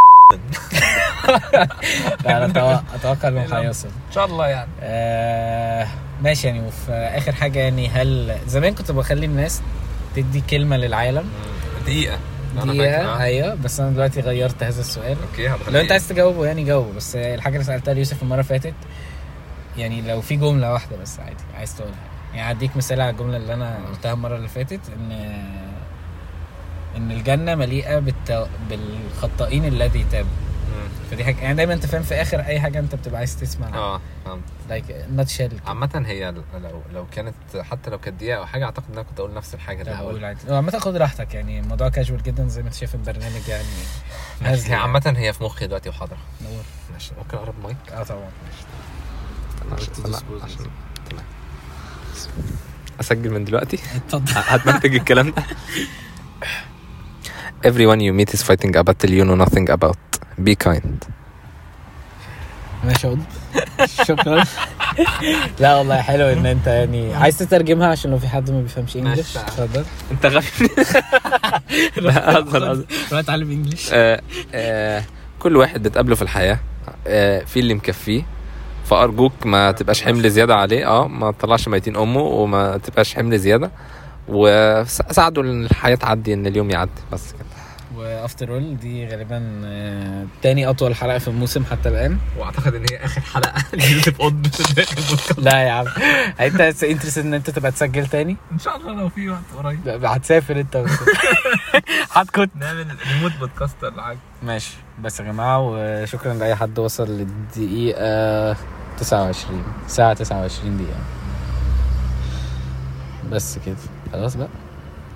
لا انا اتوقع انه هيوصل ان شاء الله يعني. آه ماشي يعني. وفي اخر حاجه يعني هل زمان كنت بخلي الناس تدي كلمه للعالم دقيقه دقيقه ايوه بس انا دلوقتي غيرت هذا السؤال. اوكي لو انت عايز تجاوبه يعني جاوبه. بس الحاجه اللي سالتها ليوسف المره اللي فاتت يعني لو في جمله واحده بس عادي عايز تقولها يعني هديك مثال على الجمله اللي انا قلتها المره اللي فاتت ان ان الجنه مليئه بالت... بالخطائين الذي تابوا. فدي حاجه يعني دايما انت فاهم في اخر اي حاجه انت بتبقى عايز تسمع. اه فهمت. لايك ناتشل عامه هي لو لو كانت حتى لو كانت دقيقه او حاجه اعتقد ان انا كنت اقول نفس الحاجه اللي هقول عادي. عامه خد راحتك يعني الموضوع كاجوال جدا زي ما انت شايف البرنامج يعني. هي عامه هي في مخي دلوقتي وحاضره. نور ماشي ممكن اقرب المايك؟ اه طبعا ماشي تمام اسجل من دلوقتي. اتفضل هتمنتج الكلام ده. Everyone you meet is fighting a battle you know nothing about. Be kind. ماشي اقول شكرا. لا والله حلو ان انت يعني عايز تترجمها عشان لو في حد ما بيفهمش انجلش. اتفضل. انت غبي. لا اصلا انا اتعلم انجلش. كل واحد بتقابله في الحياه آه في اللي مكفيه فارجوك ما تبقاش حمل زياده عليه. اه ما تطلعش ميتين امه وما تبقاش حمل زياده وساعده ان الحياه تعدي ان اليوم يعدي بس كده. وافتر اول دي غالبا آه، تاني اطول حلقه في الموسم حتى الان. واعتقد ان هي اخر حلقه نزلت في اود لا يا عم انت انترستد ان انت تبقى تسجل تاني ان شاء الله لو في وقت قريب. هتسافر انت هتكون نعمل ريموت بودكاست ولا حاجه. ماشي. بس يا جماعه وشكرا لاي حد وصل للدقيقه تسعة وعشرين ساعه تسعة وعشرين دقيقه. بس كده خلاص بقى.